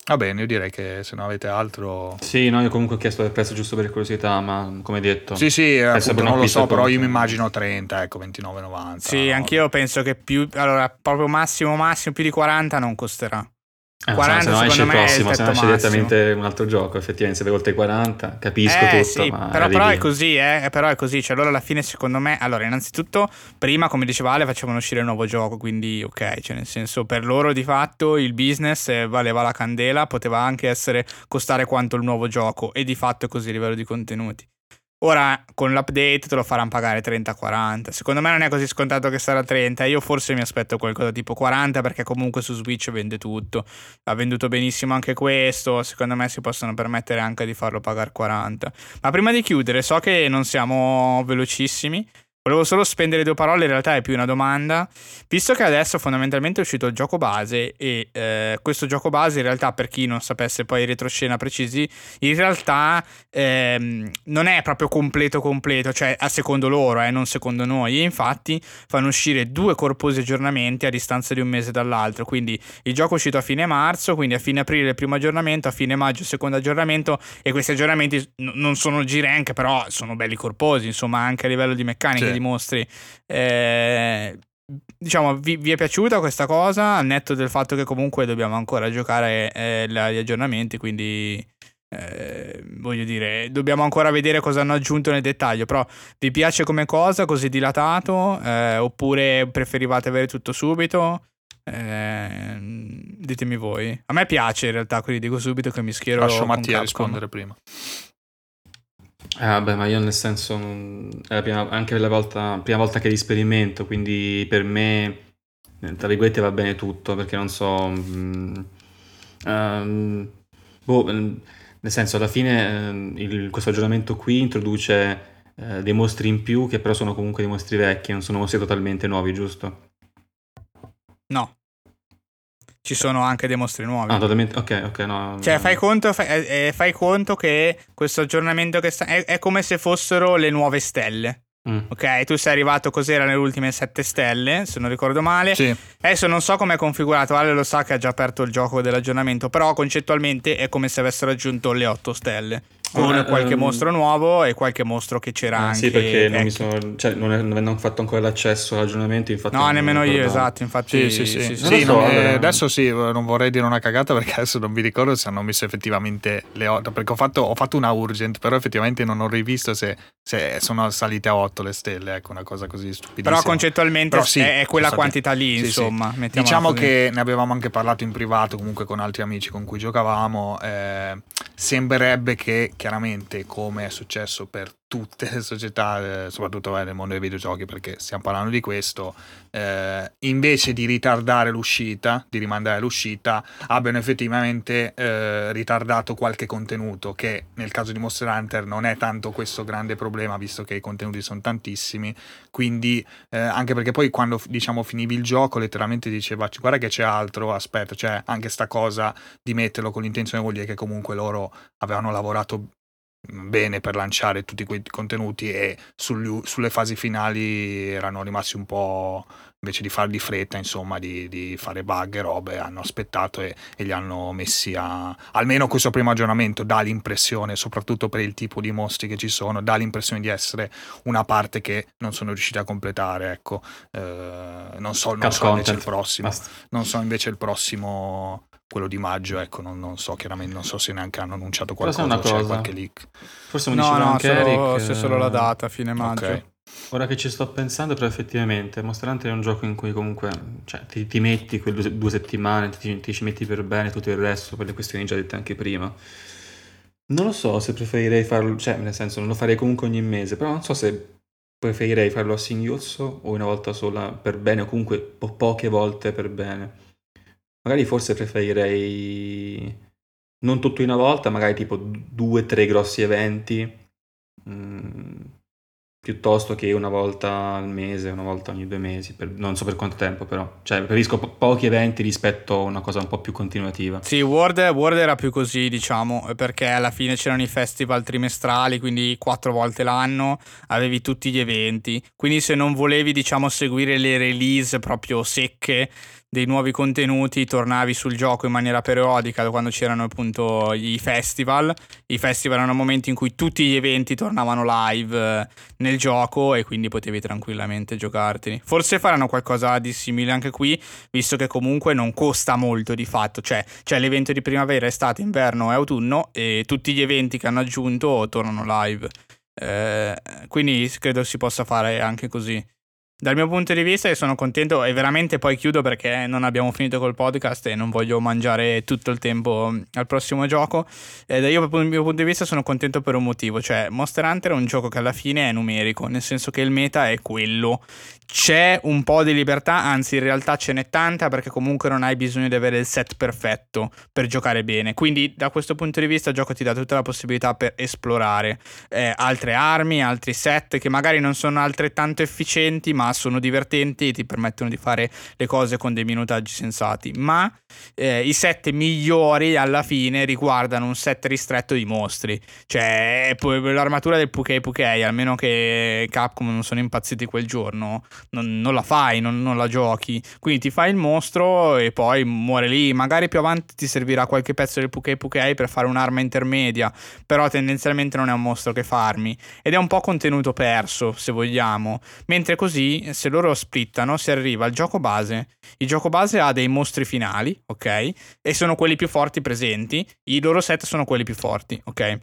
Va bene, io direi che se non avete altro... Sì, no, io comunque ho chiesto il prezzo giusto per curiosità, ma come detto... Sì, sì, appunto, non lo so, però io mi conto. immagino trenta, ecco, ventinove e novanta. Sì, no? anch'io penso che più, allora, proprio massimo massimo più di quaranta non costerà. Eh, quaranta se no esce secondo il me prossimo, è il se tetto no esce massimo. direttamente un altro gioco, effettivamente se vai oltre i quaranta, capisco Eh, tutto, sì, ma però, però è arrivi- così, eh, però è così, cioè allora alla fine secondo me, allora innanzitutto prima come diceva Ale facevano uscire il nuovo gioco, quindi ok, cioè nel senso per loro di fatto il business eh, valeva la candela, poteva anche essere costare quanto il nuovo gioco e di fatto è così a livello di contenuti. Ora con l'update te lo faranno pagare trenta quaranta. Secondo me non è così scontato che sarà trenta. Io forse mi aspetto qualcosa tipo quaranta perché comunque su Switch vende tutto. Ha venduto benissimo anche questo. Secondo me si possono permettere anche di farlo pagare quaranta. Ma prima di chiudere, so che non siamo velocissimi. Volevo solo spendere due parole, in realtà è più una domanda. Visto che adesso fondamentalmente è uscito il gioco base e eh, questo gioco base in realtà per chi non sapesse poi i retroscena precisi, in realtà ehm, non è proprio completo completo, cioè a secondo loro, eh, non secondo noi. E infatti fanno uscire due corposi aggiornamenti a distanza di un mese dall'altro. Quindi il gioco è uscito a fine marzo, quindi a fine aprile il primo aggiornamento, a fine maggio il secondo aggiornamento e questi aggiornamenti n- non sono G-Rank, però sono belli corposi, insomma anche a livello di meccanica. Sì. Di mostri eh, diciamo vi, vi è piaciuta questa cosa al netto del fatto che comunque dobbiamo ancora giocare eh, gli aggiornamenti, quindi eh, voglio dire dobbiamo ancora vedere cosa hanno aggiunto nel dettaglio, però vi piace come cosa così dilatato eh, oppure preferivate avere tutto subito? Eh, ditemi voi. A me piace in realtà, quindi dico subito che mi schiero Lascio con Mattia Capcom. rispondere prima. Eh, vabbè, ma io nel senso non- è la prima, anche la volta, prima volta che li sperimento, quindi per me, eh, tra virgolette, va bene tutto, perché non so, mm, ehm, boh, mm, nel senso, alla fine ehm, il- questo aggiornamento qui introduce eh, dei mostri in più, che però sono comunque dei mostri vecchi, non sono mostri totalmente nuovi, giusto? No, ci sono anche dei mostri nuovi. Ah, totalmente, ok, ok, no. Cioè, no. fai conto, fai, eh, fai conto che questo aggiornamento che sta, è, è come se fossero le nuove stelle. Mm. Ok, tu sei arrivato cos'era nelle ultime sette stelle, se non ricordo male. Sì. Adesso non so come è configurato, Ale lo sa che ha già aperto il gioco dell'aggiornamento, però concettualmente è come se avessero aggiunto le otto stelle. Con Ah, qualche ehm, mostro nuovo e qualche mostro che c'era Ah, anche. sì, perché non mi vecchio. sono, cioè, non, è- non avendo fatto ancora l'accesso all'aggiornamento, infatti. No, non nemmeno mi io, ricordavo. esatto. Infatti, Sì, sì, sì. sì, Sì, Non lo non- so, eh, allora- adesso sì, non vorrei dire una cagata perché adesso non mi ricordo se hanno messo effettivamente le otto, perché ho fatto, ho fatto una urgent, però effettivamente non ho rivisto se, se sono salite a otto le stelle, ecco, una cosa così stupidissima. Però concettualmente Però sì, è, è quella sono stati- quantità lì, sì, sì. insomma. mettiamola Diciamo così. che ne avevamo anche parlato in privato comunque con altri amici con cui giocavamo, eh, sembrerebbe che chiaramente come è successo per tutte le società, eh, soprattutto eh, nel mondo dei videogiochi, perché stiamo parlando di questo, eh, invece di ritardare l'uscita, di rimandare l'uscita, abbiano effettivamente eh, ritardato qualche contenuto, che nel caso di Monster Hunter non è tanto questo grande problema, visto che i contenuti sono tantissimi, quindi eh, anche perché poi quando diciamo finivi il gioco letteralmente diceva guarda che c'è altro, aspetta, cioè anche sta cosa di metterlo con l'intenzione vuol dire che comunque loro avevano lavorato bene per lanciare tutti quei contenuti e sul, sulle fasi finali erano rimasti un po', invece di far di fretta, insomma, di, di fare bug e robe, hanno aspettato e, e li hanno messi a... Almeno questo primo aggiornamento dà l'impressione, soprattutto per il tipo di mostri che ci sono, dà l'impressione di essere una parte che non sono riusciti a completare, ecco. Eh, non so, non Cut so invece il content. prossimo, Basta. non so invece il prossimo... quello di maggio, ecco, non, non so chiaramente, non so se neanche hanno annunciato Però sai qualcosa, una c'è cosa? qualche leak. Forse mi No, diceva no, anche solo, Eric. c'è solo la eh, data, fine maggio. Ok. Ora che ci sto pensando, però effettivamente Monster Hunter è un gioco in cui comunque cioè, ti, ti metti quelle due, due settimane, ti, ti ci metti per bene tutto il resto, per le questioni già dette anche prima. Non lo so se preferirei farlo, cioè nel senso non lo farei comunque ogni mese, però non so se preferirei farlo a singhiozzo o una volta sola per bene o comunque po- poche volte per bene. Magari forse preferirei non tutto in una volta, magari tipo due, tre grossi eventi, mm, piuttosto che una volta al mese, una volta ogni due mesi, per- non so per quanto tempo però. Cioè preferisco po- pochi eventi rispetto a una cosa un po' più continuativa. Sì, World, World era più così, diciamo, perché alla fine c'erano i festival trimestrali, quindi quattro volte l'anno, avevi tutti gli eventi. Quindi se non volevi, diciamo, seguire le release proprio secche, dei nuovi contenuti, tornavi sul gioco in maniera periodica quando c'erano appunto i festival. I festival erano momenti in cui tutti gli eventi tornavano live eh, nel gioco e quindi potevi tranquillamente giocarteli. Forse faranno qualcosa di simile anche qui, visto che comunque non costa molto di fatto, cioè c'è l'evento di primavera, estate, inverno e autunno e tutti gli eventi che hanno aggiunto tornano live. Eh, quindi credo si possa fare anche così. Dal mio punto di vista io sono contento e veramente poi chiudo perché non abbiamo finito col podcast e non voglio mangiare tutto il tempo al prossimo gioco. Ed io dal mio punto di vista sono contento per un motivo, cioè Monster Hunter è un gioco che alla fine è numerico, nel senso che il meta è quello. C'è un po' di libertà, anzi in realtà ce n'è tanta perché comunque non hai bisogno di avere il set perfetto per giocare bene. Quindi da questo punto di vista il gioco ti dà tutta la possibilità per esplorare eh, altre armi, altri set che magari non sono altrettanto efficienti ma sono divertenti e ti permettono di fare le cose con dei minutaggi sensati. Ma eh, i set migliori alla fine riguardano un set ristretto di mostri, cioè l'armatura del Pukei Pukei, almeno che Capcom non sono impazziti quel giorno, non, non la fai, non, non la giochi, quindi ti fai il mostro e poi muore lì. Magari più avanti ti servirà qualche pezzo del Pukei Pukei per fare un'arma intermedia, però tendenzialmente non è un mostro che farmi ed è un po' contenuto perso se vogliamo. Mentre così se loro splittano si arriva al gioco base. Il gioco base ha dei mostri finali, ok? E sono quelli più forti presenti. I loro set sono quelli più forti, ok?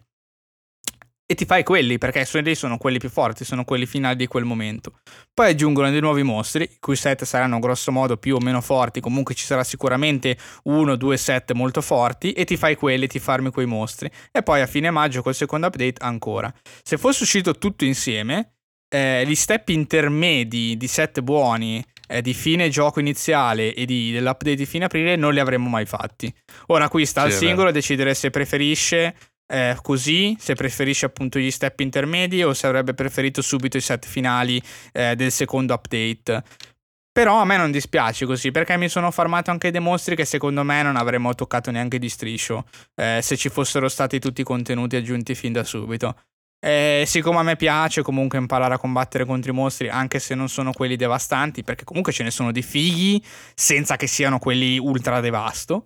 E ti fai quelli perché lì sono quelli più forti, sono quelli finali di quel momento. Poi aggiungono dei nuovi mostri, i cui set saranno grosso modo più o meno forti, comunque ci sarà sicuramente uno o due set molto forti e ti fai quelli, ti farmi quei mostri. E poi a fine maggio col secondo update ancora. Se fosse uscito tutto insieme, eh, gli step intermedi di set buoni eh, di fine gioco iniziale e di, dell'update di fine aprile non li avremmo mai fatti. Ora qui sta al singolo decidere se preferisce Eh, così, se preferisce appunto gli step intermedi o se avrebbe preferito subito i set finali eh, del secondo update. Però a me non dispiace così, perché mi sono farmato anche dei mostri che secondo me non avremmo toccato neanche di striscio eh, se ci fossero stati tutti i contenuti aggiunti fin da subito. E siccome a me piace comunque imparare a combattere contro i mostri, anche se non sono quelli devastanti, perché comunque ce ne sono di fighi senza che siano quelli ultra devasto,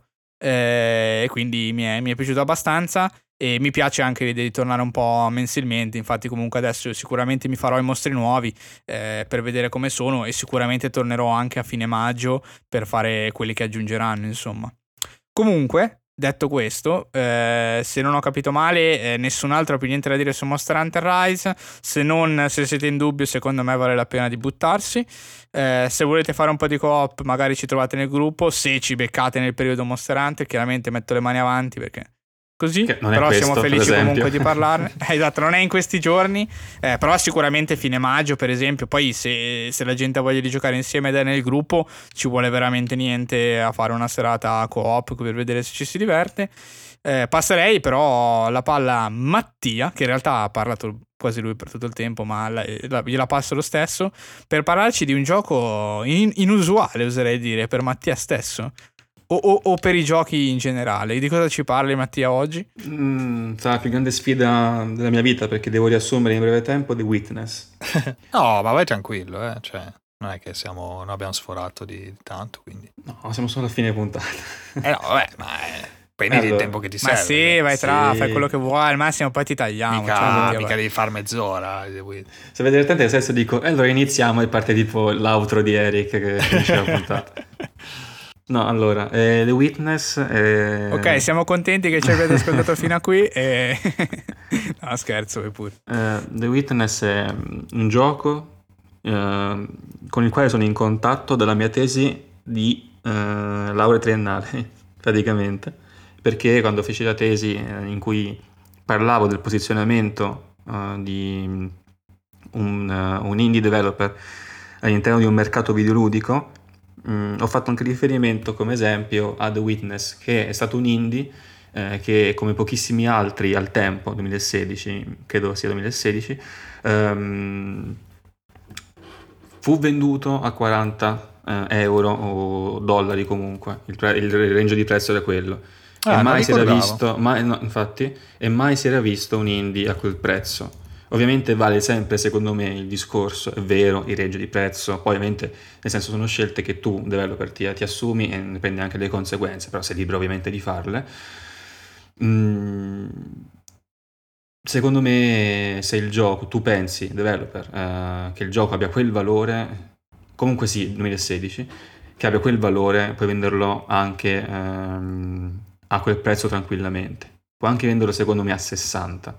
e eh, quindi mi è, mi è piaciuto abbastanza. E mi piace anche l'idea di tornare un po' mensilmente. Infatti comunque adesso sicuramente mi farò i mostri nuovi eh, per vedere come sono, e sicuramente tornerò anche a fine maggio per fare quelli che aggiungeranno, insomma. Comunque, detto questo, eh, se non ho capito male, eh, nessun altro ha più niente da dire su Monster Hunter Rise, se non se siete in dubbio, secondo me vale la pena di buttarsi. Eh, se volete fare un po' di co-op magari ci trovate nel gruppo, se ci beccate nel periodo Monster Hunter chiaramente metto le mani avanti perché così, però questo, siamo felici comunque di parlarne. eh, esatto, non è in questi giorni, eh, però sicuramente fine maggio per esempio. Poi se, se la gente ha voglia di giocare insieme ed è nel gruppo, ci vuole veramente niente a fare una serata co-op per vedere se ci si diverte. Eh, passerei però la palla a Mattia, che in realtà ha parlato quasi lui per tutto il tempo, ma la, la, gliela passo lo stesso, per parlarci di un gioco in, inusuale, oserei dire, per Mattia stesso. O, o, o per i giochi in generale. Di cosa ci parli, Mattia, oggi? Mm, sarà la più grande sfida della mia vita perché devo riassumere in breve tempo The Witness. No, ma vai tranquillo, eh. Cioè, non è che siamo, non abbiamo sforato di, di tanto, quindi. No, siamo solo a fine puntata. Eh no, vabbè, ma è... prendi allora, il tempo che ti serve. Ma sì, vai tra, sì. Fai quello che vuoi, al massimo poi ti tagliamo. Mica, cioè, mica devi far mezz'ora. Se vedete attenti, nel senso dico, e allora iniziamo e parte tipo l'outro di Eric che finisce la puntata. No, allora, eh, The Witness è... Ok, siamo contenti che ci abbiate ascoltato fino a qui e... No, scherzo, vai pure. Eh, The Witness è un gioco eh, con il quale sono in contatto dalla mia tesi di eh, laurea triennale, praticamente, perché quando feci la tesi eh, in cui parlavo del posizionamento eh, di un, uh, un indie developer all'interno di un mercato videoludico, Mm, ho fatto anche riferimento come esempio a The Witness, che è stato un indie eh, che come pochissimi altri al tempo, duemilasedici, credo sia duemilasedici, ehm, fu venduto a quaranta eh, euro o dollari comunque, il, pre- il range di prezzo era quello. Ah, e mai si era visto, mai, no, infatti, e mai si era visto un indie a quel prezzo. Ovviamente vale sempre, secondo me, il discorso, è vero, il range di prezzo, poi ovviamente, nel senso, sono scelte che tu, developer, ti, ti assumi e ne prendi anche le conseguenze, però sei libero ovviamente di farle. Mm, secondo me, se il gioco, tu pensi, developer, eh, che il gioco abbia quel valore, comunque sì, duemilasedici, che abbia quel valore, puoi venderlo anche ehm, a quel prezzo tranquillamente. Puoi anche venderlo, secondo me, a sessanta.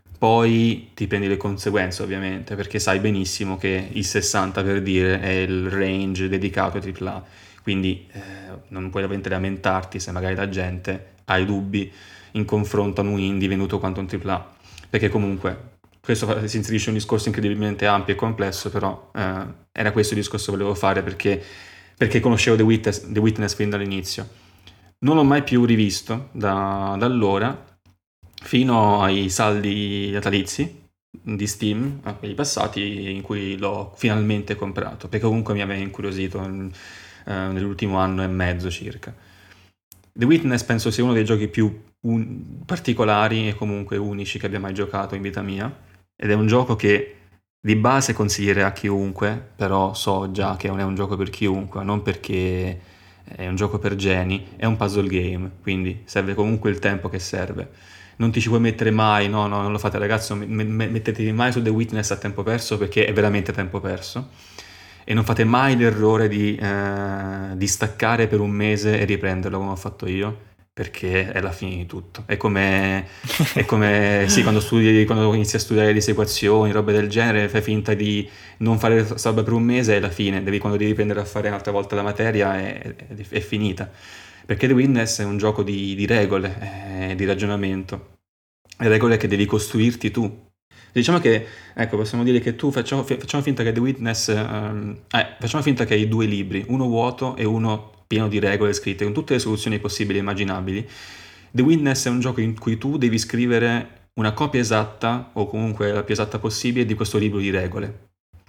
Poi ti prendi le conseguenze, ovviamente, perché sai benissimo che il sessanta, per dire, è il range dedicato ai tripla A. Quindi eh, non puoi ovviamente lamentarti se magari la gente ha i dubbi in confronto a un indie venuto quanto un tripla A. Perché comunque questo si inserisce in un discorso incredibilmente ampio e complesso, però eh, era questo il discorso che volevo fare perché, perché conoscevo The Witness, The Witness fin dall'inizio. Non l'ho mai più rivisto da, da allora, fino ai saldi natalizi di Steam, a quelli passati, in cui l'ho finalmente comprato, perché comunque mi aveva incuriosito eh, nell'ultimo anno e mezzo circa. The Witness penso sia uno dei giochi più un- particolari e comunque unici che abbia mai giocato in vita mia, ed è un gioco che di base consiglierei a chiunque, però so già che non è un gioco per chiunque, non perché è un gioco per geni, è un puzzle game, quindi serve comunque il tempo che serve. Non ti ci puoi mettere mai, no, no, non lo fate ragazzi, non me- me- mettetevi mai su The Witness a tempo perso, perché è veramente tempo perso. E non fate mai l'errore di, eh, di staccare per un mese e riprenderlo come ho fatto io, perché è la fine di tutto. È come, è come sì, quando studi, quando inizi a studiare le disequazioni, robe del genere, fai finta di non fare questa roba per un mese e è la fine. Devi, quando devi riprendere a fare un'altra volta la materia è, è, è finita. Perché The Witness è un gioco di, di regole, eh, di ragionamento, regole che devi costruirti tu. Diciamo che, ecco, possiamo dire che tu facciamo, facciamo finta che The Witness, ehm, eh, facciamo finta che hai due libri, uno vuoto e uno pieno di regole scritte, con tutte le soluzioni possibili e immaginabili. The Witness è un gioco in cui tu devi scrivere una copia esatta, o comunque la più esatta possibile, di questo libro di regole,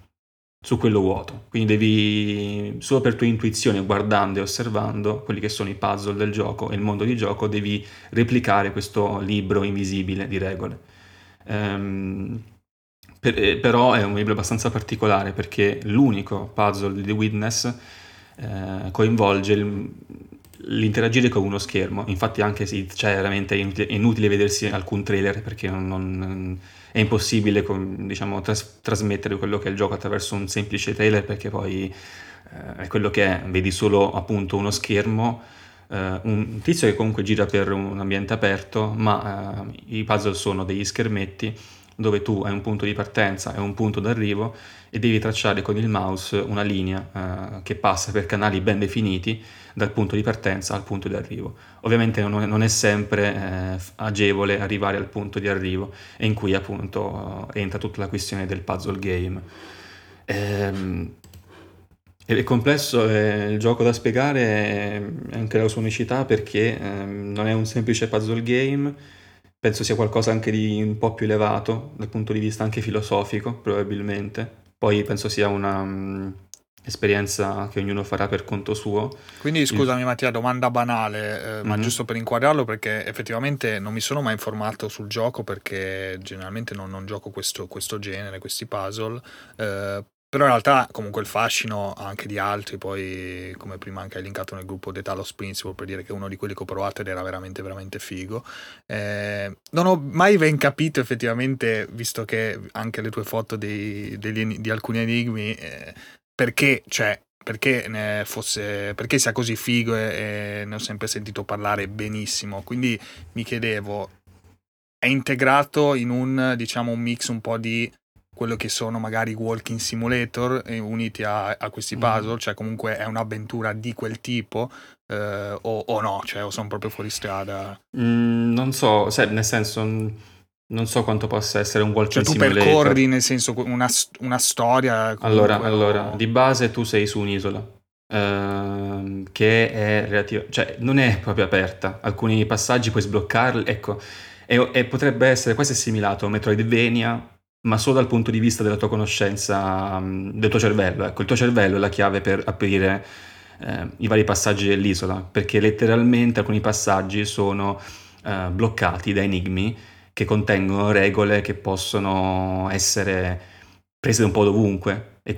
su quello vuoto. Quindi devi, solo per tua intuizione, guardando e osservando quelli che sono i puzzle del gioco e il mondo di gioco, devi replicare questo libro invisibile di regole. Um, per, però è un libro abbastanza particolare perché l'unico puzzle di The Witness eh, coinvolge il, l'interagire con uno schermo. Infatti anche se cioè, veramente è inutile, è inutile vedersi alcun trailer perché non, non, è impossibile diciamo, tras, trasmettere quello che è il gioco attraverso un semplice trailer, perché poi eh, è quello che è, vedi solo appunto uno schermo. Uh, un tizio che comunque gira per un ambiente aperto, ma uh, i puzzle sono degli schermetti dove tu hai un punto di partenza e un punto d'arrivo e devi tracciare con il mouse una linea uh, che passa per canali ben definiti dal punto di partenza al punto di arrivo. Ovviamente non è, non è sempre eh, agevole arrivare al punto di arrivo, e in cui appunto uh, entra tutta la questione del puzzle game. Ehm, È complesso, è il gioco da spiegare, è anche la sua unicità, perché ehm, non è un semplice puzzle game, penso sia qualcosa anche di un po' più elevato dal punto di vista anche filosofico, probabilmente. Poi penso sia una um, esperienza che ognuno farà per conto suo. Quindi scusami Il... Mattia, domanda banale, eh, mm-hmm. ma giusto per inquadrarlo, perché effettivamente non mi sono mai informato sul gioco, perché generalmente non, non gioco questo, questo genere, questi puzzle, eh, però in realtà comunque il fascino anche di altri, poi come prima anche hai linkato nel gruppo The Talos Principle, per dire che uno di quelli che ho provato ed era veramente veramente figo. Eh, non ho mai ben capito effettivamente, visto che anche le tue foto dei, degli, di alcuni enigmi, eh, perché, cioè, perché ne fosse, perché sia così figo, e, e ne ho sempre sentito parlare benissimo. Quindi mi chiedevo, è integrato in un, diciamo, un mix un po' di quello che sono magari walking simulator eh, uniti a, a questi puzzle, mm. cioè comunque è un'avventura di quel tipo, eh, o, o no, cioè o sono proprio fuori strada? Mm, non so, sai, nel senso non so quanto possa essere un walking cioè, tu simulator. percorri nel senso una, una storia comunque, allora, allora o... di base tu sei su un'isola eh, che è relativa, cioè non è proprio aperta, alcuni passaggi puoi sbloccarli, ecco, e, e potrebbe essere quasi assimilato a Metroidvania, ma solo dal punto di vista della tua conoscenza, del tuo cervello. Ecco, il tuo cervello è la chiave per aprire eh, i vari passaggi dell'isola, perché letteralmente alcuni passaggi sono eh, bloccati da enigmi che contengono regole che possono essere prese un po' dovunque, e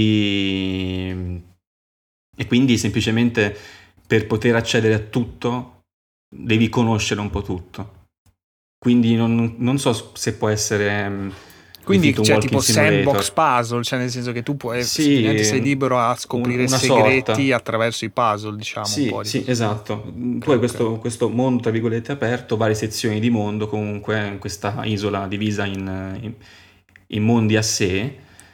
quindi e quindi semplicemente per poter accedere a tutto devi conoscere un po' tutto. Quindi non, non so se può essere quindi definito un c'è walking tipo simulator. sandbox puzzle, cioè nel senso che tu puoi Sì, semplicemente sei libero a scoprire una segreti sorta. attraverso i puzzle, diciamo, Sì, un po' di sì, così. esatto. Tu Ok, hai ok. questo, questo mondo, tra virgolette, aperto, varie sezioni di mondo, comunque in questa isola divisa in, in- in mondi a sé.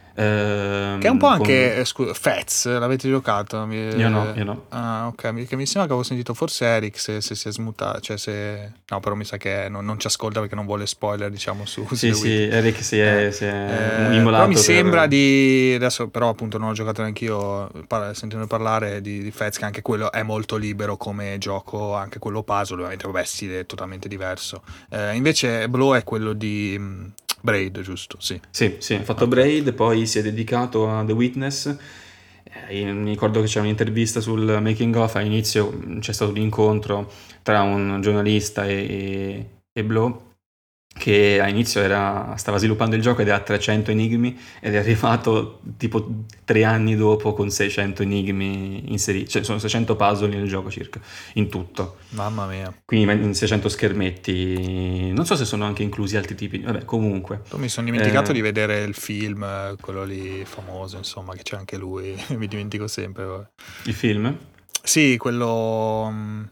ehm, Che è un po' anche, con- eh, scusa, Fez, l'avete giocato? Mi- Io no, io no. Ah, ok, mi, che mi sembra che avevo sentito forse Eric se, se si è smutato, cioè se... No, però mi sa che non, non ci ascolta perché non vuole spoiler, diciamo, su Sì, The sì, Witcher. Eric si è, Eh, si è eh, immolato però mi per- sembra di... Adesso però appunto non ho giocato neanch'io, par- sentendo parlare di, di Fez, che anche quello è molto libero come gioco, anche quello puzzle, ovviamente, vabbè, stile totalmente diverso. Eh, invece Blow è quello di... mh, Braid, giusto? Sì. Sì, sì, ha fatto Ok. Braid, poi si è dedicato a The Witness. Eh, io mi ricordo che c'è un'intervista sul making of, all'inizio mh, c'è stato un incontro tra un giornalista e, e Blow, che all'inizio era, stava sviluppando il gioco ed era a trecento enigmi, ed è arrivato tipo tre anni dopo con seicento enigmi inseriti, cioè sono seicento puzzle nel gioco circa, in tutto. Mamma mia. Quindi in seicento schermetti, non so se sono anche inclusi altri tipi, vabbè, comunque. Poi mi sono dimenticato Eh, di vedere il film, eh, quello lì famoso, insomma, che c'è anche lui, mi dimentico sempre. Vabbè. Il film? Sì, quello mh,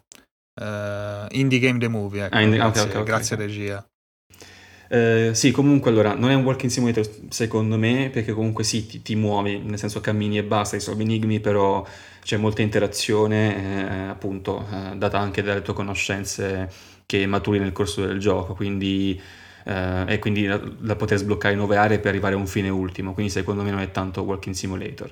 eh, Indie Game The Movie, ecco, Ah, in- ah, ok, grazie, ok, ok, grazie ok. regia. Eh, sì, comunque allora, non è un walking simulator secondo me, perché comunque sì, ti, ti muovi, nel senso cammini e basta, risolvi enigmi, però c'è molta interazione, eh, appunto, eh, data anche dalle tue conoscenze che maturi nel corso del gioco, quindi, eh, e quindi da, da poter sbloccare nuove aree per arrivare a un fine ultimo, quindi secondo me non è tanto walking simulator.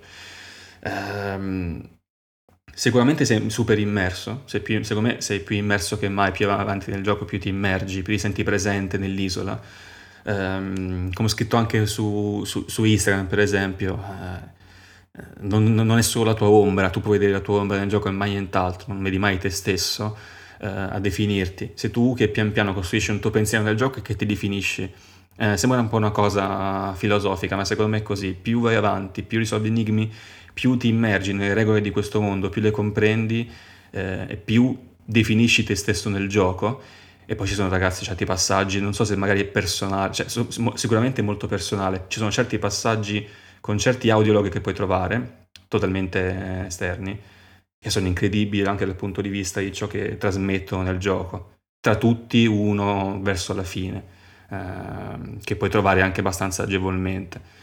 Ehm, Sicuramente sei super immerso, sei più- secondo me sei più immerso che mai, più avanti nel gioco più ti immergi, più ti senti presente nell'isola. Ehm, come ho scritto anche su, su- su Instagram, per esempio, eh, non, non è solo la tua ombra, tu puoi vedere la tua ombra nel gioco e mai nient'altro, non vedi mai te stesso eh, a definirti. Sei tu che pian piano costruisci un tuo pensiero nel gioco e che ti definisci. Eh, sembra un po' una cosa filosofica, ma secondo me è così. Più vai avanti, più risolvi enigmi, più ti immergi nelle regole di questo mondo, più le comprendi eh, e più definisci te stesso nel gioco. E poi ci sono, ragazzi, certi passaggi, non so se magari è personale, cioè so- mo- sicuramente è molto personale. Ci sono certi passaggi con certi audiolog che puoi trovare, totalmente eh, esterni, che sono incredibili anche dal punto di vista di ciò che trasmettono nel gioco. Tra tutti uno verso la fine, ehm, che puoi trovare anche abbastanza agevolmente.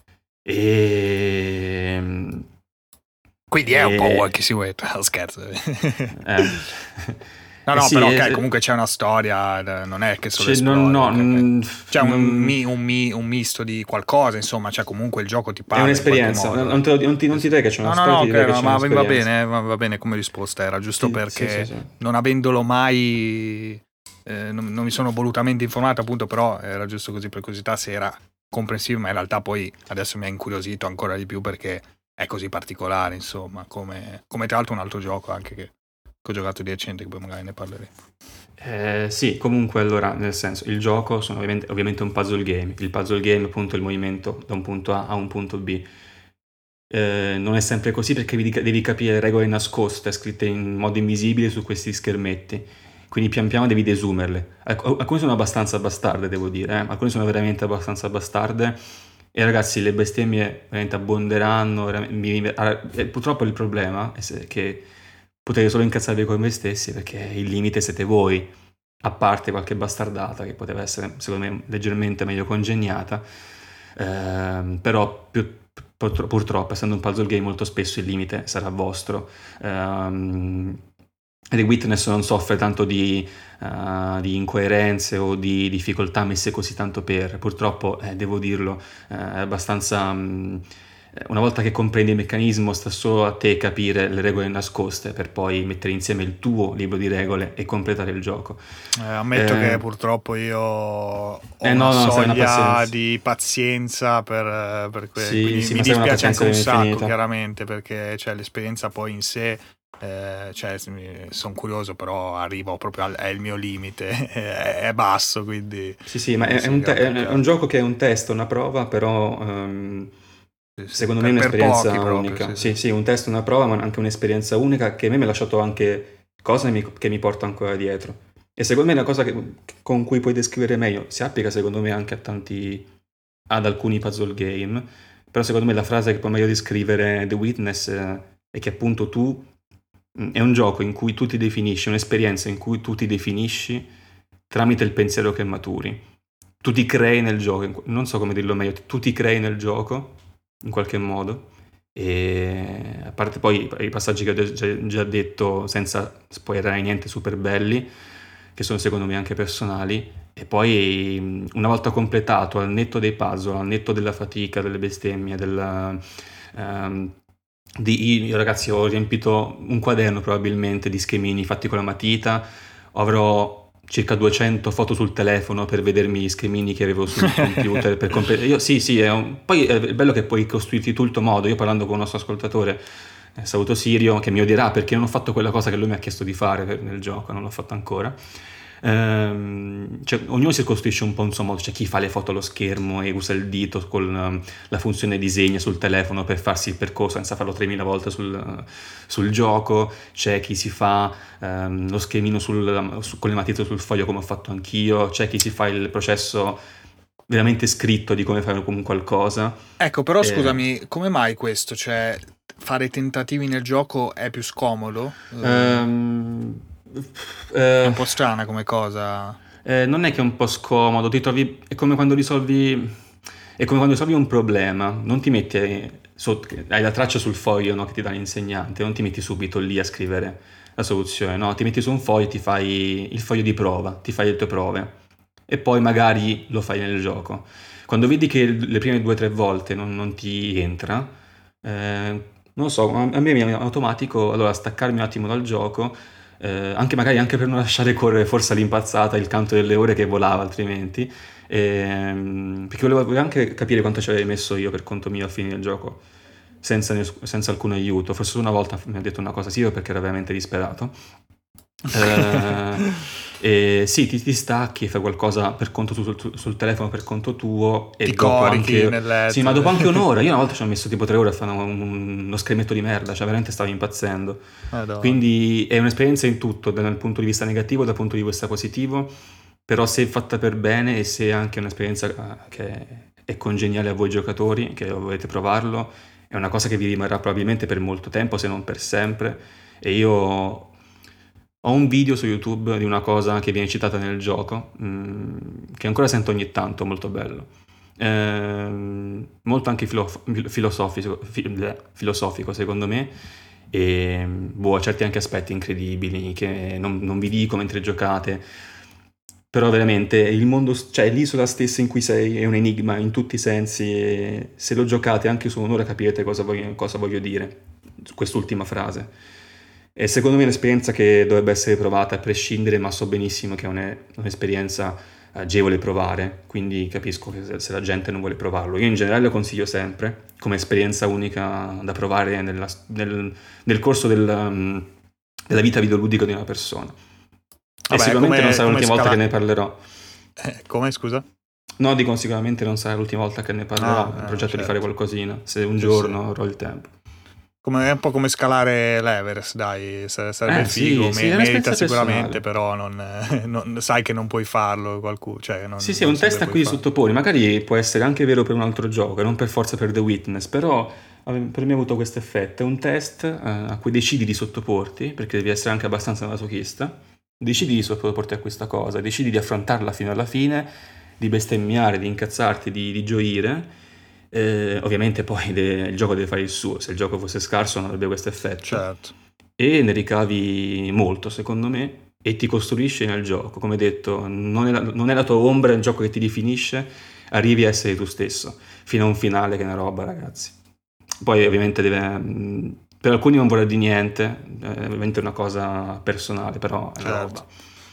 E... Quindi è un po' e- walking simulator, scherzo. eh. No, Eh no, sì, però eh, ok, comunque c'è una storia, eh, non è che solo cioè, esplori. non- no, ok, ok. mm, C'è un, non- mi- un mi- un misto di qualcosa, insomma, cioè comunque il gioco ti è parla in qualche un'esperienza, modo. non, te lo- non ti, non ti direi che c'è No, una no, storia, no, ti ok, direi che no, c'è ma va un'esperienza. bene, va, va bene come risposta, era giusto Sì, perché sì, sì, sì. non avendolo mai, eh, non, non mi sono volutamente informato, appunto, però era giusto così per curiosità se era comprensibile, ma in realtà poi adesso mi ha incuriosito ancora di più perché è così particolare, insomma, come, come tra l'altro un altro gioco anche che, che ho giocato di recente, che poi magari ne parleremo. Eh, sì, comunque allora, nel senso, il gioco sono ovviamente, ovviamente un puzzle game. Il puzzle game, appunto, è il movimento da un punto A a un punto B. Eh, non è sempre così perché devi, devi capire le regole nascoste, scritte in modo invisibile su questi schermetti. Quindi pian piano devi desumerle. Alc- alcune sono abbastanza bastarde, devo dire, eh? Alcune sono veramente abbastanza bastarde. E ragazzi, le bestemmie veramente abbonderanno. veramente- mi- mi- ah, eh, purtroppo il problema è se- che potete solo incazzarvi con voi stessi perché il limite siete voi, a parte qualche bastardata che poteva essere secondo me leggermente meglio congegnata. Ehm, però più- purtro- purtroppo, essendo un puzzle game, molto spesso il limite sarà vostro. Ehm, The Witness non soffre tanto di, eh, di incoerenze o di difficoltà messe così tanto per, purtroppo, eh, devo dirlo, eh, è abbastanza mh, una volta che comprendi il meccanismo sta solo a te capire le regole nascoste per poi mettere insieme il tuo libro di regole e completare il gioco. Eh, ammetto Eh, che purtroppo io ho eh, una no, no, sei una soglia pazienza. di pazienza per, per que- Sì, quindi sì, mi ma sei una dispiace anche un pazienza sacco, infinita. chiaramente, perché cioè, l'esperienza poi in sé, eh, cioè, sono curioso, però arrivo proprio al è il mio limite, è, è basso, quindi Sì, sì, ma quindi è, è sì, un te- che ho è un peccato. gioco che è un test, una prova, però ehm, Sì, sì, secondo me è per, per un'esperienza pochi proprio, unica. sì, Sì, sì. sì, un test, una prova, ma anche un'esperienza unica che a me mi ha lasciato anche cose mi- che mi porto ancora dietro. E secondo me è una cosa che- con cui puoi descrivere meglio, si applica secondo me anche a tanti, ad alcuni puzzle game, però secondo me la frase che può meglio descrivere The Witness eh, è che appunto tu mh, è un gioco in cui tu ti definisci, un'esperienza in cui tu ti definisci tramite il pensiero che maturi. Tu ti crei nel gioco, in- non so come dirlo meglio, tu ti crei nel gioco in qualche modo e a parte poi i passaggi che ho già, già detto senza spoilerare niente super belli, che sono secondo me anche personali, e poi mh, una volta completato al netto dei puzzle, al netto della fatica, delle bestemmie, della, ehm, di, io ragazzi ho riempito un quaderno probabilmente di schemini fatti con la matita, avrò circa duecento foto sul telefono per vedermi gli schemini che avevo sul computer per comple- io sì sì è un- poi è bello che puoi costruirti tu il tuo modo. Io parlando con un nostro ascoltatore, eh, saluto Sirio, che mi odierà perché non ho fatto quella cosa che lui mi ha chiesto di fare per- nel gioco, non l'ho fatto ancora. Ehm, cioè, ognuno si costruisce un po' in suo modo. C'è chi fa le foto allo schermo e usa il dito con um, la funzione disegna sul telefono per farsi il percorso senza farlo tremila volte sul, sul gioco. C'è chi si fa ehm, lo schemino sul- su- con le matite sul foglio come ho fatto anch'io. C'è chi si fa il processo veramente scritto di come fare un qualcosa. Ecco, però Eh, scusami, come mai questo? Cioè, fare tentativi nel gioco è più scomodo? Eh, ehm, è eh, un po' strana come cosa. Eh, non è che è un po' scomodo, ti trovi, è come quando risolvi, è come quando risolvi un problema, non ti metti, sotto, hai la traccia sul foglio, no, che ti dà l'insegnante, non ti metti subito lì a scrivere la soluzione, no, ti metti su un foglio e ti fai il foglio di prova, ti fai le tue prove e poi magari lo fai nel gioco. Quando vedi che le prime due o tre volte non, non ti entra, eh, non lo so, a a me mi è automatico allora staccarmi un attimo dal gioco, eh, anche magari anche per non lasciare correre forse all'impazzata il canto delle ore che volava altrimenti, ehm, perché volevo, volevo anche capire quanto ci avevi messo io per conto mio a finire il gioco senza, nes- senza alcun aiuto. Forse una volta mi ha detto una cosa sì perché era veramente disperato. Eh, e sì, ti, ti stacchi, fai qualcosa per conto tu, sul, sul telefono per conto tuo e Ti dopo corichi anche nel sì, letto. ma dopo anche un'ora. Io una volta ci ho messo tipo tre ore a fare un- uno schermetto di merda, cioè veramente stavo impazzendo. Madonna. Quindi è un'esperienza in tutto, dal punto di vista negativo, dal punto di vista positivo, però se fatta per bene e se è anche un'esperienza eh, che è congeniale a voi giocatori, che volete provarlo, è una cosa che vi rimarrà probabilmente per molto tempo, se non per sempre. E io ho un video su YouTube di una cosa che viene citata nel gioco, mm, che ancora sento ogni tanto, molto bello. Ehm, molto anche filo- filosofico, fi- bleh, filosofico secondo me, e boh, ha certi anche aspetti incredibili che non, non vi dico mentre giocate, però veramente il mondo, cioè l'isola stessa in cui sei è un enigma in tutti i sensi e se lo giocate anche su un'ora capirete cosa voglio, cosa voglio dire, su quest'ultima frase. E secondo me è un'esperienza che dovrebbe essere provata a prescindere, ma so benissimo che è un- un'esperienza agevole provare, quindi capisco che se, se la gente non vuole provarlo. Io in generale lo consiglio sempre come esperienza unica da provare nella- nel, nel corso del, um, della vita videoludica di una persona. E Vabbè, sicuramente non come, sarà come l'ultima volta scala... che ne parlerò. eh, come, scusa? No, dico sicuramente non sarà l'ultima volta che ne parlerò. Ho Ah, il eh, progetto di fare certo. qualcosina, se un Sì, giorno sì. avrò il tempo. Come, è un po' come scalare l'Everest, dai, sa- sarebbe Eh figo, sì, sì, me- è merita un'esperienza sicuramente, personale. però non, eh, non- sai che non puoi farlo, qualcuno, cioè non, Sì, sì, è non un sempre test a puoi cui ti farlo. sottoponi, magari può essere anche vero per un altro gioco, e non per forza per The Witness, però eh, per me ha avuto questo effetto, è un test eh, a cui decidi di sottoporti, perché devi essere anche abbastanza masochista, decidi di sottoporti a questa cosa, decidi di affrontarla fino alla fine, di bestemmiare, di incazzarti, di, di gioire, eh, ovviamente poi de- il gioco deve fare il suo, se il gioco fosse scarso non avrebbe questo effetto, Certo. e ne ricavi molto secondo me e ti costruisci nel gioco, come detto non è la, non è la tua ombra il gioco che ti definisce, arrivi a essere tu stesso fino a un finale che è una roba, ragazzi. Poi ovviamente deve, per alcuni non vuole dire niente, è ovviamente una cosa personale, però è una Certo. roba.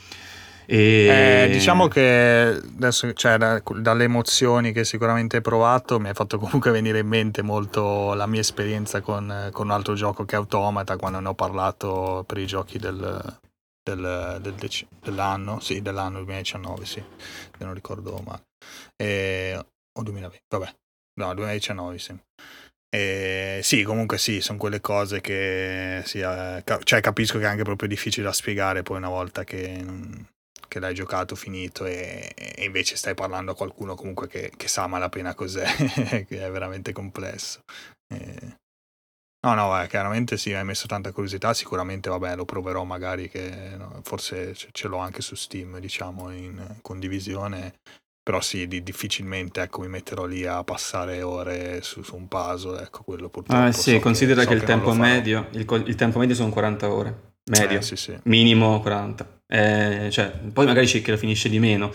E... Eh, diciamo che adesso, cioè, da- dalle emozioni che sicuramente hai provato, mi hai fatto comunque venire in mente molto la mia esperienza con, con un altro gioco che è Automata, quando ne ho parlato per i giochi del, del- del dec- dell'anno, sì, dell'anno duemiladiciannove, sì, se non ricordo male. E- o duemilaventi, vabbè, no, duemiladiciannove, sì. E sì, comunque sì, sono quelle cose che sì, eh, ca- cioè, capisco che è anche proprio difficile da spiegare poi una volta che, non- che l'hai giocato, finito e, e invece stai parlando a qualcuno comunque che, che sa a malapena cos'è, che è veramente complesso. E- No, no, eh, chiaramente sì, hai messo tanta curiosità, sicuramente vabbè, lo proverò magari che no, forse ce ce l'ho anche su Steam, diciamo, in condivisione, però sì, di- difficilmente ecco, mi metterò lì a passare ore su, su un puzzle, ecco, quello Ah, purtroppo sì, so che, considera so che il che non lo tempo farò. medio, il, co- il tempo medio sono quaranta ore, Eh medio, sì, sì. minimo quaranta. Eh, cioè, poi magari c'è chi la finisce di meno,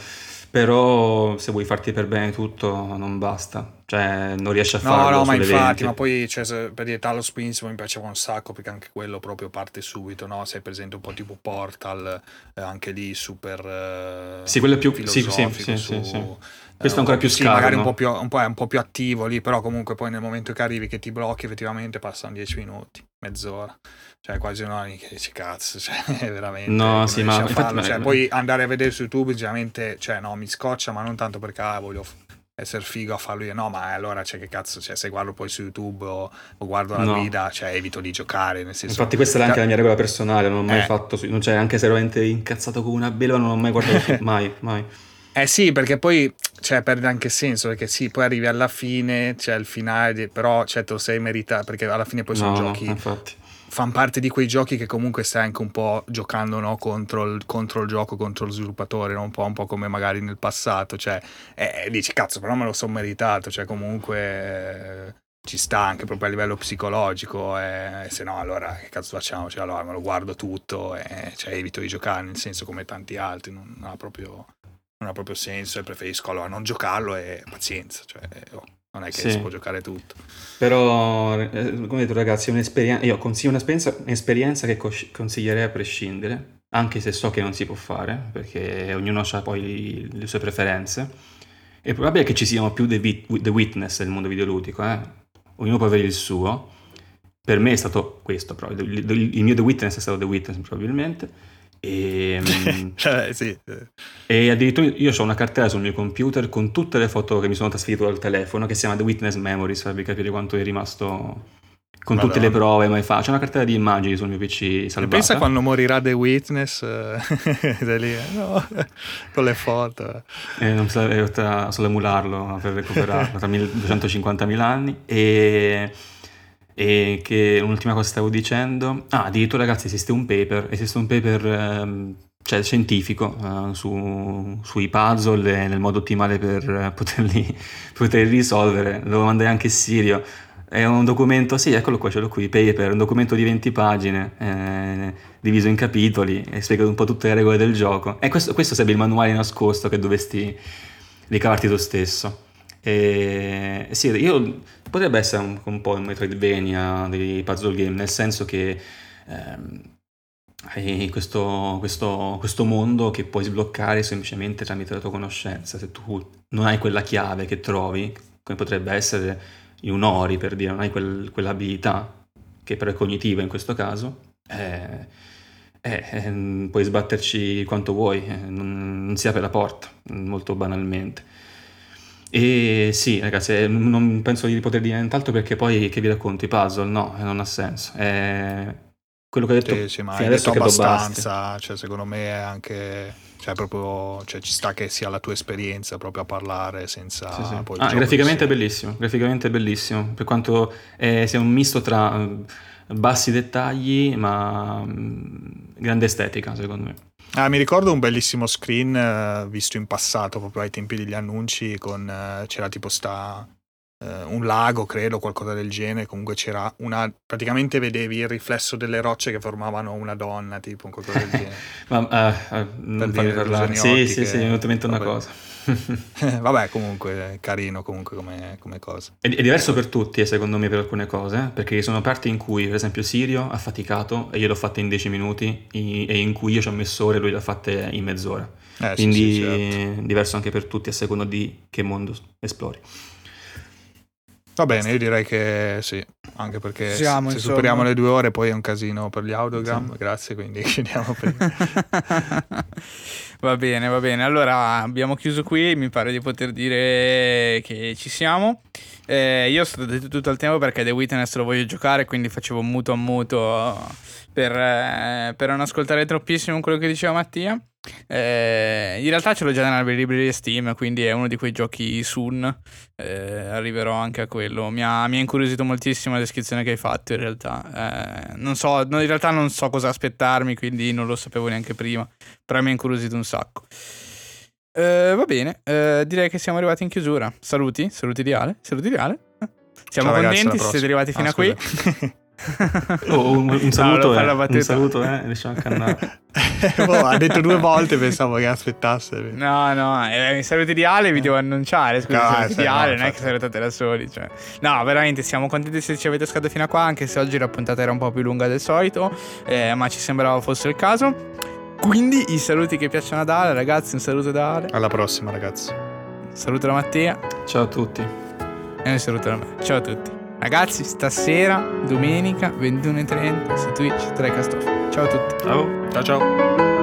però se vuoi farti per bene tutto non basta, cioè non riesci a No, farlo no, ma sulle infatti, venti. ma poi cioè, se- per dire Talos Principle mi piaceva un sacco perché anche quello proprio parte subito, no? Sei presente un po' tipo Portal, eh, anche lì super eh, Sì, quello è più, sì, sì, filosofico sì, su sì, sì. eh, Questo è un ancora po' più più, sì, magari un po' scarno. più, un po', è un po' più attivo lì, però comunque poi nel momento che arrivi che ti blocchi effettivamente passano dieci minuti, mezz'ora, cioè quasi una che dici cazzo, cioè è veramente No, che non sì, riesci ma a infatti, farlo, ma- cioè poi andare a vedere su YouTube generalmente, cioè no, mi scoccia, ma non tanto perché ah, voglio essere figo a farlo io, no, ma allora cioè che cazzo, cioè se guardo poi su YouTube o, o guardo la no. guida, cioè evito di giocare, nel senso Infatti questa è anche la mia regola personale, non ho mai eh, fatto, su- non c'è anche se ero veramente incazzato come una belva, non ho mai guardato su, mai, mai. eh sì, perché poi cioè, perde anche senso, perché sì, poi arrivi alla fine, c'è il finale, però cioè, te lo sei meritato, perché alla fine poi sono No, no, giochi, infatti. fanno parte di quei giochi che comunque stai anche un po' giocando no? contro, il, contro il gioco, contro lo sviluppatore, no? un, po', un po' come magari nel passato, cioè eh, dici cazzo, però me lo sono meritato, cioè comunque eh, ci sta anche proprio a livello psicologico, e eh, se no allora che cazzo facciamo? Cioè, allora me lo guardo tutto e cioè, evito di giocare, nel senso come tanti altri, non ha proprio non ha proprio senso e preferisco allora non giocarlo e pazienza, cioè oh, non è che Sì. si può giocare tutto. Però, eh, come detto ragazzi, è un'esperienza, io consiglio un'esperienza, un'esperienza che cos- consiglierei a prescindere, anche se so che non si può fare, perché ognuno ha poi le sue preferenze. È probabile che ci siano più The, Wit- The Witness nel mondo videoludico, eh? Ognuno può avere il suo. Per me è stato questo, però. Il, il- il mio The Witness è stato The Witness probabilmente. E, eh, sì. e addirittura io ho una cartella sul mio computer con tutte le foto che mi sono trasferito dal telefono, che si chiama The Witness Memories, per farvi capire quanto è rimasto con Madonna. tutte le prove mai fa. C'è una cartella di immagini sul mio P C salvata. E pensa quando morirà The Witness, eh, lì, no? Con le foto. E non so solo emularlo per recuperarlo tra duecentocinquantamila anni. E, e che l'ultima cosa stavo dicendo, ah, addirittura ragazzi esiste un paper, esiste un paper ehm, cioè scientifico eh, su, sui puzzle e nel modo ottimale per eh, poterli, poterli risolvere. Lo mandai anche a Sirio. È un documento, sì, eccolo qua, ce l'ho qui, paper, un documento di venti pagine, eh, diviso in capitoli, e spiega un po' tutte le regole del gioco. E questo, questo sarebbe il manuale nascosto che dovresti ricavarti tu stesso. E sì, io potrebbe essere un, un po' un Metroidvania dei puzzle game, nel senso che ehm, hai questo, questo, questo mondo che puoi sbloccare semplicemente tramite la tua conoscenza. Se tu non hai quella chiave che trovi, come potrebbe essere in un Ori, per dire, non hai quel- quell'abilità, che però è cognitiva in questo caso, eh, eh, eh, puoi sbatterci quanto vuoi, eh, non, non si apre la porta, molto banalmente. E sì, ragazzi, eh, non penso di poter dire nient'altro perché poi che vi racconto i puzzle? No, eh, non ha senso. Eh, quello che ho detto Sì, sì, ma fino hai adesso detto credo basti. abbastanza, cioè secondo me è anche, cioè proprio, cioè ci sta che sia la tua esperienza proprio a parlare senza Sì, sì. poi il Ah, gioco in graficamente è sé. bellissimo, graficamente è bellissimo, per quanto eh, sia un misto tra eh, bassi dettagli ma mm, grande estetica, secondo me. Ah, mi ricordo un bellissimo screen eh, visto in passato, proprio ai tempi degli annunci, con eh, c'era tipo sta eh, un lago, credo, qualcosa del genere. Comunque c'era una, praticamente vedevi il riflesso delle rocce che formavano una donna, tipo qualcosa del genere. Ma uh, uh, non fammi parlare. Sì, sì, sì, mi è venuta in mente una cosa. Vabbè, comunque carino comunque come, come cosa. È, è diverso per tutti, secondo me, per alcune cose, perché ci sono parti in cui, per esempio, Sirio ha faticato e io l'ho fatta in dieci minuti, i, e in cui io ci ho messo ore e lui l'ha fatta in mezz'ora. Eh, Quindi sì, sì, certo. diverso anche per tutti a seconda di che mondo esplori. Va bene, io direi che sì, anche perché Siamo, se insomma. superiamo le due ore poi è un casino per gli audiogram, Sì. grazie, quindi chiudiamo prima. Va bene, va bene. Allora abbiamo chiuso qui, mi pare di poter dire che ci siamo. Eh, io sto detto tutto il tempo perché The Witness lo voglio giocare, quindi facevo muto a muto per, eh, per non ascoltare troppissimo quello che diceva Mattia. Eh, in realtà ce l'ho già nella libreria Steam, quindi è uno di quei giochi soon. Eh, arriverò anche a quello. Mi ha, mi ha incuriosito moltissimo la descrizione che hai fatto. In realtà, eh, non so, no, in realtà non so cosa aspettarmi, quindi non lo sapevo neanche prima. Però mi ha incuriosito un sacco. Eh, va bene, eh, direi che siamo arrivati in chiusura. Saluti, saluti di Ale. Saluti di Ale. Siamo Ciao, contenti ragazzi, se siete arrivati fino ah, a qui. Oh, un, un saluto, no, eh, un saluto, eh, lasciamo accannare. Oh, ha detto due volte, pensavo che aspettasse. No, no, eh, i saluti di Ale vi devo annunciare. Scusa, No, i saluti sì, di Ale, no, non è che salutate da soli. Cioè. No, veramente siamo contenti se ci avete ascoltato fino a qua, anche se oggi la puntata era un po' più lunga del solito, eh, ma ci sembrava fosse il caso. Quindi i saluti che piacciono ad Ale, ragazzi, un saluto da Ale. Alla prossima, ragazzi. Un saluto da Mattia. Ciao a tutti. E un saluto da me. Ciao a tutti. Ragazzi, stasera, domenica, ventuno e trenta, su Twitch, Trecast Off. Ciao a tutti. Ciao. Ciao ciao.